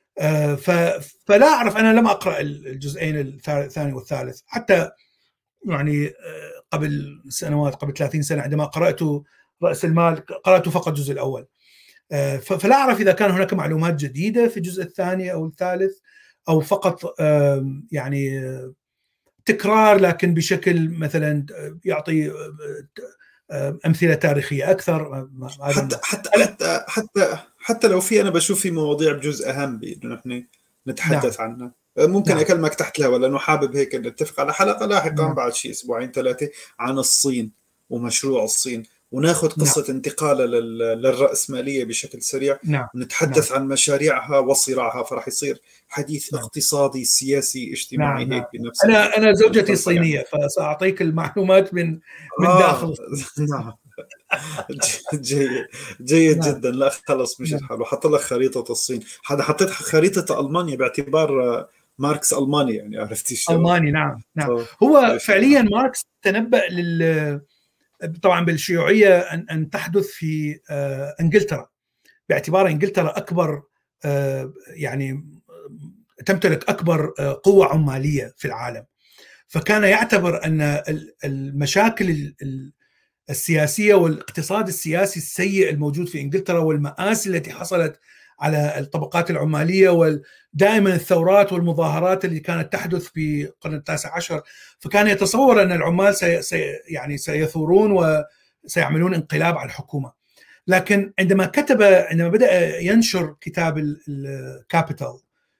فلا أعرف، أنا لم أقرأ الجزئين الثاني والثالث حتى يعني قبل سنوات، قبل ثلاثين سنة عندما قرأت رأس المال قرأت فقط الجزء الأول. فلا أعرف إذا كان هناك معلومات جديدة في الجزء الثاني أو الثالث، أو فقط يعني تكرار لكن بشكل مثلا يعطي أمثلة تاريخية أكثر. حتى حتى حتى حتى حتى لو في، أنا بشوف في مواضيع بجزء أهم بإنه نحن نتحدث نعم. عنها. ممكن نعم. أكلمك تحت الهواء لأنه حابب هيك نتفق على حلقة لاحقا نعم. بعد شيء أسبوعين ثلاثة عن الصين ومشروع الصين وناخذ قصة نعم. انتقالها للرأسمالية بشكل سريع نعم. ونتحدث نعم. عن مشاريعها وصراعها، فرح يصير حديث نعم. اقتصادي سياسي اجتماعي. نعم. هيك بنفس أنا أنا زوجتي صينية يعني. فسأعطيك المعلومات من من آه. داخل. نعم. جيد جيد نعم. جدا. لا خلص مش الحال. وحط لك خريطة الصين، هذا حطيت خريطة ألمانيا باعتبار ماركس ألماني يعني، عرفتي شو؟ ألماني. نعم نعم. هو فعليا ماركس تنبأ لل طبعا بالشيوعية أن أن تحدث في إنجلترا، باعتبار إنجلترا أكبر يعني تمتلك أكبر قوة عمالية في العالم، فكان يعتبر أن المشاكل السياسية والاقتصاد السياسي السيء الموجود في إنجلترا والمآسي التي حصلت على الطبقات العمالية ودائما الثورات والمظاهرات اللي كانت تحدث في القرن التاسع عشر، فكان يتصور أن العمال سي سي يعني سيثورون وسيعملون انقلاب على الحكومة. لكن عندما كتب عندما بدأ ينشر كتاب الكابيتال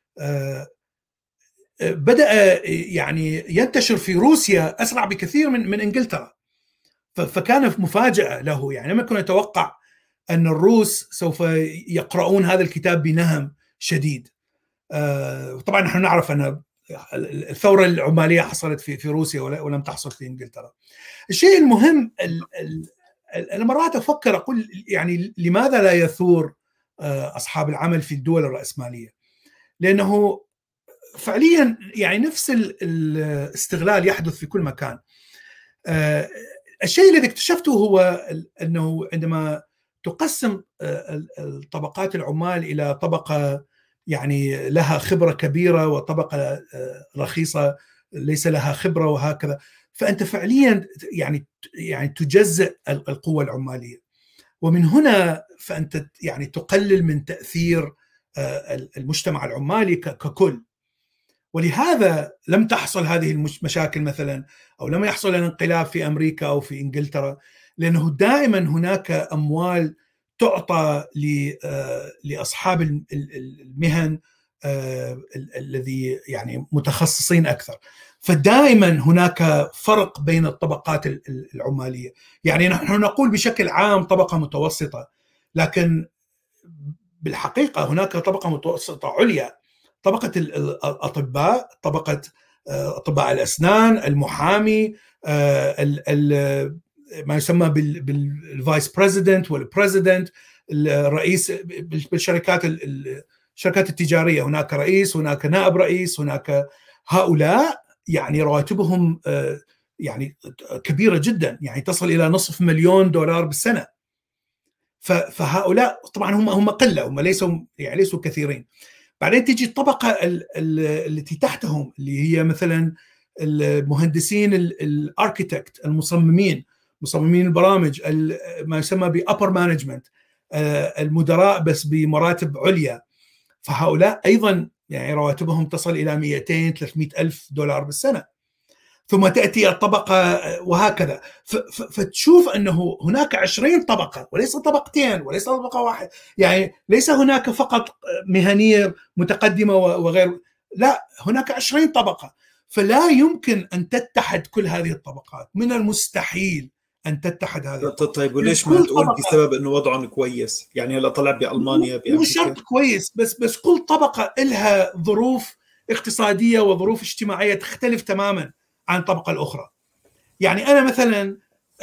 بدأ يعني ينتشر في روسيا أسرع بكثير من من إنجلترا، فكان مفاجأة له، يعني لم يكن يتوقع أن الروس سوف يقرؤون هذا الكتاب بنهم شديد. طبعا نحن نعرف أن الثورة العمالية حصلت في في روسيا ولم تحصل في إنجلترا. الشيء المهم، أنا مرات أفكر أقول يعني لماذا لا يثور أصحاب العمل في الدول الرأسمالية؟ لأنه فعليا يعني نفس الاستغلال يحدث في كل مكان. الشيء الذي اكتشفته هو أنه عندما تقسم الطبقات العمال إلى طبقة يعني لها خبرة كبيرة وطبقة رخيصة ليس لها خبرة وهكذا، فأنت فعليا يعني يعني تجزئ القوة العمالية، ومن هنا فأنت يعني تقلل من تأثير المجتمع العمالي ككل. ولهذا لم تحصل هذه المشاكل مثلا، أو لم يحصل الانقلاب في أمريكا أو في إنجلترا، لأنه دائما هناك أموال تعطى لأصحاب المهن الذي يعني متخصصين أكثر، فدائما هناك فرق بين الطبقات العمالية. يعني نحن نقول بشكل عام طبقة متوسطة، لكن بالحقيقة هناك طبقة متوسطة عليا، طبقة الأطباء، طبقة أطباء الأسنان، المحامي، ما يسمى بالفايس بريزيدنت والبريزيدنت، الرئيس بالشركات الشركات التجارية، هناك رئيس، هناك نائب رئيس، هناك هؤلاء يعني رواتبهم يعني كبيرة جدا، يعني تصل إلى نصف مليون دولار بالسنة. فهؤلاء طبعا هم هم قلة، هم ليسوا يعني ليسوا كثيرين. بعدين تيجي الطبقة التي تحتهم اللي هي مثلا المهندسين الاركيتكت، المصممين، مصممين البرامج، ما يسمى بأبر مانجمنت، المدراء بس بمراتب عليا، فهؤلاء أيضا يعني رواتبهم تصل إلى مئتين ثلاثمئة ألف دولار بالسنة. ثم تأتي الطبقة وهكذا، فتشوف أنه هناك عشرين طبقة وليس طبقتين وليس طبقة واحدة، يعني ليس هناك فقط مهنية متقدمة وغير، لا هناك عشرين طبقة، فلا يمكن أن تتحد كل هذه الطبقات، من المستحيل أن تتحد هذه الطبقات. طيب وليش ما تقول بسبب أنه وضعهم كويس؟ يعني هلا طلع بألمانيا بأمريكا مو شرط كويس، بس بس كل طبقة لها ظروف اقتصادية وظروف اجتماعية تختلف تماماً عن الطبقة الأخرى. يعني أنا مثلا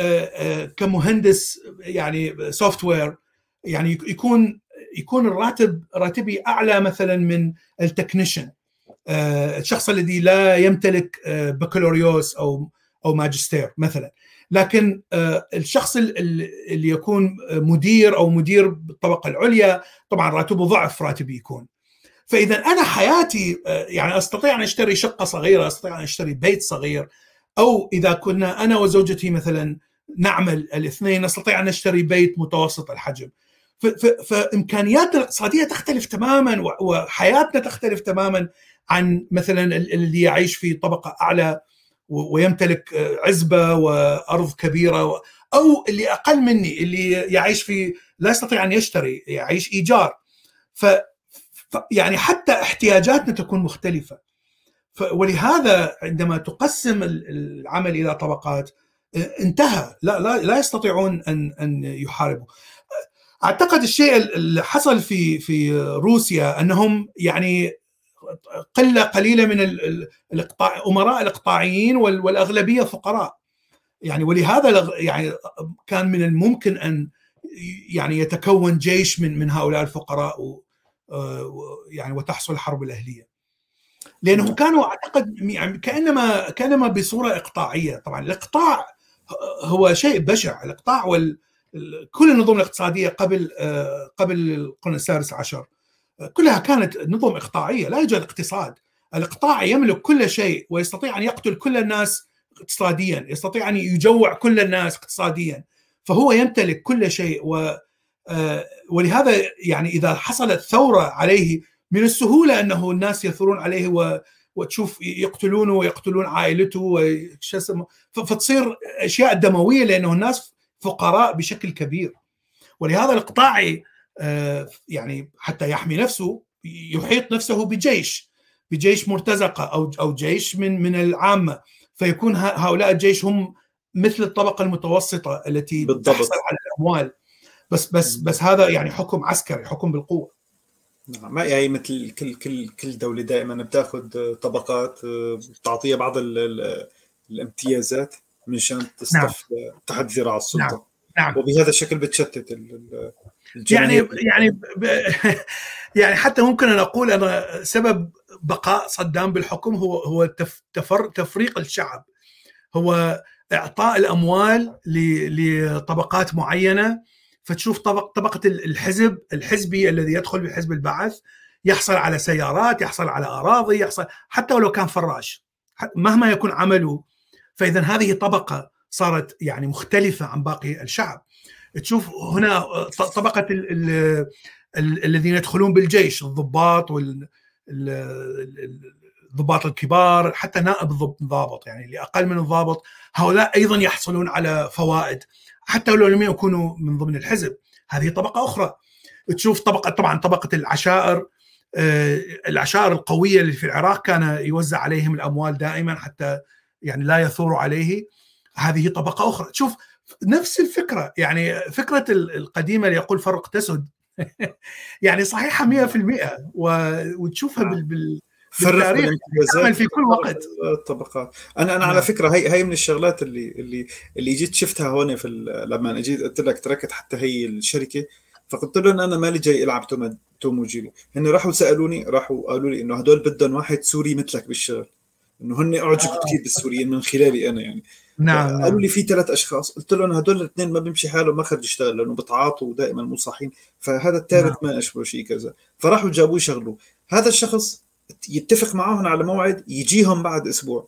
كمهندس يعني سوفت وير، يعني يكون يكون الراتب راتبي أعلى مثلا من التكنيشن، الشخص الذي لا يمتلك بكالوريوس أو أو ماجستير مثلا. لكن الشخص اللي يكون مدير أو مدير بالطبقة العليا طبعا راتبه ضعف راتبي يكون. فإذا أنا حياتي يعني أستطيع أن أشتري شقة صغيرة، أستطيع أن أشتري بيت صغير، أو إذا كنا أنا وزوجتي مثلا نعمل الاثنين نستطيع أن نشتري بيت متوسط الحجم. فإمكانياتنا الاقتصادية تختلف تماما، وحياتنا تختلف تماما عن مثلا اللي يعيش في طبقة أعلى ويمتلك عزبة وأرض كبيرة، أو اللي أقل مني اللي يعيش في لا يستطيع أن يشتري، يعيش إيجار. ف يعني حتى احتياجاتنا تكون مختلفة. ولهذا عندما تقسم العمل إلى طبقات انتهى، لا لا لا يستطيعون ان ان يحاربوا. اعتقد الشيء اللي حصل في في روسيا انهم يعني قله قليله من الاقطاع امراء الاقطاعيين والاغلبيه فقراء يعني، ولهذا يعني كان من الممكن ان يعني يتكون جيش من من هؤلاء الفقراء يعني وتحصل الحرب الاهليه، لانهم كانوا اعتقد يعني كانما كانما بصوره اقطاعيه. طبعا الاقطاع هو شيء بشع، الاقطاع وال كل النظم الاقتصاديه قبل قبل القرن السادس عشر كلها كانت نظم اقطاعيه، لا يوجد اقتصاد. الاقطاع يملك كل شيء ويستطيع ان يقتل كل الناس اقتصاديا، يستطيع ان يجوع كل الناس اقتصاديا، فهو يمتلك كل شيء. و ولهذا يعني اذا حصلت ثوره عليه من السهوله انه الناس يثورون عليه و وتشوف يقتلونه ويقتلون عائلته فتصير اشياء دمويه، لانه الناس فقراء بشكل كبير. ولهذا الاقطاعي يعني حتى يحمي نفسه يحيط نفسه بجيش بجيش مرتزقه او او جيش من من العامه، فيكون هؤلاء الجيش هم مثل الطبقه المتوسطه التي بالضبط. تحصل على الاموال، بس بس بس هذا يعني حكم عسكري، حكم بالقوه. نعم، ما يعني مثل كل كل كل دوله دائما بتاخذ طبقات تعطيها بعض الامتيازات منشان تصطف نعم. تحت ذراع السلطه. نعم. نعم. وبهذا الشكل بتشتت يعني يعني يعني حتى ممكن ان اقول ان سبب بقاء صدام بالحكم هو هو تفر تفريق الشعب، هو اعطاء الاموال لطبقات معينه. فتشوف طبق طبقه الحزب الحزبي الذي يدخل بحزب البعث يحصل على سيارات، يحصل على اراضي، يحصل حتى ولو كان فراش مهما يكون عمله. فاذا هذه طبقه صارت يعني مختلفه عن باقي الشعب. تشوف هنا طبقه الذين يدخلون بالجيش، الضباط والضباط الكبار، حتى نائب الضابط يعني اللي اقل من الضابط، هؤلاء ايضا يحصلون على فوائد حتى لو لم يكونوا من ضمن الحزب. هذه طبقه اخرى. تشوف طبقه طبعا طبقه العشائر، العشائر القويه اللي في العراق كان يوزع عليهم الاموال دائما حتى يعني لا يثوروا عليه. هذه طبقه اخرى. تشوف نفس الفكره، يعني فكره القديمه اللي يقول فرق تسد يعني صحيحه مئة بالمئة، وتشوفها بال بالتاريخ تعمل في كل وقت الطبقات. انا انا على فكره هي هي من الشغلات اللي اللي اللي جيت شفتها هون في لما انا جيت قلت لك تركت حتى هي الشركه، فقلت لهم انا مالي جاي العب توم توم وجيري. هن راحوا سالوني، راحوا قالوا لي انه هدول بدهم واحد سوري مثلك بالشغل، انه هن اعجبوا آه. كثير بالسوريين من خلالي انا يعني. نعم. قالوا لي في ثلاث اشخاص، قلت لهم هدول الاثنين ما بيمشي حاله ما خرج يشتغل لانه بتعاطوا ودائما مو صاحيين، فهذا الثالث نعم. ما اشبه شيء كذا. فراحوا جابوه يشغلوه. هذا الشخص يتفق معهم على موعد يجيهم بعد اسبوع،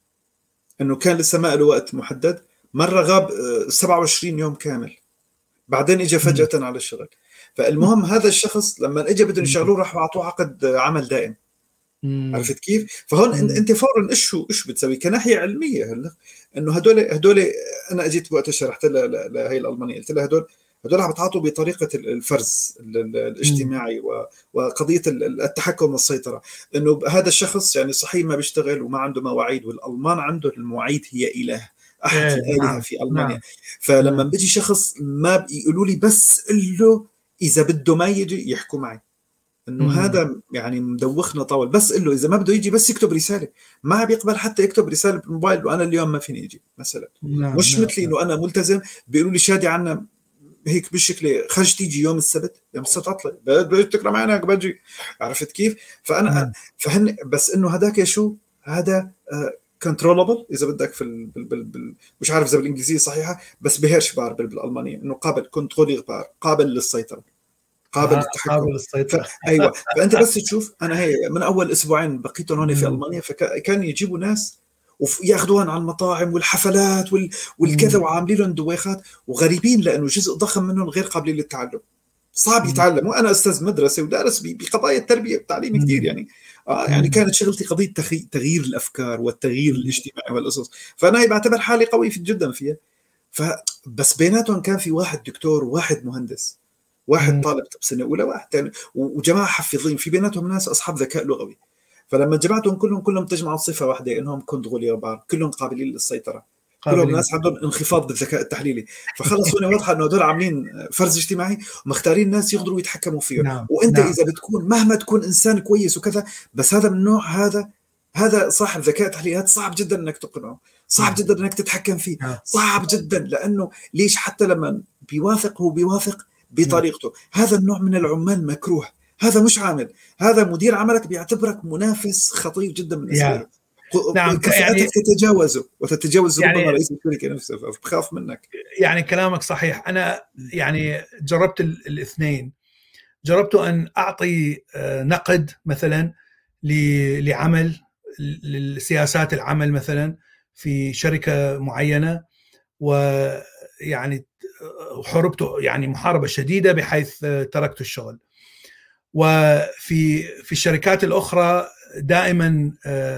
انه كان لسه ما له وقت محدد. مره غاب سبعة وعشرين يوم كامل، بعدين اجى فجاه م. على الشغل. فالمهم هذا الشخص لما اجى بدهم يشغلوه راحوا اعطوه عقد عمل دائم. مم. عرفت كيف؟ فهون مم. انت فورا ايش شو ايش بتسوي كناحيه علميه هلا، انه هدول هدول انا اجيت وقت شرحت لها لهي الالمانيه، قلت لها هدول هدول عم بتعاطوا بطريقه الفرز الاجتماعي مم. وقضيه التحكم والسيطره، انه هذا الشخص يعني صحيح ما بيشتغل وما عنده مواعيد، والالمان عنده المواعيد هي اله احد إيه الالهه نعم. في المانيا نعم. فلما نعم. بيجي شخص ما بيقولوا لي بس قل له اذا بده ما يجي يحكوا معي، انه مم. هذا يعني مدوخنا طول، بس قل له اذا ما بده يجي بس يكتب رساله، ما بيقبل حتى يكتب رساله بالموبايل وانا اليوم ما فيني اجي مثلا. نعم. مش نعم. مثلي انه انا ملتزم بيقولوا لي شادي عنا هيك بالشكل خرج تيجي يوم السبت، يوم السبت عطله بدي تكرم عينك بجي، عرفت كيف؟ فانا نعم. فهن بس انه هذاك شو هذا كنترولبل اذا بدك في ال بال بال مش عارف اذا بالانجليزيه صحيحه، بس بهيرش بار بالالمانيه، انه قابل كنترولير بار، قابل للسيطره، قابل للتحكم، قابل للسيطره. ايوه. فانت بس تشوف انا هي من اول اسبوعين بقيتهم هون في المانيا، فكان يجيبوا ناس وياخذوهم على المطاعم والحفلات وال... والكذا، وعاملين لهم دويخات، وغريبين لانه جزء ضخم منهم غير قابلين للتعلم، صعب يتعلم. وانا استاذ مدرسه ودارس بقضايا التربيه والتعليم كثير يعني آه يعني كانت شغلتي قضيه تغيير الافكار والتغيير الاجتماعي والقصص، فانا بعتبر حالي قوي جدا فيها. فبس بيناتهم كان في واحد دكتور وواحد مهندس، واحد مم. طالب سنه اولى واحد ثاني، وجماعه حفيظين، في بيناتهم ناس اصحاب ذكاء لغوي. فلما جمعتهم كلهم كلهم تجمعوا صفه واحده، انهم كنترولير بار، كلهم قابلين للسيطره. كلهم ناس عندهم انخفاض بالذكاء التحليلي، فخلص هون واضحه انه هدول عاملين فرز اجتماعي ومختارين ناس يقدروا يتحكموا فيه. نعم. وانت نعم. اذا بتكون مهما تكون انسان كويس وكذا، بس هذا من النوع هذا هذا صاحب ذكاء تحليلي، هذا صعب جدا انك تقنعه، صعب جدا انك تتحكم فيه، صعب جدا. لانه ليش؟ حتى لما بيوافق هو بيوافق بطريقته. هذا النوع من العمال مكروه، هذا مش عامل، هذا مدير عملك بيعتبرك منافس خطير جدا بالنسبه له. نعم. كفاءتك يعني تتجاوزه وتتجاوز ربما يعني رئيس الشركه نفسه، فبخاف منك. يعني كلامك صحيح. انا يعني جربت الاثنين، جربت ان اعطي نقد مثلا لعمل لسياسات العمل مثلا في شركه معينه، ويعني حربت يعني محاربه شديده بحيث تركت الشغل. وفي في الشركات الاخرى دائما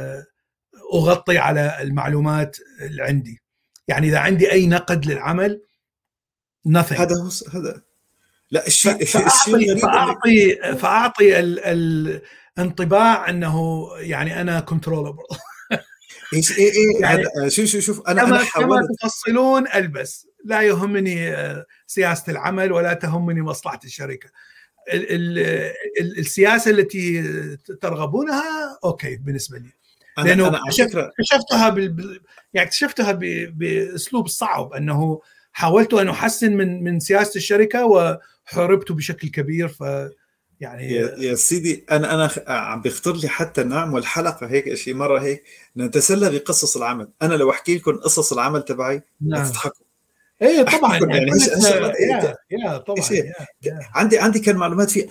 اغطي على المعلومات اللي عندي، يعني اذا عندي اي نقد للعمل nothing. هذا هو هذا لا الشيء الشيء الغريب فاعطي فاعطي الانطباع انه يعني انا كنترولبل. ايش ايه ايه يعني شوف شوف شوف انا كما انا حاولت تفصلون البس، لا يهمني سياسه العمل ولا تهمني مصلحه الشركه. ال ال السياسه التي ترغبونها اوكي بالنسبه لي، لانه أنا اكتشفتها بال يعني اكتشفتها باسلوب صعب، انه حاولت ان احسن من من سياسه الشركه وحاربت بشكل كبير. ف يعني يا, يا سيدي انا انا عم بيخطر لي حتى نعمل حلقه هيك شيء مره هيك نتسلى بقصص العمل. انا لو احكي لكم قصص العمل تبعي نعم. تضحكوا. ايه طبعا يعني, يعني يا يا طبعا يا عندي عندي كان معلومات فيه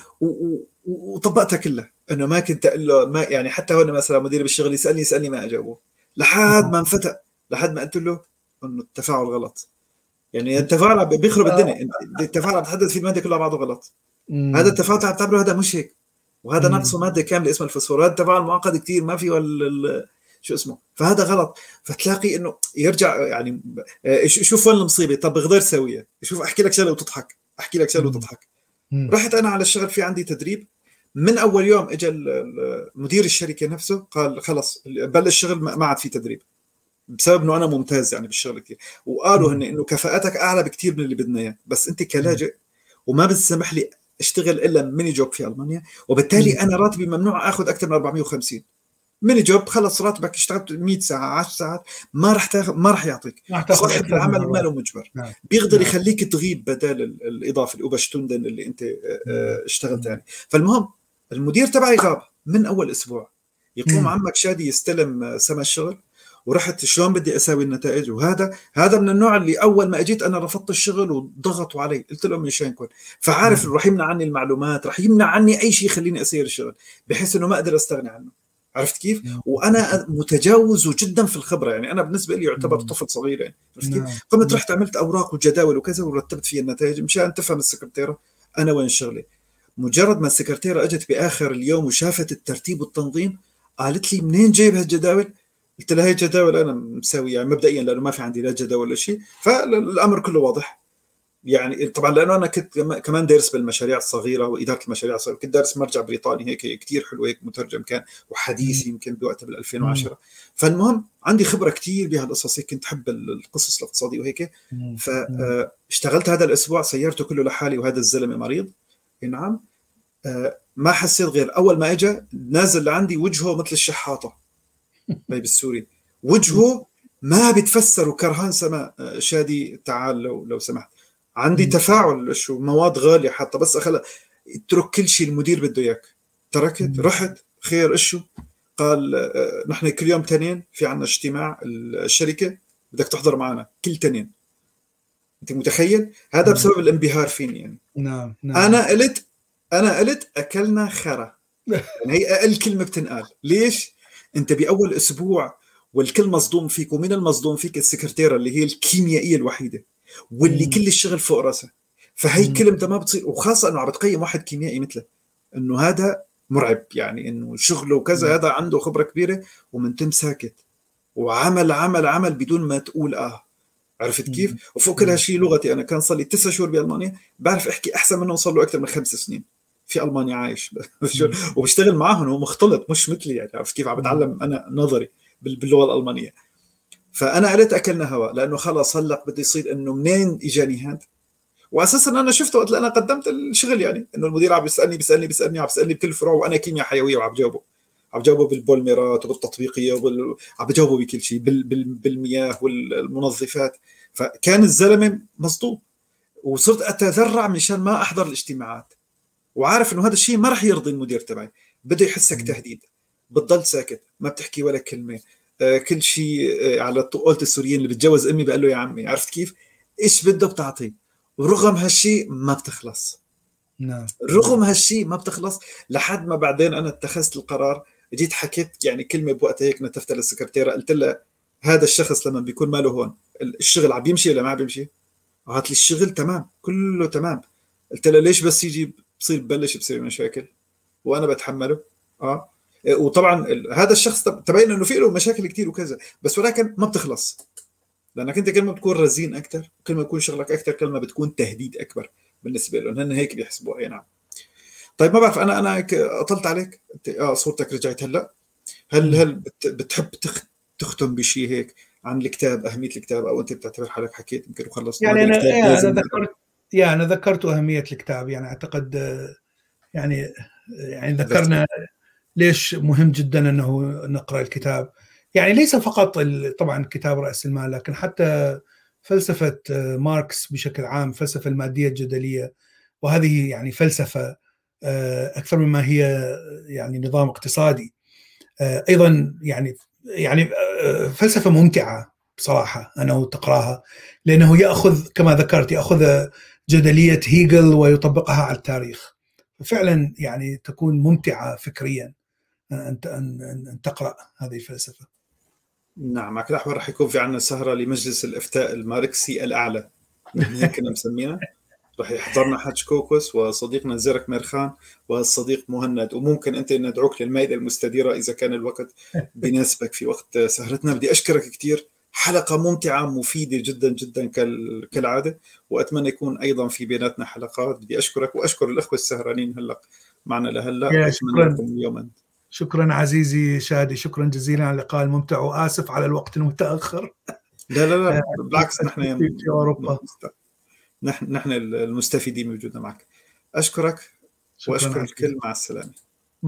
وطبقتها كلها، انه ما كنت اقول له ما يعني حتى هون مثلا مدير بالشغل يسالني يسالني ما اجاوبه لحد ما انفتح، لحد ما قلت له انه التفاعل غلط. يعني التفاعل بيخرب الدنيا، التفاعل بتحدث فيه الماده كلها بعضه غلط. مم. هذا التفاعل عم تعتبره هذا مش هيك، وهذا ناقصه ماده كامله اسمها الفوسفور، هذا التفاعل معقد كثير ما فيه شو اسمه، فهذا غلط. فتلاقي انه يرجع يعني شوف وين المصيبه. طب غير سويه، شوف احكي لك شغله وتضحك، احكي لك شغله وتضحك. رحت انا على الشغل، في عندي تدريب من اول يوم. اجى مدير الشركه نفسه قال خلص بلش الشغل ما عاد في تدريب، بسبب انه انا ممتاز يعني بالشغل كثير. وقالوا هن انه كفاءتك اعلى بكثير من اللي بدنا اياه، بس انت كلاجئ وما بتسمح لي اشتغل الا ميني جوب في المانيا، وبالتالي انا راتبي ممنوع اخذ اكثر من أربعمية وخمسين. ميني جوب خلص راتبك اشتغلت مية ساعه عشر ساعات ما راح تاخذ، ما راح يعطيك. صاحب العمل ما له مجبر، نعم. بيقدر نعم. يخليك تغيب بدل الاضافه الاوبشتوندن اللي انت اشتغلت يعني. فالمهم المدير تبعي غاب من اول اسبوع. يقوم مم. عمك شادي يستلم سما الشغل، ورحت شلون بدي اسوي النتائج. وهذا هذا من النوع اللي اول ما اجيت انا رفضت الشغل وضغطوا علي، قلت لهم مشانكم، فعارف رح يمنع عني المعلومات، رح يمنع عني اي شيء يخليني اسير الشغل، بحيث انه ما اقدر استغني عنه. عرفت كيف؟ وانا متجاوز جدا في الخبره، يعني انا بالنسبه لي يعتبر طفل صغير يعني. عرفت كيف؟ قمت رحت عملت اوراق وجداول وكذا ورتبت فيها النتائج مشان تفهم السكرتيره انا وين شغلي. مجرد ما السكرتيره اجت باخر اليوم وشافت الترتيب والتنظيم قالت لي منين جايب هالجداول؟ قلت لها هي جداول انا مسوي يعني مبدئيا، لانه ما في عندي لا جداول ولا شيء، فالامر كله واضح يعني. طبعا لانه انا كنت كمان دارس بالمشاريع الصغيره واداره المشاريع الصغيره، كنت دارس مرجع بريطاني هيك كثير حلو هيك مترجم كان وحديث يمكن بوقتها بال ألفين وعشرة. فالمهم عندي خبره كثير بهالقصص، هيك كنت احب القصص الاقتصاديه وهيك. فاشتغلت هذا الاسبوع سيرته كله لحالي، وهذا الزلمه مريض. نعم ما حسيت غير اول ما اجى نازل لعندي وجهه مثل الشحاطه طيب السوري، وجهه ما بيتفسر وكرهان سما شادي تعال لو لو سمحت عندي تفاعل شو مواد غاليه حتى بس اخلى اترك كل شيء المدير بده اياك. تركت رحت خير ايش قال نحن كل يوم تنين في عنا اجتماع الشركه بدك تحضر معنا كل تنين. انت متخيل هذا بسبب الانبهار فيني يعني. نعم نعم. انا قلت انا قلت اكلنا خرا يعني هي اقل كلمه بتنقال. ليش؟ انت باول اسبوع والكل مصدوم فيك، ومن المصدوم فيك السكرتيره اللي هي الكيميائيه الوحيده واللي مم. كل الشغل فوق راسها. فهي كلمه ما بتصير، وخاصه انه عم بتقيم واحد كيميائي مثله انه هذا مرعب يعني، انه شغله وكذا مم. هذا عنده خبره كبيره ومنتم ساكت وعمل عمل عمل بدون ما تقول اه. عرفت كيف؟ وفوق كل هالشيء لغتي انا كان صار لي تسع شهور بالمانيا بعرف احكي احسن منه، وصار له اكثر من خمس سنين في المانيا عايش وبشتغل معهم، هو مختلط مش مثلي يعني. عرفت كيف؟ عم بتعلم انا نظري باللغه الالمانيه. فانا قلت اكلنا هواء، لانه خلص هلا بده يصير انه منين اجاني هذا. واساسا انا شفته وقت انا قدمت الشغل، يعني انه المدير عم بيسالني بيسالني بيسالني عم بيسالني بكل الفروع، وانا كيمياء حيويه وعم بجاوبه، عم بجاوبه بالبوليمرات وبالتطبيقيه وبال... عم بجاوبه بكل شيء، بال... بال... بالمياه والمنظفات. فكان الزلمه مصدوم، وصرت اتذرع مشان ما احضر الاجتماعات، وعارف انه هذا الشيء ما راح يرضي المدير تبعي، بده يحسك تهديد، بتضل ساكت ما بتحكي ولا كلمه، آه كل شيء آه على طقولة السوريين اللي بتجوز امي بقول له يا عمي، عرفت كيف؟ ايش بده بتعطيه، ورغم هالشيء ما بتخلص. نعم. رغم هالشيء ما بتخلص، لحد ما بعدين انا اتخذت القرار، جيت حكيت يعني كلمه بوقتها هيك، نتفتها للسكرتيره قلت لها هذا الشخص لما بيكون ماله هون الشغل عم بيمشي ولا ما عم بيمشي؟ قالت لي الشغل تمام كله تمام. قلت لها ليش بس يجي بصير ببلش بصير مشاكل وانا بتحمله؟ اه وطبعا هذا الشخص تبين انه في له مشاكل كثير وكذا، بس ولكن ما بتخلص، لانك انت كل ما بتكون رزين اكثر، كل ما يكون شغلك اكثر، كل ما بتكون تهديد اكبر بالنسبه لهم، هن هيك بيحسبوها. اي نعم. طيب ما بعرف، انا انا اطلت عليك انت، اه صورتك رجعت هلا. هل هل بت بتحب تختم بشيء هيك عن الكتاب، اهميه الكتاب، او انت بتعتبر حالك حكيت يمكن وخلصنا؟ يعني انا الكتاب يعني لازم انا ذكرت يعني انا ذكرت اهميه الكتاب، يعني اعتقد يعني يعني ذكرنا ليش مهم جدا انه نقرا الكتاب. يعني ليس فقط طبعا كتاب رأس المال، لكن حتى فلسفه ماركس بشكل عام، فلسفه الماديه الجدليه، وهذه يعني فلسفه اكثر مما هي يعني نظام اقتصادي. ايضا يعني يعني فلسفه ممتعه بصراحه انه تقراها، لانه ياخذ كما ذكرت ياخذ جدليه هيجل ويطبقها على التاريخ، فعلا يعني تكون ممتعه فكريا ان ان تقرا هذه الفلسفه. نعم، على كل الاحوال راح يكون في عندنا سهره لمجلس الافتاء الماركسي الاعلى، نحن هيك كنا مسمينا. راح يحضرنا حاج كوكوس وصديقنا زرك ميرخان والصديق مهند، وممكن انت ندعوك للمائده المستديره اذا كان الوقت بيناسبك في وقت سهرتنا. بدي اشكرك كثير، حلقه ممتعه مفيده جدا جدا كالعاده، واتمنى يكون ايضا في بيناتنا حلقات. بدي اشكرك واشكر الاخوه السهرانين هلا معنا لهلا، واتمنى لكم يوما. شكرا عزيزي شادي، شكرا جزيلا على اللقاء الممتع، واسف على الوقت المتاخر. لا لا لا بالعكس، نحن في اوروبا نحن نحن المستفيدين من وجودنا معك. اشكرك واشكر الكل، مع السلامه.